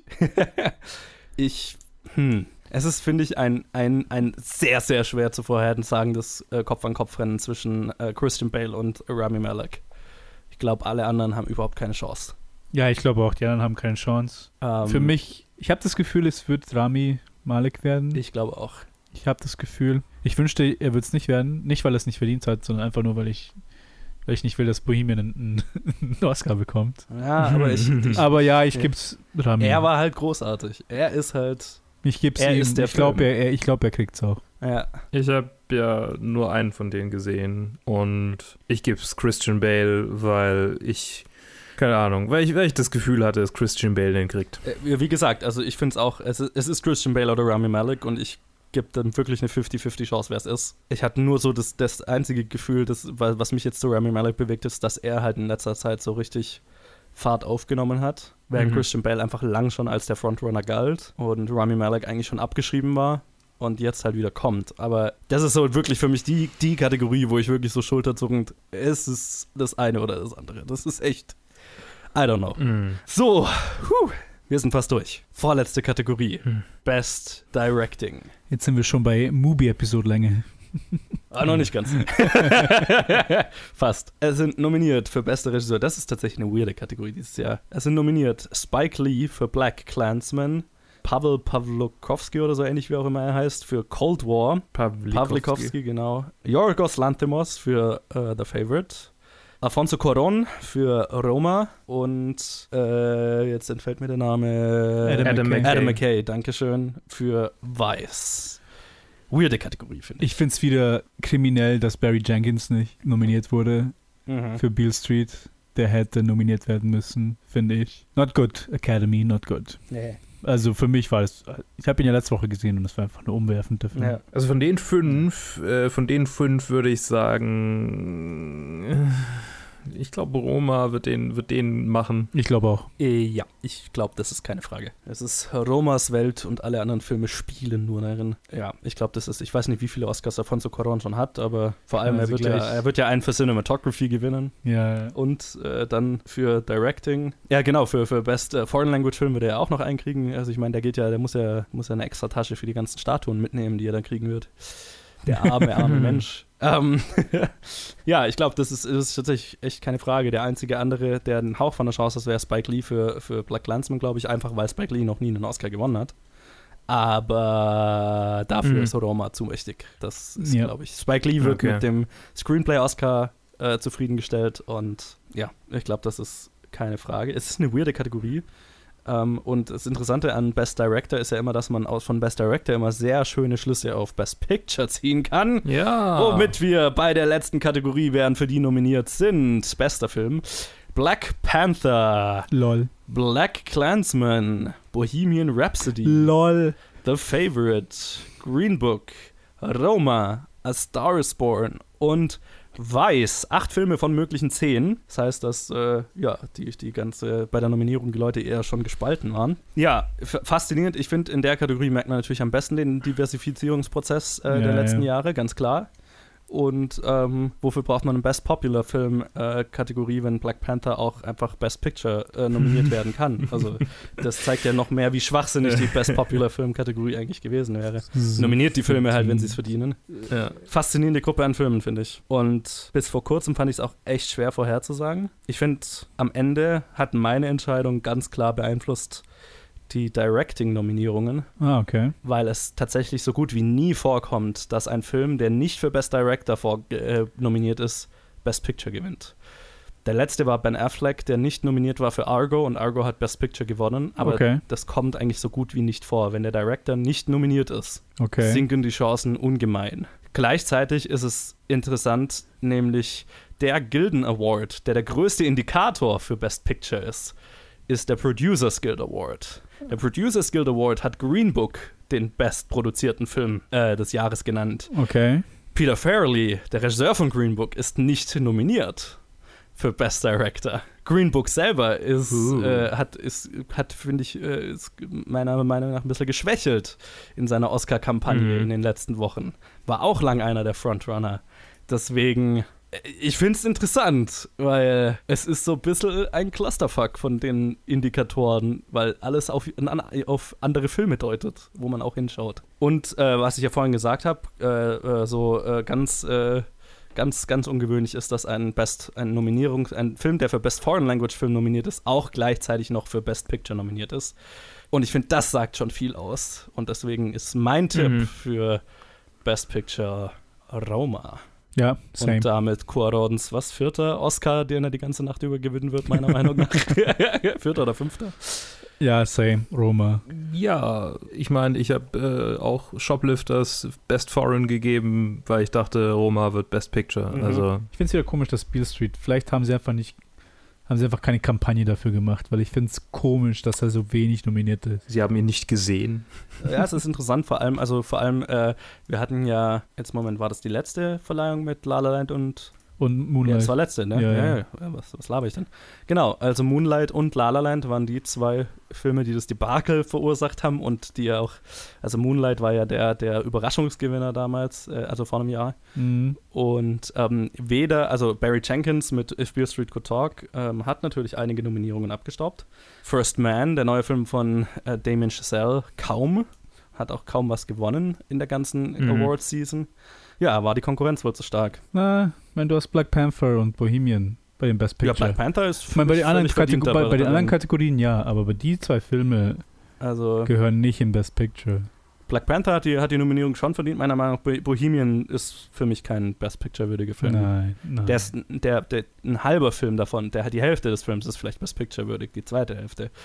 ich, hm. Es ist, finde ich, ein, ein, ein sehr, sehr schwer zu vorhersagendes äh, Kopf-an-Kopf-Rennen zwischen äh, Christian Bale und Rami Malek. Ich glaube, alle anderen haben überhaupt keine Chance. Ja, ich glaube auch, die anderen haben keine Chance. Ähm, Für mich, ich habe das Gefühl, es wird Rami Malek werden. Ich glaube auch. Ich habe das Gefühl. Ich wünschte, er wird es nicht werden. Nicht, weil er es nicht verdient hat, sondern einfach nur, weil ich, weil ich nicht will, dass Bohemian einen, einen Oscar bekommt. Ja, aber ich, ich Aber ja, ich Ja. gebe es Rami. er war halt großartig. Er ist halt, ich gebe es er ihm. ist der ich glaube, Film. er, er, ich glaub, er kriegt es auch. ja. Ich habe ja nur einen von denen gesehen und ich gebe es Christian Bale, weil ich, keine Ahnung, weil ich, weil ich das Gefühl hatte, dass Christian Bale den kriegt. Äh, Wie gesagt, also ich finde es auch, es ist, es ist Christian Bale oder Rami Malek und ich gebe dann wirklich eine fünfzig fünfzig Chance, wer es ist. Ich hatte nur so das, das einzige Gefühl, das, was mich jetzt zu Rami Malek bewegt, ist, dass er halt in letzter Zeit so richtig Fahrt aufgenommen hat, während Mhm. Christian Bale einfach lang schon als der Frontrunner galt und Rami Malek eigentlich schon abgeschrieben war und jetzt halt wieder kommt. Aber das ist so wirklich für mich die, die Kategorie, wo ich wirklich so schulterzuckend, ist es das eine oder das andere. Das ist echt, I don't know. Mhm. So, puh, wir sind fast durch. Vorletzte Kategorie. Hm. Best Directing. Jetzt sind wir schon bei Mubi-Episode-Länge. Ah, noch nicht ganz. Fast. Es sind nominiert für bester Regisseur. Das ist tatsächlich eine weirde Kategorie dieses Jahr. Es sind nominiert Spike Lee für Black Klansman, Pavel Pawlikowski oder so ähnlich wie auch immer er heißt, für Cold War, Pawlikowski, genau, Yorgos Lanthimos für uh, The Favorite, Alfonso Cuarón für Roma und äh, jetzt entfällt mir der Name Adam Adam McKay. McKay. Adam McKay, dankeschön, für Vice. weirde Kategorie, finde ich. Ich finde es wieder kriminell, dass Barry Jenkins nicht nominiert wurde mhm. für Beale Street. Der hätte nominiert werden müssen, finde ich. Not good, Academy, not good. Nee. Also für mich war es, ich habe ihn ja letzte Woche gesehen und es war einfach nur umwerfend dafür. Ja. Also von den fünf, äh, von den fünf würde ich sagen, äh, ich glaube, Roma wird den, wird den machen. Ich glaube auch. Äh, ja, ich glaube, das ist keine Frage. Es ist Romas Welt und alle anderen Filme spielen nur darin. Ja, ich glaube, das ist, ich weiß nicht, wie viele Oscars Alfonso Cuarón schon hat, aber vor allem, also er, wird ja, er wird ja einen für Cinematography gewinnen. Ja. Und äh, dann für Directing. Ja, genau, für, für Best äh, Foreign Language Film wird er ja auch noch einen kriegen. Also ich meine, der geht ja, der muss ja, muss ja eine extra Tasche für die ganzen Statuen mitnehmen, die er dann kriegen wird. Der arme, arme Mensch. Ähm, ja, ich glaube, das ist, das ist tatsächlich echt keine Frage. Der einzige andere, der einen Hauch von der Chance hat, wäre Spike Lee für, für Black Klansman, glaube ich, einfach weil Spike Lee noch nie einen Oscar gewonnen hat. Aber dafür mhm. ist Roma zu mächtig. Das ist, ja. glaube ich. Spike Lee wird okay. mit dem Screenplay-Oscar äh, zufriedengestellt und ja, ich glaube, das ist keine Frage. Es ist eine weirde Kategorie. Um, und das Interessante an Best Director ist ja immer, dass man aus von Best Director immer sehr schöne Schlüsse auf Best Picture ziehen kann. Ja. Womit wir bei der letzten Kategorie wären, für die nominiert sind. Bester Film: Black Panther. Lol. Black Klansman. Bohemian Rhapsody. Lol. The Favorite. Green Book. Roma. A Star is Born. Und Weiß. Acht Filme von möglichen zehn. Das heißt, dass äh, ja, die, die ganze, bei der Nominierung die Leute eher schon gespalten waren. Ja, f- faszinierend. Ich finde, in der Kategorie merkt man natürlich am besten den Diversifizierungsprozess äh, ja, der letzten ja. Jahre, ganz klar. Und ähm, wofür braucht man eine Best Popular Film äh, Kategorie, wenn Black Panther auch einfach Best Picture äh, nominiert werden kann? Also das zeigt ja noch mehr, wie schwachsinnig die Best Popular Film Kategorie eigentlich gewesen wäre. Nominiert die Filme halt, wenn sie es verdienen. Ja. Faszinierende Gruppe an Filmen, finde ich. Und bis vor kurzem fand ich es auch echt schwer vorherzusagen. Ich finde, am Ende hat meine Entscheidung ganz klar beeinflusst die Directing-Nominierungen. Ah, okay. Weil es tatsächlich so gut wie nie vorkommt, dass ein Film, der nicht für Best Director vor, äh, nominiert ist, Best Picture gewinnt. Der letzte war Ben Affleck, der nicht nominiert war für Argo und Argo hat Best Picture gewonnen, aber okay. das kommt eigentlich so gut wie nicht vor. Wenn der Director nicht nominiert ist, okay. sinken die Chancen ungemein. Gleichzeitig ist es interessant, nämlich der Gilden Award, der der größte Indikator für Best Picture ist, ist der Producers Guild Award. Der Producers Guild Award hat Green Book den bestproduzierten Film äh, des Jahres genannt. Okay. Peter Farrelly, der Regisseur von Green Book, ist nicht nominiert für Best Director. Green Book selber ist, uh. äh, hat, ist, hat finde ich, äh, ist meiner Meinung nach ein bisschen geschwächelt in seiner Oscar-Kampagne mm. in den letzten Wochen. War auch lang einer der Frontrunner. Deswegen, ich finde es interessant, weil es ist so ein bisschen ein Clusterfuck von den Indikatoren, weil alles auf, auf andere Filme deutet, wo man auch hinschaut. Und äh, was ich ja vorhin gesagt habe, äh, äh, so äh, ganz, äh, ganz, ganz ungewöhnlich ist, dass ein Best, ein Nominierung, ein Film, der für Best Foreign Language Film nominiert ist, auch gleichzeitig noch für Best Picture nominiert ist. Und ich finde, das sagt schon viel aus. Und deswegen ist mein Tipp mhm. für Best Picture Roma. Ja, same. Und damit Cuaróns, was, vierter Oscar, den er die ganze Nacht über gewinnen wird, meiner Meinung nach. Vierter oder fünfter? Ja, same, Roma. Ja, ich meine, ich habe äh, auch Shoplifters Best Foreign gegeben, weil ich dachte, Roma wird Best Picture. Mhm. Also ich finde es wieder komisch, dass Beale Street, vielleicht haben sie einfach nicht haben sie einfach keine Kampagne dafür gemacht, weil ich finde es komisch, dass er so wenig nominiert ist. Sie haben ihn nicht gesehen. Ja, es ist interessant, vor allem, also vor allem, äh, wir hatten ja, jetzt Moment, war das die letzte Verleihung mit La La Land und Und Moonlight. Ja, das war letzte, ne? Ja, ja. ja, ja. Was, was laber ich denn? Genau, also Moonlight und La La Land waren die zwei Filme, die das Debakel verursacht haben und die ja auch, also Moonlight war ja der, der Überraschungsgewinner damals, äh, also vor einem Jahr. Mhm. Und ähm, weder, also Barry Jenkins mit If Beale Street Could Talk ähm, hat natürlich einige Nominierungen abgestaubt. First Man, der neue Film von äh, Damien Chazelle, kaum. Hat auch kaum was gewonnen in der ganzen Mhm. Awards-Season. Ja, war die Konkurrenz wohl zu stark. Na, ich meine, du hast Black Panther und Bohemian bei den Best Picture. Ja, Black Panther ist Ich meine, bei den anderen, völlig Kategor- bei, bei den anderen daran. Kategorien ja, aber bei die zwei Filme Also gehören nicht in Best Picture. Black Panther hat die, hat die Nominierung schon verdient. Meiner Meinung nach, Bo- Bohemian ist für mich kein Best Picture-würdiger Film. Nein, nein. Der ist der, der, ein halber Film davon, der hat die Hälfte des Films ist vielleicht Best Picture-würdig, die zweite Hälfte.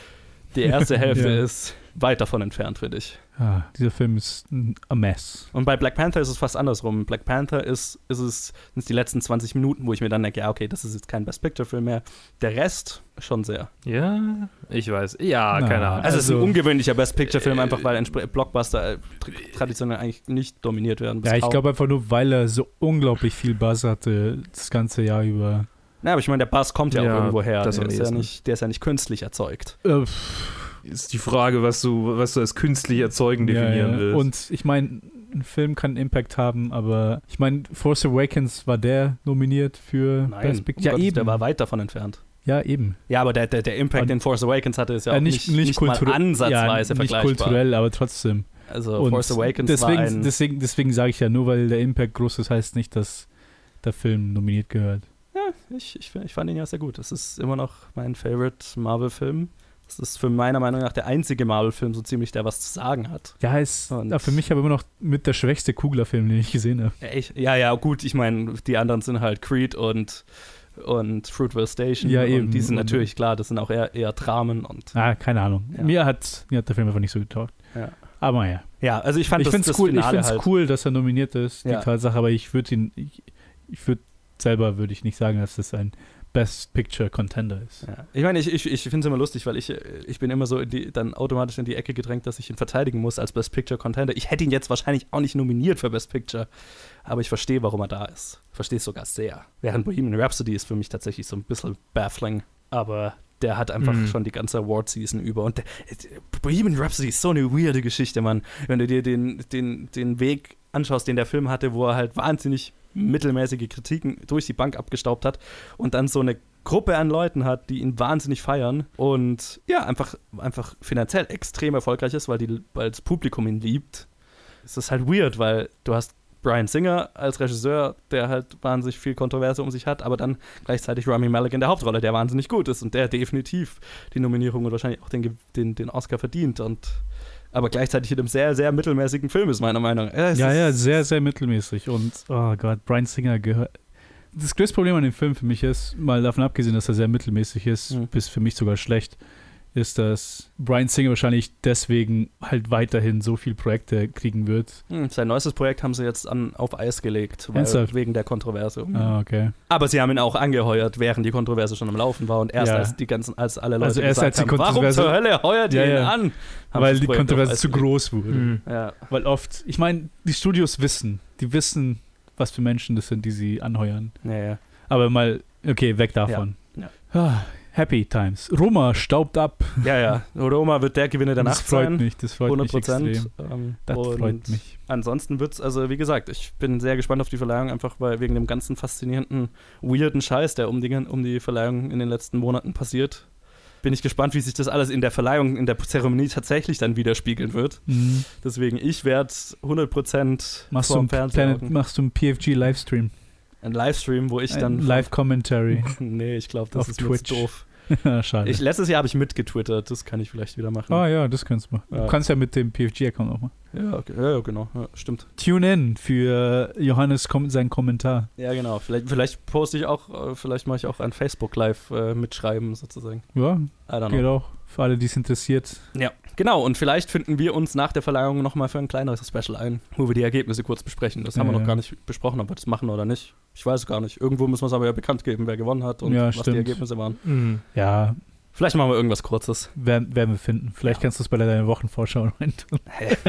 Die erste Hälfte Ja. ist weit davon entfernt, finde ich. Ah, dieser Film ist a mess. Und bei Black Panther ist es fast andersrum. Black Panther ist, ist es sind es die letzten zwanzig Minuten, wo ich mir dann denke, ja, okay, das ist jetzt kein Best Picture-Film mehr. Der Rest schon sehr. Ja, ich weiß. Ja, Na, keine Ahnung. Also, es ist ein Also- ungewöhnlicher Best Picture-Film, einfach weil entspre- Blockbuster äh, tra- traditionell eigentlich nicht dominiert werden. bis Ja, ich kaum. glaube einfach nur, weil er so unglaublich viel Buzz hatte das ganze Jahr über. Ja, aber ich meine, der Buzz kommt ja, Ja, auch irgendwo her. das Der am ist, ja ehesten. nicht, der ist ja nicht künstlich erzeugt. Äh, Ist die Frage, was du, was du als künstlich erzeugen ja, definieren ja. willst. Und ich meine, ein Film kann Impact haben, aber ich meine, Force Awakens war der nominiert für Nein, Best um Picture. Ja, Gottes, eben. der war weit davon entfernt. Ja, eben. Ja, aber der, der, der Impact, Und- den Force Awakens hatte, ist ja auch Äh, nicht, nicht, nicht mal kulturell- ansatzweise ja, nicht vergleichbar. kulturell, aber trotzdem. Also Und Force Awakens deswegen, war ein... deswegen, deswegen sage ich ja, nur weil der Impact groß ist, heißt nicht, dass der Film nominiert gehört. Ja, ich, ich, ich fand ihn ja sehr gut. Das ist immer noch mein Favorite Marvel-Film. Das ist für meiner Meinung nach der einzige Marvel-Film so ziemlich, der was zu sagen hat. Ja, ist Und- ja, für mich aber immer noch mit der schwächste Kugler-Film, den ich gesehen habe. Ja, ich, ja, ja, gut, ich meine, die anderen sind halt Creed und, und Fruitvale Station. Ja, und eben. die sind Und- natürlich, klar, das sind auch eher, eher Dramen. Und Ah, keine Ahnung. Ja. Mir, hat, mir hat der Film einfach nicht so getaugt. ja, Aber ja. ja also ich fand Ich das, finde das es cool, ich Finale find's halt... cool, dass er nominiert ist, die Ja. Tatsache, aber ich würde ihn, ich, ich würde selber würde ich nicht sagen, dass das ein Best Picture Contender ist. Ja. Ich meine, ich, ich, ich finde es immer lustig, weil ich, ich bin immer so in die, dann automatisch in die Ecke gedrängt, dass ich ihn verteidigen muss als Best Picture Contender. Ich hätte ihn jetzt wahrscheinlich auch nicht nominiert für Best Picture, aber ich verstehe, warum er da ist. Verstehe es sogar sehr. Während Bohemian Rhapsody ist für mich tatsächlich so ein bisschen baffling, aber der hat einfach Mhm. schon die ganze Award-Season über. Und der, Bohemian Rhapsody ist so eine weirde Geschichte, Mann. Wenn du dir den, den, den Weg anschaust, den der Film hatte, wo er halt wahnsinnig mittelmäßige Kritiken durch die Bank abgestaubt hat und dann so eine Gruppe an Leuten hat, die ihn wahnsinnig feiern und ja, einfach, einfach finanziell extrem erfolgreich ist, weil, die, weil das Publikum ihn liebt. Es ist halt weird, weil du hast Bryan Singer als Regisseur, der halt wahnsinnig viel Kontroverse um sich hat, aber dann gleichzeitig Rami Malek in der Hauptrolle, der wahnsinnig gut ist und der definitiv die Nominierung und wahrscheinlich auch den, den, den Oscar verdient und aber gleichzeitig in einem sehr, sehr mittelmäßigen Film ist, meiner Meinung nach. Es Ja, ist- ja, sehr, sehr mittelmäßig. Und, oh Gott, Bryan Singer gehört. Das größte Problem an dem Film für mich ist, mal davon abgesehen, dass er sehr mittelmäßig ist, Mhm. bis für mich sogar schlecht, ist, dass Bryan Singer wahrscheinlich deswegen halt weiterhin so viele Projekte kriegen wird. Hm, sein neuestes Projekt haben sie jetzt an, auf Eis gelegt, weil, Ernsthaft? wegen der Kontroverse. Ah, okay. Aber sie haben ihn auch angeheuert, während die Kontroverse schon am Laufen war und erst Ja. als die ganzen, als alle Leute Also erst gesagt als die haben, warum Kontroverse- zur Hölle heuert ihr Ja, ihn ja. an? Haben Weil das die Projekt auf Kontroverse Eis zu gelegt. groß wurde. Mhm. Ja. Weil oft, ich meine, die Studios wissen, die wissen, was für Menschen das sind, die sie anheuern. Ja, ja. Aber mal, okay, weg davon. Ja. Ah, Happy Times. Roma staubt ab. ja, ja. Roma wird der Gewinner der das Nacht freut sein. mich, das freut hundert mich Prozent. extrem. Ähm, Das und freut mich. Ansonsten wird's, also wie gesagt, ich bin sehr gespannt auf die Verleihung, einfach weil wegen dem ganzen faszinierenden, weirden Scheiß, der um die, um die Verleihung in den letzten Monaten passiert. Bin ich gespannt, wie sich das alles in der Verleihung, in der Zeremonie tatsächlich dann widerspiegeln wird. Mhm. Deswegen, ich werde hundert Prozent Machst, du vorm einen Fernseher Planet, hocken. machst du einen P F G-Livestream? Ein Livestream, wo ich Ein dann... Live-Commentary. Nee, ich glaube, das Auf ist mir zu Twitch. doof. Schade. Ich, letztes Jahr habe ich mitgetwittert, das kann ich vielleicht wieder machen. Ah ja, das kannst du machen. Ja. Du kannst ja mit dem P F G-Account auch machen. Ja, okay. ja, ja, genau, ja, stimmt. Tune in für Johannes kom seinen Kommentar. Ja, genau. Vielleicht, vielleicht poste ich auch, äh, vielleicht mache ich auch ein Facebook Live äh, mitschreiben, sozusagen. Ja, I don't geht know. auch. Für alle, die es interessiert. Ja, genau. Und vielleicht finden wir uns nach der Verleihung nochmal für ein kleineres Special ein, wo wir die Ergebnisse kurz besprechen. Das haben wir Ja. noch gar nicht besprochen, ob wir das machen oder nicht. Ich weiß es gar nicht. Irgendwo müssen wir es aber ja bekannt geben, wer gewonnen hat und Ja, was die stimmt. Ergebnisse waren. Mhm. Ja, Vielleicht machen wir irgendwas Kurzes. werden, werden wir finden. Vielleicht kannst du es bei deiner Wochenvorschau reintun.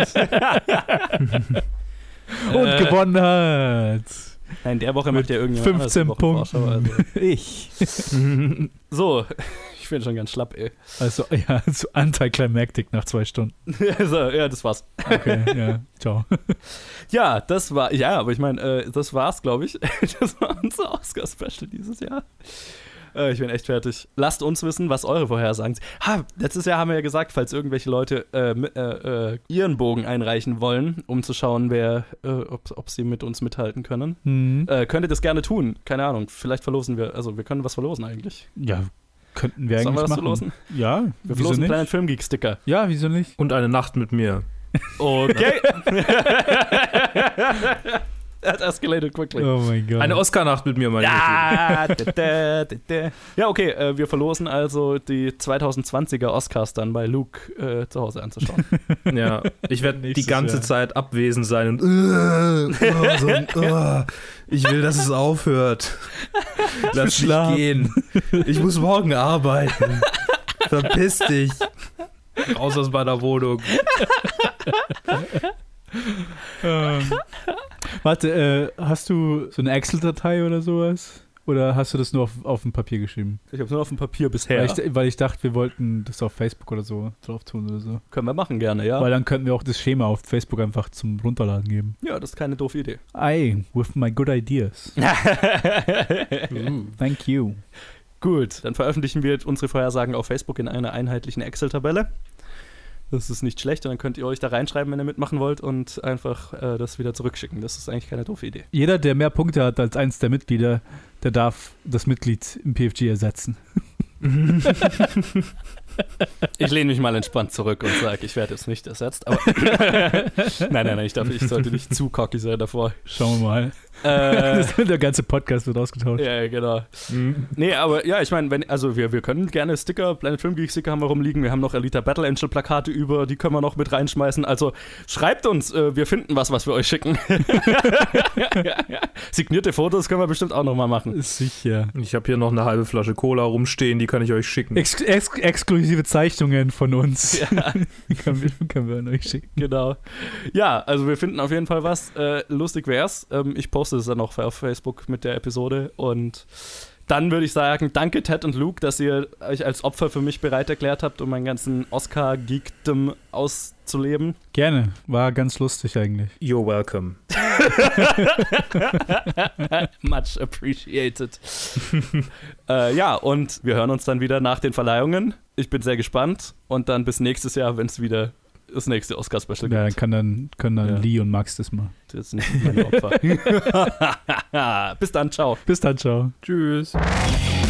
Und Äh, gewonnen hat Nein, in der Woche macht ja irgendjemand anders fünfzem die Wochenvorschau, Punkten. Also. Ich. So, ich bin schon ganz schlapp, ey. Also, ja, so anticlimactic nach zwei Stunden. so, ja, das war's. Okay, ja, ciao. Ja, das war, ja, aber ich meine, äh, das war's, glaube ich. Das war unser Oscar-Special dieses Jahr. Äh, ich bin echt fertig. Lasst uns wissen, was eure Vorhersagen sind. Ha, letztes Jahr haben wir ja gesagt, falls irgendwelche Leute äh, mi- äh, äh, ihren Bogen einreichen wollen, um zu schauen, wer, äh, ob, ob sie mit uns mithalten können, Mhm. äh, könnt ihr das gerne tun. Keine Ahnung, vielleicht verlosen wir, also wir können was verlosen eigentlich. Ja, könnten wir Sollen wir eigentlich das machen. verlosen? Ja, Wir wieso verlosen nicht? Planet Film Geek Sticker. Ja, wieso nicht? Und eine Nacht mit mir. Okay. That escalated quickly. Oh mein Gott. Eine Oscar-Nacht mit mir, meine Ja, da, da, da, da. Ja, okay, äh, wir verlosen also die zwanzig zwanziger Oscars dann bei Luke äh, zu Hause anzuschauen. Ja, ich werde die Nächstes ganze Jahr. Zeit abwesend sein und uh, oh, so ein, uh, ich will, dass es aufhört. Lass mich schlafen. gehen. Ich muss morgen arbeiten. Verpiss dich. Raus aus meiner Wohnung. Ähm, warte, äh, hast du so eine Excel-Datei oder sowas? Oder hast du das nur auf, auf dem Papier geschrieben? Ich habe es nur auf dem Papier bisher. Weil, ich, weil ich dachte, wir wollten das auf Facebook oder so drauf tun oder so. Können wir machen gerne, ja. Weil dann könnten wir auch das Schema auf Facebook einfach zum Runterladen geben. Ja, das ist keine doofe Idee. Aye, with my good ideas. Thank you. Gut, dann veröffentlichen wir unsere Vorhersagen auf Facebook in einer einheitlichen Excel-Tabelle. Das ist nicht schlecht und dann könnt ihr euch da reinschreiben, wenn ihr mitmachen wollt und einfach äh, das wieder zurückschicken. Das ist eigentlich keine doofe Idee. Jeder, der mehr Punkte hat als eins der Mitglieder, der darf das Mitglied im P F G ersetzen. Ich lehne mich mal entspannt zurück und sage, ich werde jetzt nicht ersetzt. Aber nein, nein, nein, ich, darf, ich sollte nicht zu cocky sein davor. Schauen wir mal. Äh, Der ganze Podcast wird ausgetauscht. ja, genau. Nee, aber ja, ich meine, wenn, also wir, wir können gerne Sticker, Planet Film Geek Sticker haben wir rumliegen, wir haben noch Alita Battle Angel Plakate über, die können wir noch mit reinschmeißen, also schreibt uns, äh, wir finden was, was wir euch schicken. Signierte Fotos können wir bestimmt auch noch mal machen. Sicher. Ich habe hier noch eine halbe Flasche Cola rumstehen, die kann ich euch schicken. Ex ex exklusive Zeichnungen von uns. Ja. Die können wir, können wir an euch schicken. Genau. Ja, also wir finden auf jeden Fall was. Äh, lustig wär's. Ähm, ich poste es dann noch auf Facebook mit der Episode und dann würde ich sagen, danke Ted und Luke, dass ihr euch als Opfer für mich bereit erklärt habt, um meinen ganzen Oscar-Geekdom auszuleben. Gerne. War ganz lustig eigentlich. You're welcome. Much appreciated. äh, ja, und wir hören uns dann wieder nach den Verleihungen. Ich bin sehr gespannt und dann bis nächstes Jahr, wenn es wieder das nächste Oscar-Special gibt. Ja, dann kann dann, können dann Ja. Lee und Max das mal. Das sind nicht meine Opfer. Bis dann, ciao. Bis dann, ciao. Tschüss.